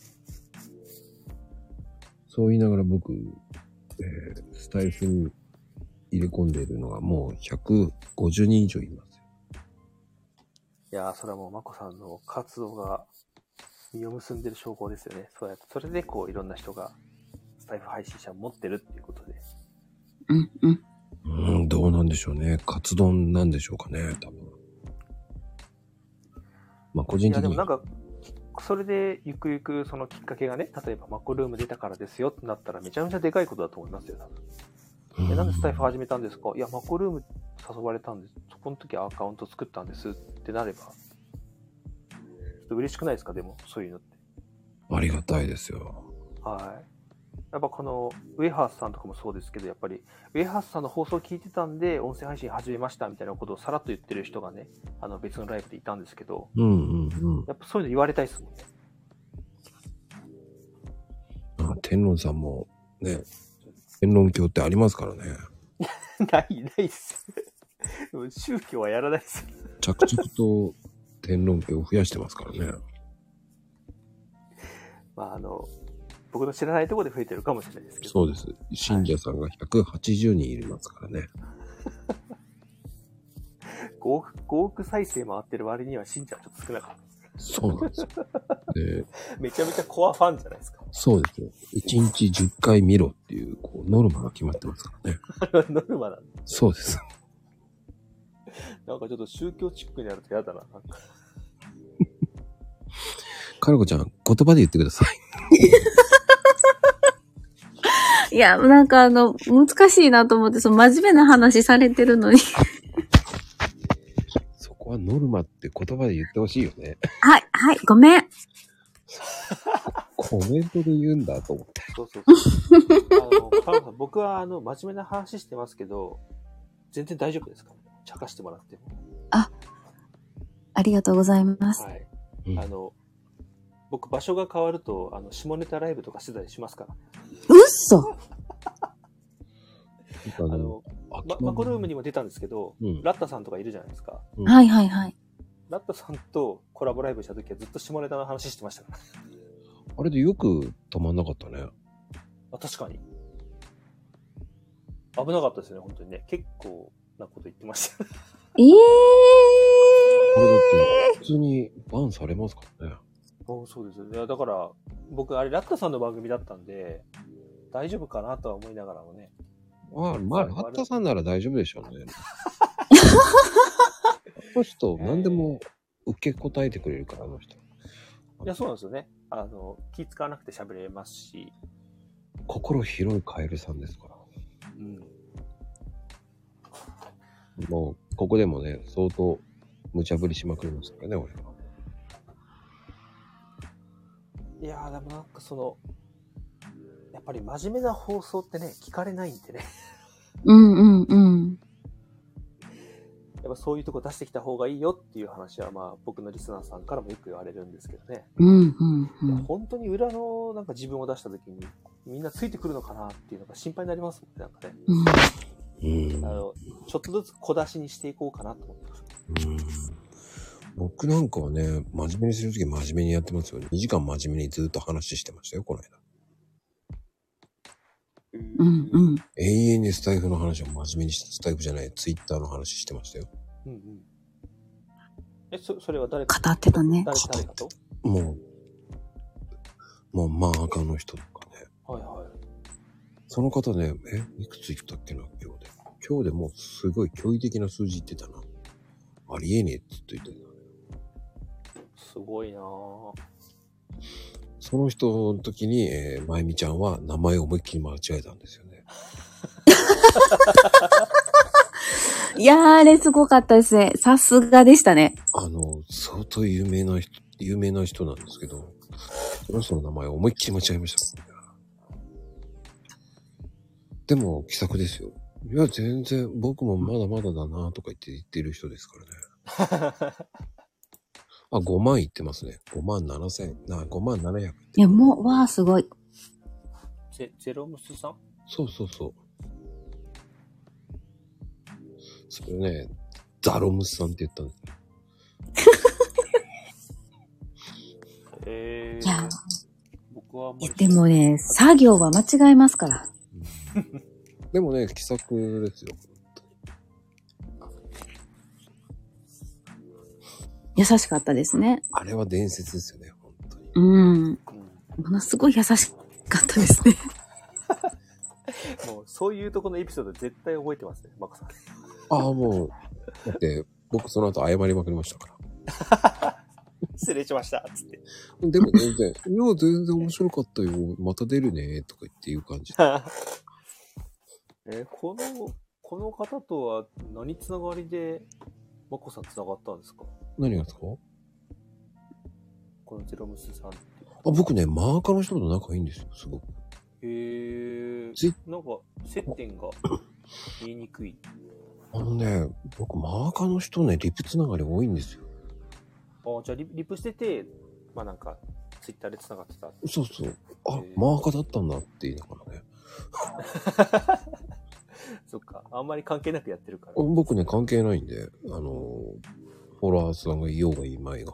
そう言いながら僕、スタイフに入れ込んでいるのがもう150人以上いますよ。 いやー、それはもうまこさんの活動が実を結んでる証拠ですよね。そうやって、それでいろんな人がスタイフ配信者を持ってるっていうことで。 どうなんでしょうね。カツ丼なんでしょうかね、多分。まあ個人的に。 いやでもなんか、それでゆくゆくそのきっかけがね、例えばマコルーム出たからですよってなったらめちゃめちゃでかいことだと思いますよ、多分。なんでスタイフ始めたんですか？いや、マコルーム誘われたんです。そこの時アカウント作ったんですってなれば。ちょっと嬉しくないですか？でも、そういうのって。 ありがたいですよ。 はい。やっぱこのウェハースさんとかもそうですけど、やっぱりウェハースさんの放送を聞いてたんで音声配信始めましたみたいなことをさらっと言ってる人がね、別のライブでいたんですけど、やっぱそういうの言われたいですもんね。 天狼さんもね、天狼教ってありますからね。 ないっす。宗教はやらないっす。 着々と天狼教を増やしてますからね。 まあ僕の知らないところで増えてるかもしれないですけど。 そうです。信者さんが180人いますからね。 5億再生回ってる割には信者はちょっと少なかったです。 そうなんですよ。でめちゃめちゃコアファンじゃないですか。 そうですよ。1日10回見ろっていう、ノルマが決まってますからね。 ノルマなんだ。 そうです。 なんかちょっと宗教チックになると嫌だな。なんかかなこちゃん、言葉で言ってください。 いや、なんか難しいなと思って、真面目な話されてるのに。 そこはノルマって言葉で言ってほしいよね。 はい、ごめん。 コメントで言うんだと思って。 そうそうそう。パンさん、僕は真面目な話してますけど、全然大丈夫ですかね。茶化してもらっても。 ありがとうございます。 はい。僕場所が変わると、下ネタライブとかしてたりしますから。 うっそマコルームにも出たんですけど、ラッタさんとかいるじゃないですか。 はいはいはい。 ラッタさんとコラボライブした時はずっと下ネタの話してましたから。 あれでよく止まんなかったね。 確かに。危なかったですね、本当にね。結構なこと言ってました。 これだって普通にバンされますからね。 そうです。いや、だから、僕、あれ、ラッタさんの番組だったんで、大丈夫かなとは思いながらもね。 まあ、ラッタさんなら大丈夫でしょうね。この人、何でも受け答えてくれるから、あの人。 いや、そうなんですよね。気使わなくて喋れますし。 心広いカエルさんですから。もう、ここでもね、相当無茶ぶりしまくりましたからね、俺は。 いやー、でもなんかやっぱり真面目な放送ってね、聞かれないんでね。 うんうんうん。 やっぱそういうとこ出してきた方がいいよっていう話は、まあ僕のリスナーさんからもよく言われるんですけどね。 うんうんうん。 いや本当に裏のなんか自分を出した時にみんなついてくるのかなっていうのが心配になりますもんね、なんかね。ちょっとずつ小出しにしていこうかなと思ってます。 僕なんかはね、真面目にするとき真面目にやってますよ。2時間真面目にずっと話してましたよ、この間。 うんうん。 永遠にスタイフの話を真面目にスタイフじゃない、ツイッターの話してましたよ。 うんうん。それは誰か語ってたね。 誰かともうマーカーの人とかね。 はいはい。 その方ね、いくつ言ったっけな、今日でもうすごい驚異的な数字言ってたな。ありえねえって言ってた。 すごいなぁ。 その人の時に、まゆみちゃんは名前を思いっきり間違えたんですよね。 いやー、あれすごかったですね。さすがでしたね。 相当有名な人なんですけど、その人の名前を思いっきり間違えました。でも、気さくですよ。いや、全然、僕もまだまだだなとか言ってる人ですからね。5万いってますね。5700。 いや、もう、わー、すごい。 ゼロムスさん？ そう。それね、ザロムスさんって言ったんですよ。いや、 僕はでもね、作業は間違えますから。 でもね、気さくですよ。 優しかったですね。 あれは伝説ですよね、本当に。 ものすごい優しかったですね。 もう、そういうとこのエピソード絶対覚えてますね、マコさん。 もう、だって、僕その後謝りまくりましたから。 失礼しました、つって。 でも全然面白かったよ。また出るね、とか言う感じ。 この方とは何つながりでマコさんつながったんですか？ 何がですか？ このゼロムスさんって。 僕ね、マーカーの人と仲いいんですよ、すごく。 なんか、接点が言いにくい。 僕、マーカーの人ね、リプつながり多いんですよ。 じゃあリプしてて、まあなんか、ツイッターでつながってた。 そう。マーカーだったんだって言いながらね。 そっか。あんまり関係なくやってるから。 僕ね、関係ないんで、フォロワーさんがいようがいまいが。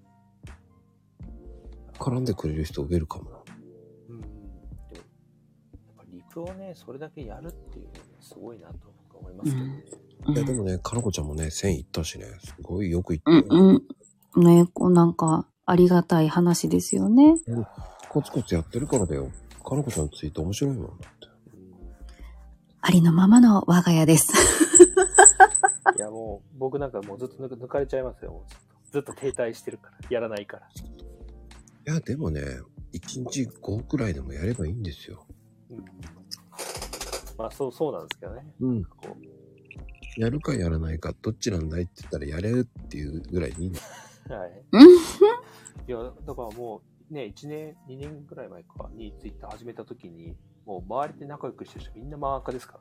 絡んでくれる人ウェルカムな。 でも、やっぱリプをね、それだけやるっていうのはすごいなと僕は思いますけどね。 いや、でもね、かのこちゃんもね、1000いったしね、すごいよくいった。 ね、なんか、ありがたい話ですよね。 コツコツやってるからだよ。かのこちゃんのツイート面白いもんだって。 ありのままの我が家です。 いや、もう、僕なんかもうずっと抜かれちゃいますよ。もうずっと停滞してるから、やらないから。 いや、でもね、1日5くらいでもやればいいんですよ。 まあ、そうなんですけどね。 やるかやらないか、どっちなんだいって言ったらやれるっていうぐらいにいいんだ。 はい。いや、だからもう、 ね、1年、2年ぐらい前かにツイッター始めたときに、もう周りで仲良くしてる人みんなマーカーですから。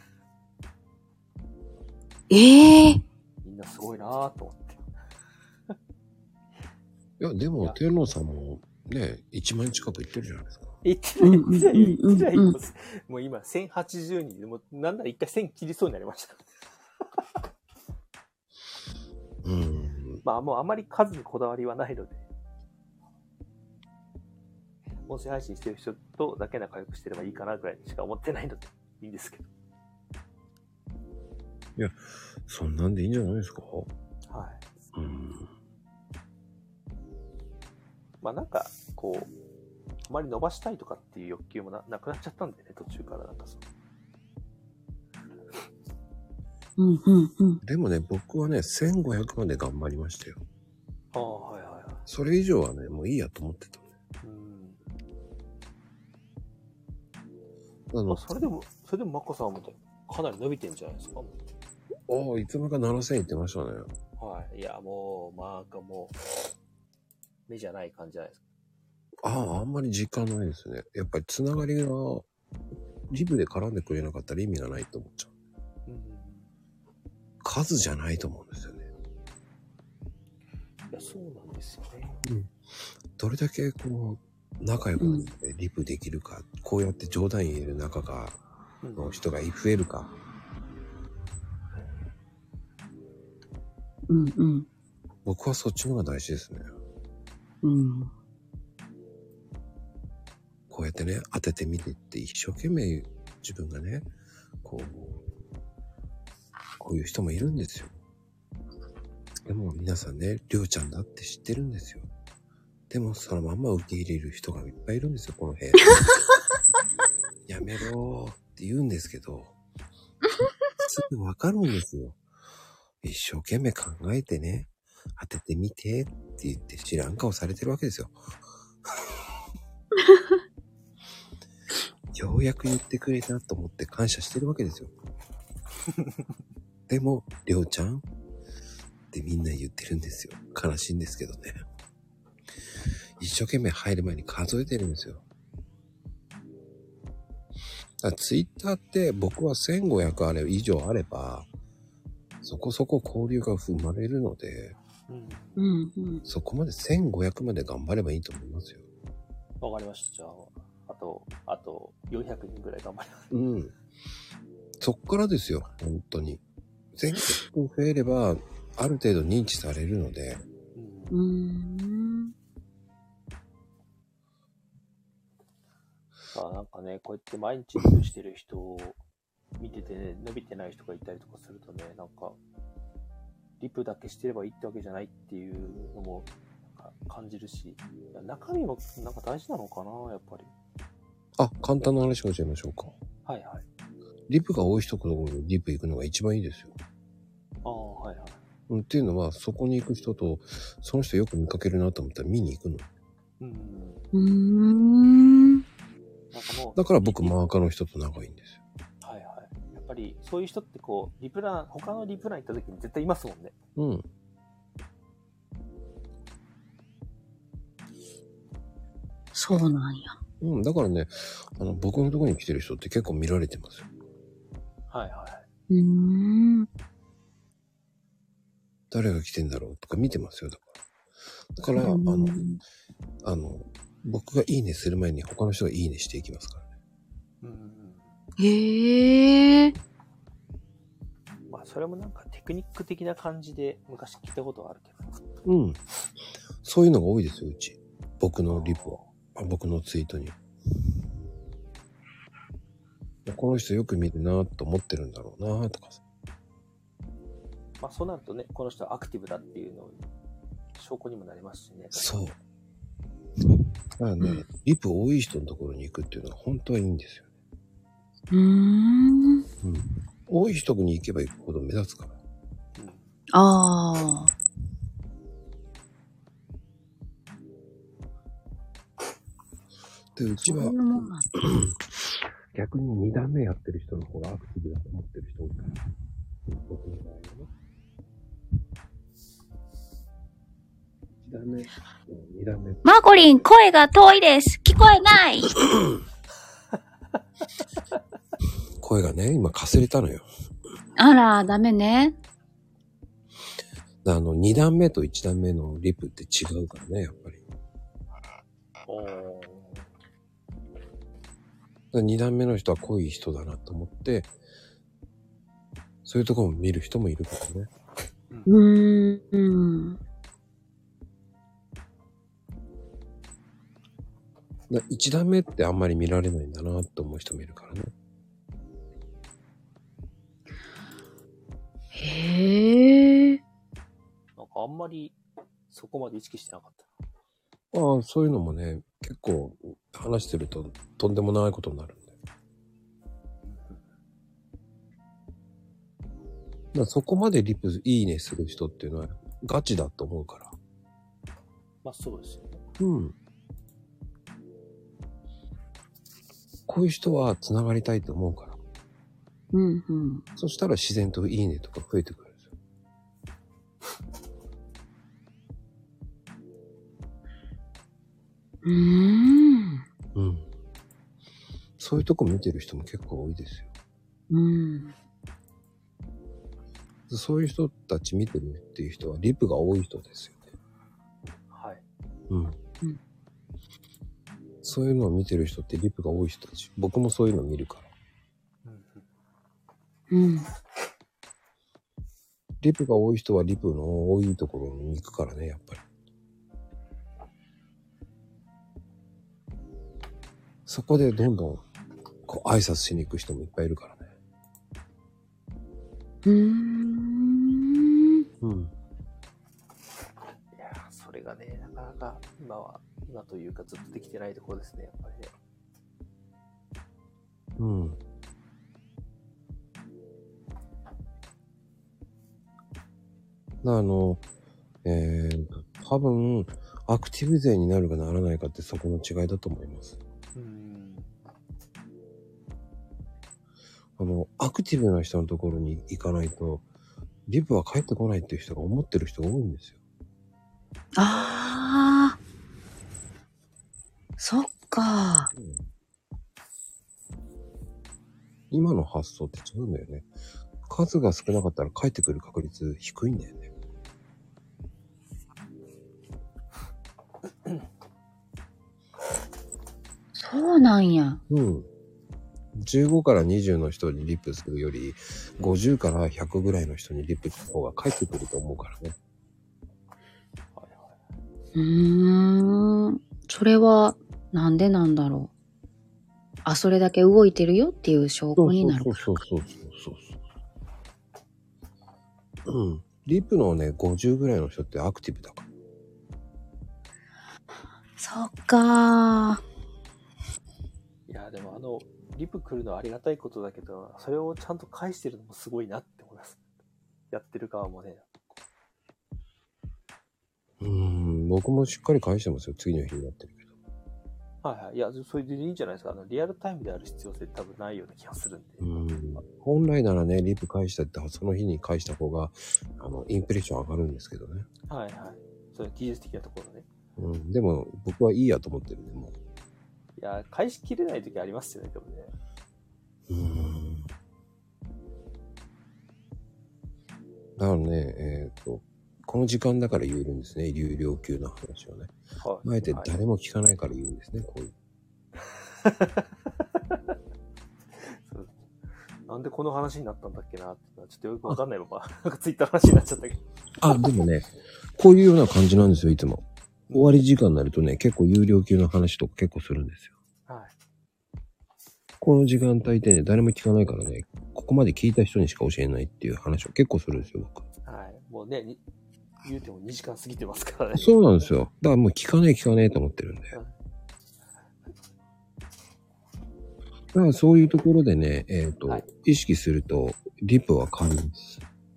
みんなすごいなぁと思って。 いや、でも、天皇さんもね、1万近く行ってるじゃないですか。 行ってない。もう今、1080人で、もうなんなら一回1000切りそうになりました。まあ、もうあまり数にこだわりはないので、音声配信してる人とだけ仲良くしてればいいかなぐらいにしか思ってないので、いいんですけど。 いや、そんなんでいいんじゃないですか？はい。 まあなんか、こう、あまり伸ばしたいとかっていう欲求も なくなっちゃったんでね、途中からなんかそう。 でもね、僕はね、1500まで頑張りましたよ。 ああ、はいはいはい。 それ以上はね、もういいやと思ってたね。 それでもマコさんもかなり伸びてんじゃないですか。 ああ、いつもか7000言ってましたね。 はい。いや、もう、もう、目じゃない感じじゃないですか。 あんまり実感ないですね。やっぱりつながりが、リブで絡んでくれなかったら意味がないと思っちゃう。数じゃないと思うんですよね。 いや、そうなんですよね。 どれだけこう、仲良くリブできるか、こうやって冗談言える仲が、の人が増えるか。僕はそっちの方が大事ですね。こうやってね、当ててみてって一生懸命自分がね、こういう人もいるんですよ。でも皆さんね、りょうちゃんだって知ってるんですよ。でもそのまんま受け入れる人がいっぱいいるんですよ、この部屋。やめろーって言うんですけど、すぐわかるんですよ。一生懸命考えてね、当ててみてって言って知らん顔されてるわけですよ。ようやく言ってくれたと思って感謝してるわけですよ。でも、りょうちゃんってみんな言ってるんですよ。悲しいんですけどね。一生懸命入る前に数えてるんですよ。ツイッターって僕は1500以上あれば、そこそこ交流が生まれるので、そこまで1500まで頑張ればいいと思いますよ。 わかりました。じゃあ、あと400人ぐらい頑張ります。 そっからですよ、本当に。1500増えれば、ある程度認知されるので。 なんかね、こうやって毎日リプしてる人を見ててね、伸びてない人がいたりとかするとね、なんか、リプだけしてればいいってわけじゃないっていうのも感じるし、中身もなんか大事なのかな、やっぱり。 簡単な話を教えましょうか。 はいはい。 リプが多い人ほどリプ行くのが一番いいですよ。 はいはい。 っていうのは、そこに行く人と、その人よく見かけるなと思ったら見に行くの。だから僕、マーカーの人と仲いいんですよ。 はいはい。やっぱり、そういう人ってこう、他のリプラン行った時に絶対いますもんね。 そうなんや。 だからね、僕のところに来てる人って結構見られてますよ。 はいはい。 誰が来てんだろうとか見てますよ、だから。僕がいいねする前に他の人がいいねしていきますからね。 へえ。 まあ、それもなんかテクニック的な感じで昔聞いたことはあるけど。そういうのが多いですよ、うち。僕のリプは。僕のツイートに。この人よく見るなと思ってるんだろうなとかさ。 まあそうなるとね、この人はアクティブだっていうの証拠にもなりますしね。 そう。だからね、リプ多い人のところに行くっていうのは本当はいいんですよね。多い人に行けば行くほど目立つから。で、うちは、逆に2段目やってる人の方がアクティブだと思ってる人多いから。僕の場合はね。1 段目。2段目。 マコリン、声が遠いです。聞こえない。 声がね、今かすれたのよ。 あら、ダメね。 2段目と1段目のリプって違うからね、やっぱり。2段目の人は濃い人だなと思って、そういうところも見る人もいるからね。1段目ってあんまり見られないんだなと思う人もいるからね。 へえ。 なんかあんまりそこまで意識してなかった。 ああ、そういうのもね、結構話してるととんでもないことになるんで。だからそこまでリプいいねする人っていうのはガチだと思うから。 まあそうですよね。 うん。こういう人は繋がりたいと思うから。 うんうん。 そしたら自然といいねとか増えてくるんですよ。うん。そういうとこ見てる人も結構多いですよ。 うん。 そういう人たち見てるっていう人はリプが多い人ですよね。 はい。 うん。そういうのを見てる人ってリプが多い人たち。僕もそういうの見るから。 うん。 リプが多い人はリプの多いところに行くからね、やっぱり。そこでどんどんこう挨拶しに行く人もいっぱいいるからね。 うん。いやー、それがね、なかなか今というかずっとできてないところですね、やっぱりね。 うん。多分、アクティブ勢になるかならないかってそこの違いだと思います。アクティブな人のところに行かないと、リプは返ってこないっていう人が思ってる人が多いんですよ。 ああ。そっか、 今の発想って違うんだよね。数が少なかったら返ってくる確率低いんだよね。 そうなんや。 うん。15から20の人にリップするより、50から100ぐらいの人にリップした方が返ってくると思うからね。 それはなんでなんだろう。あ、それだけ動いてるよっていう証拠になる。 そう。うん。リップのね、50ぐらいの人ってアクティブだから。 そっかー。いや、でもリプ来るのはありがたいことだけど、それをちゃんと返してるのもすごいなって思います。やってる側もね。 僕もしっかり返してますよ。次の日になってるけど。 はいはい。いや、それでいいんじゃないですか。リアルタイムである必要性多分ないような気がするんで。 本来ならね、リプ返したってその日に返した方が、インプレッション上がるんですけどね。 はいはい。そういう技術的なところね。 でも、僕はいいやと思ってるんで、もう。 いや、返しきれない時ありますよね、でもね。 だからね、この時間だから言えるんですね。有料級の話をね。はい。あえて誰も聞かないから言うんですね、こういう。 なんでこの話になったんだっけなって、ちょっとよくわかんないまま、なんかツイッターの話になっちゃったけど。 でもね、こういうような感じなんですよ、いつも。終わり時間になるとね、結構有料級の話とか結構するんですよ。はい。この時間帯ってね、誰も聞かないからね、ここまで聞いた人にしか教えないっていう話を結構するんですよ、僕。 はい。もうね、言うても2時間過ぎてますからね。 そうなんですよ。だからもう聞かねえと思ってるんで。だからそういうところでね、はい、意識すると、リプは変わります。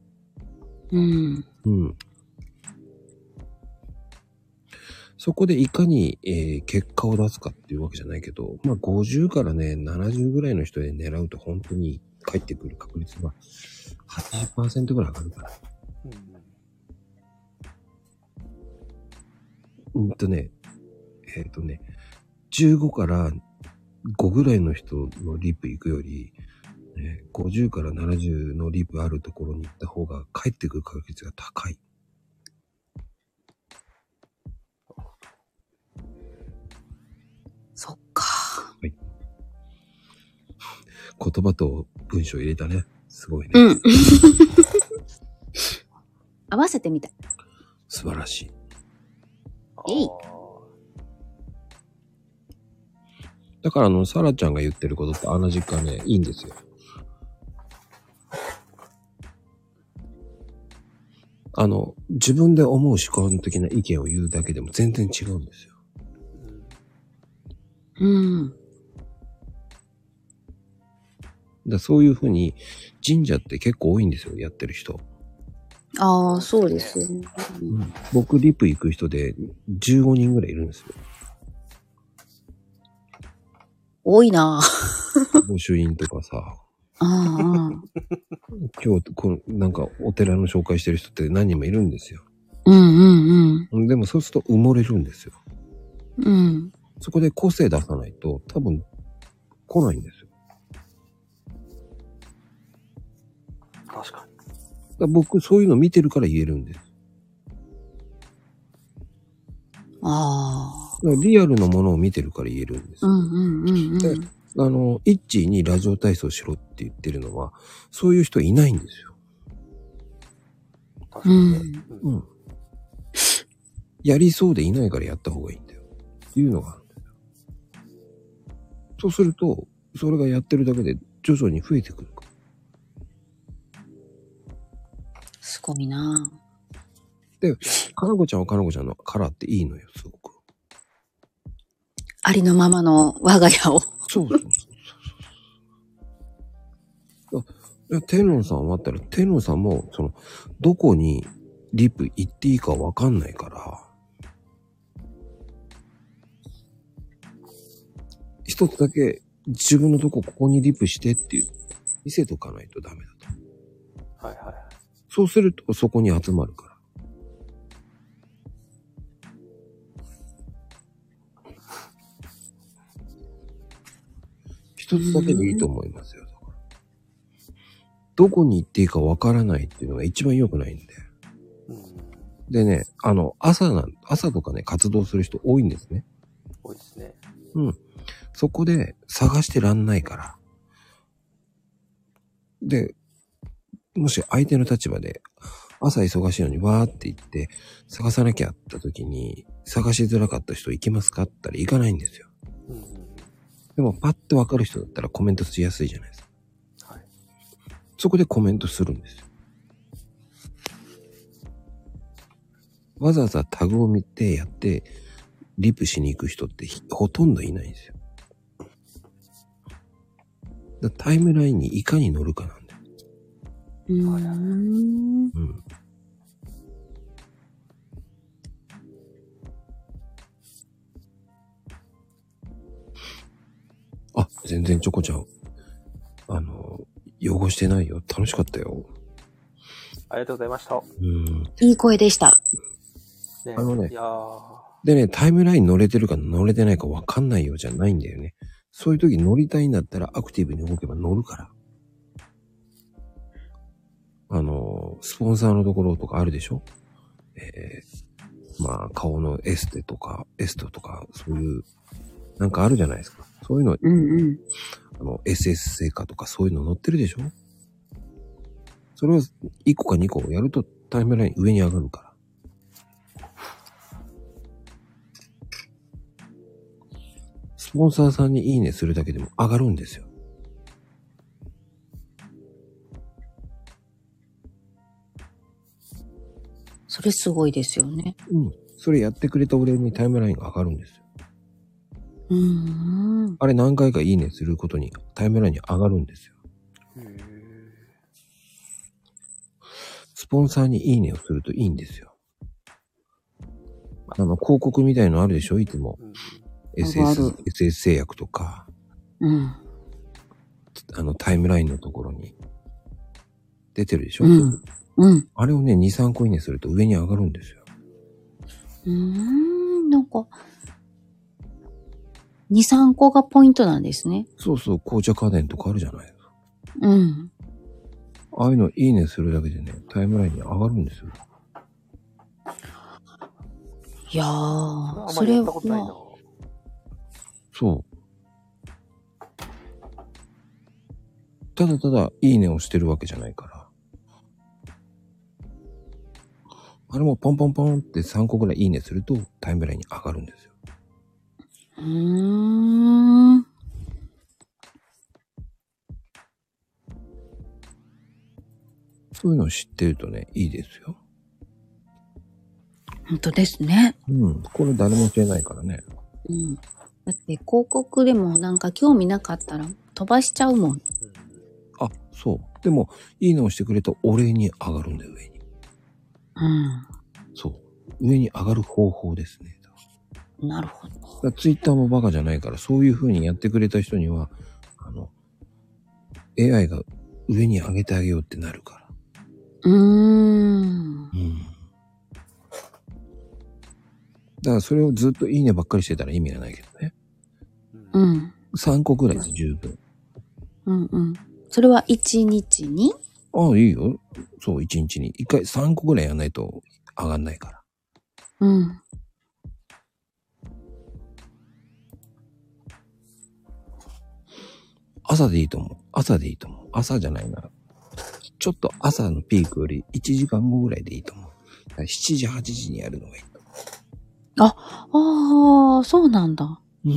そこでいかに、結果を出すかっていうわけじゃないけど、まあ50からね、70ぐらいの人で狙うと本当に返ってくる確率が 80% ぐらい上がるから。 15から5ぐらいの人のリップ行くより、50から70のリップあるところに行った方が帰ってくる確率が高い。 そっか。 はい。言葉と文章入れたね。すごいね。 うん。合わせてみたい。 素晴らしい。 いい。 だからサラちゃんが言ってることってあの実家ね、いいんですよ。自分で思う主観的な意見を言うだけでも全然違うんですよ。 うん。 そういう風に神社って結構多いんですよ、やってる人。 ああ、そうですよね。 うん、僕、リプ行く人で15人ぐらいいるんですよ。 多いなぁ。 御朱印とかさ。 ああ。 今日、なんかお寺の紹介してる人って何人もいるんですよ。 うんうんうん。でもそうすると埋もれるんですよ。 うん。 そこで個性出さないと多分来ないんですよ。 確かに。 僕そういうの見てるから言えるんです。 ああ。リアルなものを見てるから言えるんです。 うんうんうんうん。 で、イッチーにラジオ体操しろって言ってるのは、そういう人いないんですよ。 確かにね。 うん。やりそうでいないからやった方がいいんだよ。っていうのがあるんだよ。そうすると、それがやってるだけで徐々に増えてくるから。 すごいなぁ。 で、かなこちゃんはかなこちゃんのカラーっていいのよ、すごく。 ありのままの我が家を。 そう。天論さんはあったら、天論さんも、どこにリップ行っていいかわかんないから、一つだけ自分のとこここにリップしてっていう見せとかないとダメだと。 はいはい。 そうするとそこに集まるから。一つだけでいいと思いますよ。だからどこに行っていいかわからないっていうのが一番良くないんで。でね、朝とかね、活動する人多いんですね。 多いですね。 うん。そこで探してらんないから。で、もし相手の立場で、朝忙しいのにわーって言って、探さなきゃって時に、探しづらかった人行きますかって言ったら行かないんですよ。でもパッとわかる人だったらコメントしやすいじゃないですか。はい。そこでコメントするんですよ。わざわざタグを見てやって、リプしに行く人ってほとんどいないんですよ。タイムラインにいかに乗るかなんだよ。うん。あ、全然チョコちゃん。汚してないよ。楽しかったよ。 ありがとうございました。 いい声でした。 ね、いやでね、タイムライン乗れてるか乗れてないかわかんないよじゃないんだよね。そういう時乗りたいんだったらアクティブに動けば乗るから。スポンサーのところとかあるでしょ？まあ、顔のエステとか、そういう、なんかあるじゃないですか。そういうの、SS 成果とかそういうの載ってるでしょ？それを1個か2個やるとタイムライン上に上がるから。スポンサーさんにいいねするだけでも上がるんですよ。 それすごいですよね。 うん。それやってくれたお礼にタイムラインが上がるんですよ。あれ何回かいいねすることにタイムラインに上がるんですよ。スポンサーにいいねをするといいんですよ。広告みたいのあるでしょ？いつも。SS 製薬とか。タイムラインのところに出てるでしょ？あれをね、2、3個いいねすると上に上がるんですよ。 なんか、2、3個がポイントなんですね。 そうそう、紅茶家電とかあるじゃないですか。 うん。 ああいうのいいねするだけでね、タイムラインに上がるんですよ。 いやー、それは、 そう。ただただいいねをしてるわけじゃないから。あれもポンポンポンって3個ぐらいいいねするとタイムラインに上がるんですよ。そういうのを知ってるとね、いいですよ。 本当ですね。 うん。これ誰も教えないからね。 うん。だって広告でもなんか興味なかったら飛ばしちゃうもん。 あ、そう。でも、いいねをしてくれとお礼に上がるんだよ、上に。 うん。 そう。上に上がる方法ですね。 なるほど。 ツイッターもバカじゃないから、そういう風にやってくれた人には、AI が上に上げてあげようってなるから。うん。だからそれをずっといいねばっかりしてたら意味がないけどね。 うん。 3個ぐらいで十分。 うんうん。それは1日に？ ああ、いいよ。そう、1日に。1回3個ぐらいやらないと上がんないから。 うん。 朝でいいと思う。朝でいいと思う。朝じゃないな。ちょっと朝のピークより1時間後ぐらいでいいと思う。7時、8時にやるのがいい。 ああ、そうなんだ。 うん。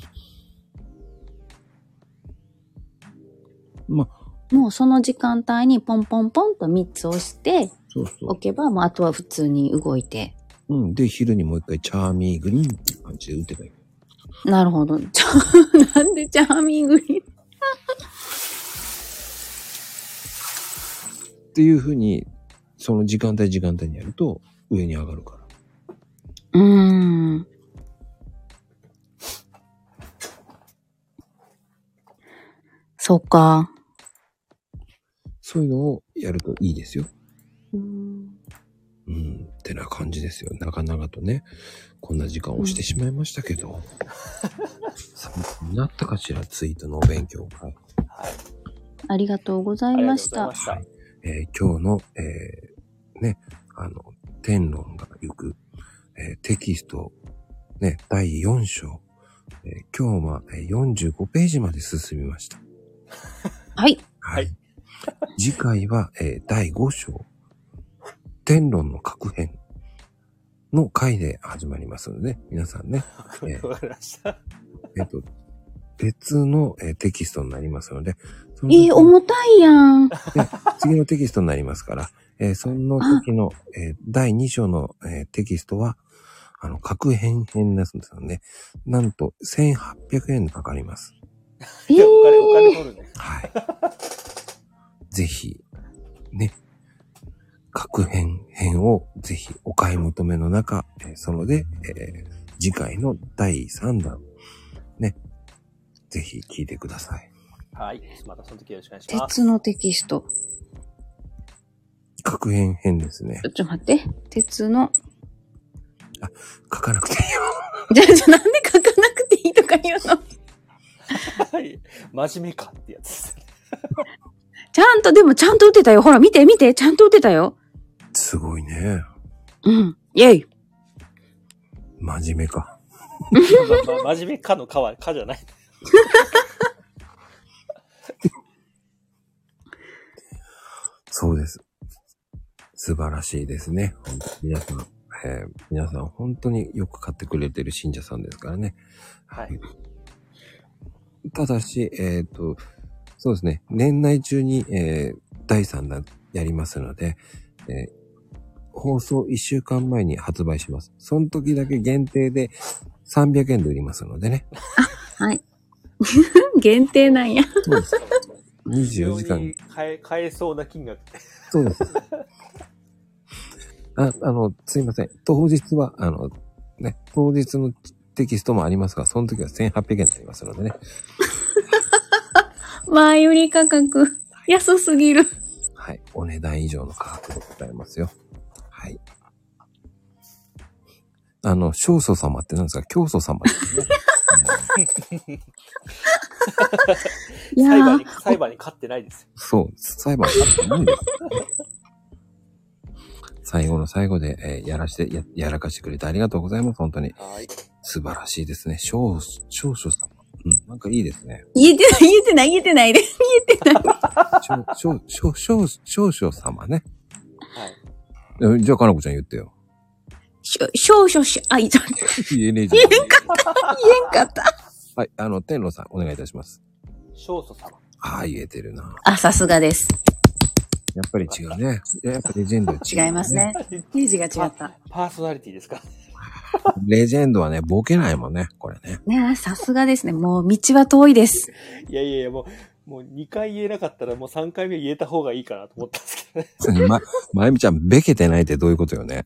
もうその時間帯にポンポンポンと3つ押して、 そうそう。 置けば、もうあとは普通に動いて。 うん。で、昼にもう一回チャーミーグリーンっていう感じで打てばいい。 なるほど。なんでチャーミーグリーンっていう風に、その時間帯にやると上に上がるから。 そうか。 そういうのをやるといいですよ。ってな感じですよ。長々とね、こんな時間をしてしまいましたけど。寒くなったかしら、ツイートのお勉強会。 はい。ありがとうございました。 はい。今日の、ね、天論が行く、テキスト、ね、第4章、今日は45ページまで進みました。 はい。 はい。次回は、第5章、天論の格編の回で始まりますので、皆さんね、 わかりました。 別の、テキストになりますので、 重たいやん。 次のテキストになりますから、その時の、第2章の、テキストは、格編編ですので、なんと1800円かかります。 お金取るね。 はい。ぜひ、ね、格編をぜひお買い求めの中、そので、次回の第3弾、ね、ぜひ聞いてください。 はい。またその時よろしくお願いします。 鉄のテキスト。 格編ですね。 ちょっと待って。鉄の。 書かなくていいよ。 じゃあなんで書かなくていいとか言うの？ はい。真面目かってやつですね。 でもちゃんと打てたよ。ほら、見て、ちゃんと打てたよ。 すごいね。 うん。イェイ。 真面目か。 真面目かのかは、かじゃない。 そうです。素晴らしいですね。本当に皆さん本当によく買ってくれてる信者さんですからね。 はい。 ただし、そうですね。年内中に、第3弾やりますので、放送1週間前に発売します。その時だけ限定で300円で売りますのでね。 はい。限定なんや。 そうです。24時間。 買えそうな金額。 そうです。すいません。当日は、当日のテキストもありますが、その時は1800円になりますのでね。 前売り価格、安すぎる。 はい。お値段以上の価格でございますよ。はい。 少祖様って何ですか？教祖様ですね。 いや裁判に勝ってないですよ。 そう、裁判に勝ってないです。最後の最後で、やらかしてくれてありがとうございます。本当に。はい。素晴らしいですね。少々様。うん、なんかいいですね。 言えてないで。 少々様ね。はい。じゃあ、かなこちゃん言ってよ。 少々、 言えねえじゃん。 言えんかった。 はい、天狼さん、お願いいたします。 少々様。 ああ、言えてるな。 さすがです。 やっぱり違うね。やっぱレジェンド違う、 ね。違いますね。ページが違った。 パーソナリティですか？ レジェンドはね、ボケないもんね、これね。 ねえ、さすがですね。もう道は遠いです。 いや、もう2回言えなかったらもう3回目言えた方がいいかなと思ったんですけどね。 まゆみちゃん、べけてないってどういうことよね。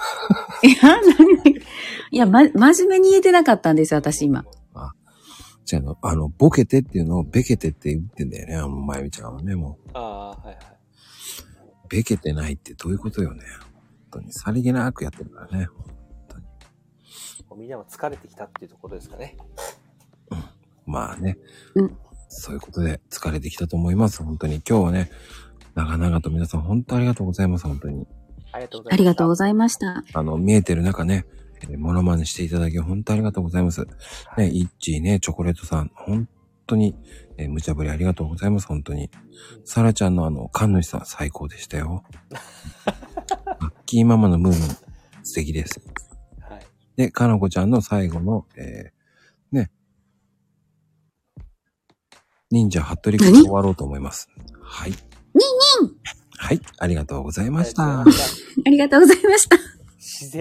真面目に言えてなかったんですよ、私今。 じゃあ、ボケてっていうのをべけてって言ってんだよね、まゆみちゃんはね、もう。 はいはい。 べけてないってどういうことよね。本当に、さりげなくやってるからね。本当に。 みんなも疲れてきたっていうところですかね。 うん。まあね。うん。そういうことで疲れてきたと思います。本当に。今日はね、長々と皆さん本当ありがとうございます。本当に。 ありがとうございました。 見えてる中ね、モノマネしていただき本当ありがとうございます。ね、イッチーね、チョコレートさん、本当に、無茶ぶりありがとうございます。本当に。サラちゃんの神主さん最高でしたよ。アッキーママのムーン素敵です。はい。で、かなこちゃんの最後の、ね、忍者ハットリから終わろうと思います。はい。 ニンはい、ありがとうございました。 ありがとうございました。 自然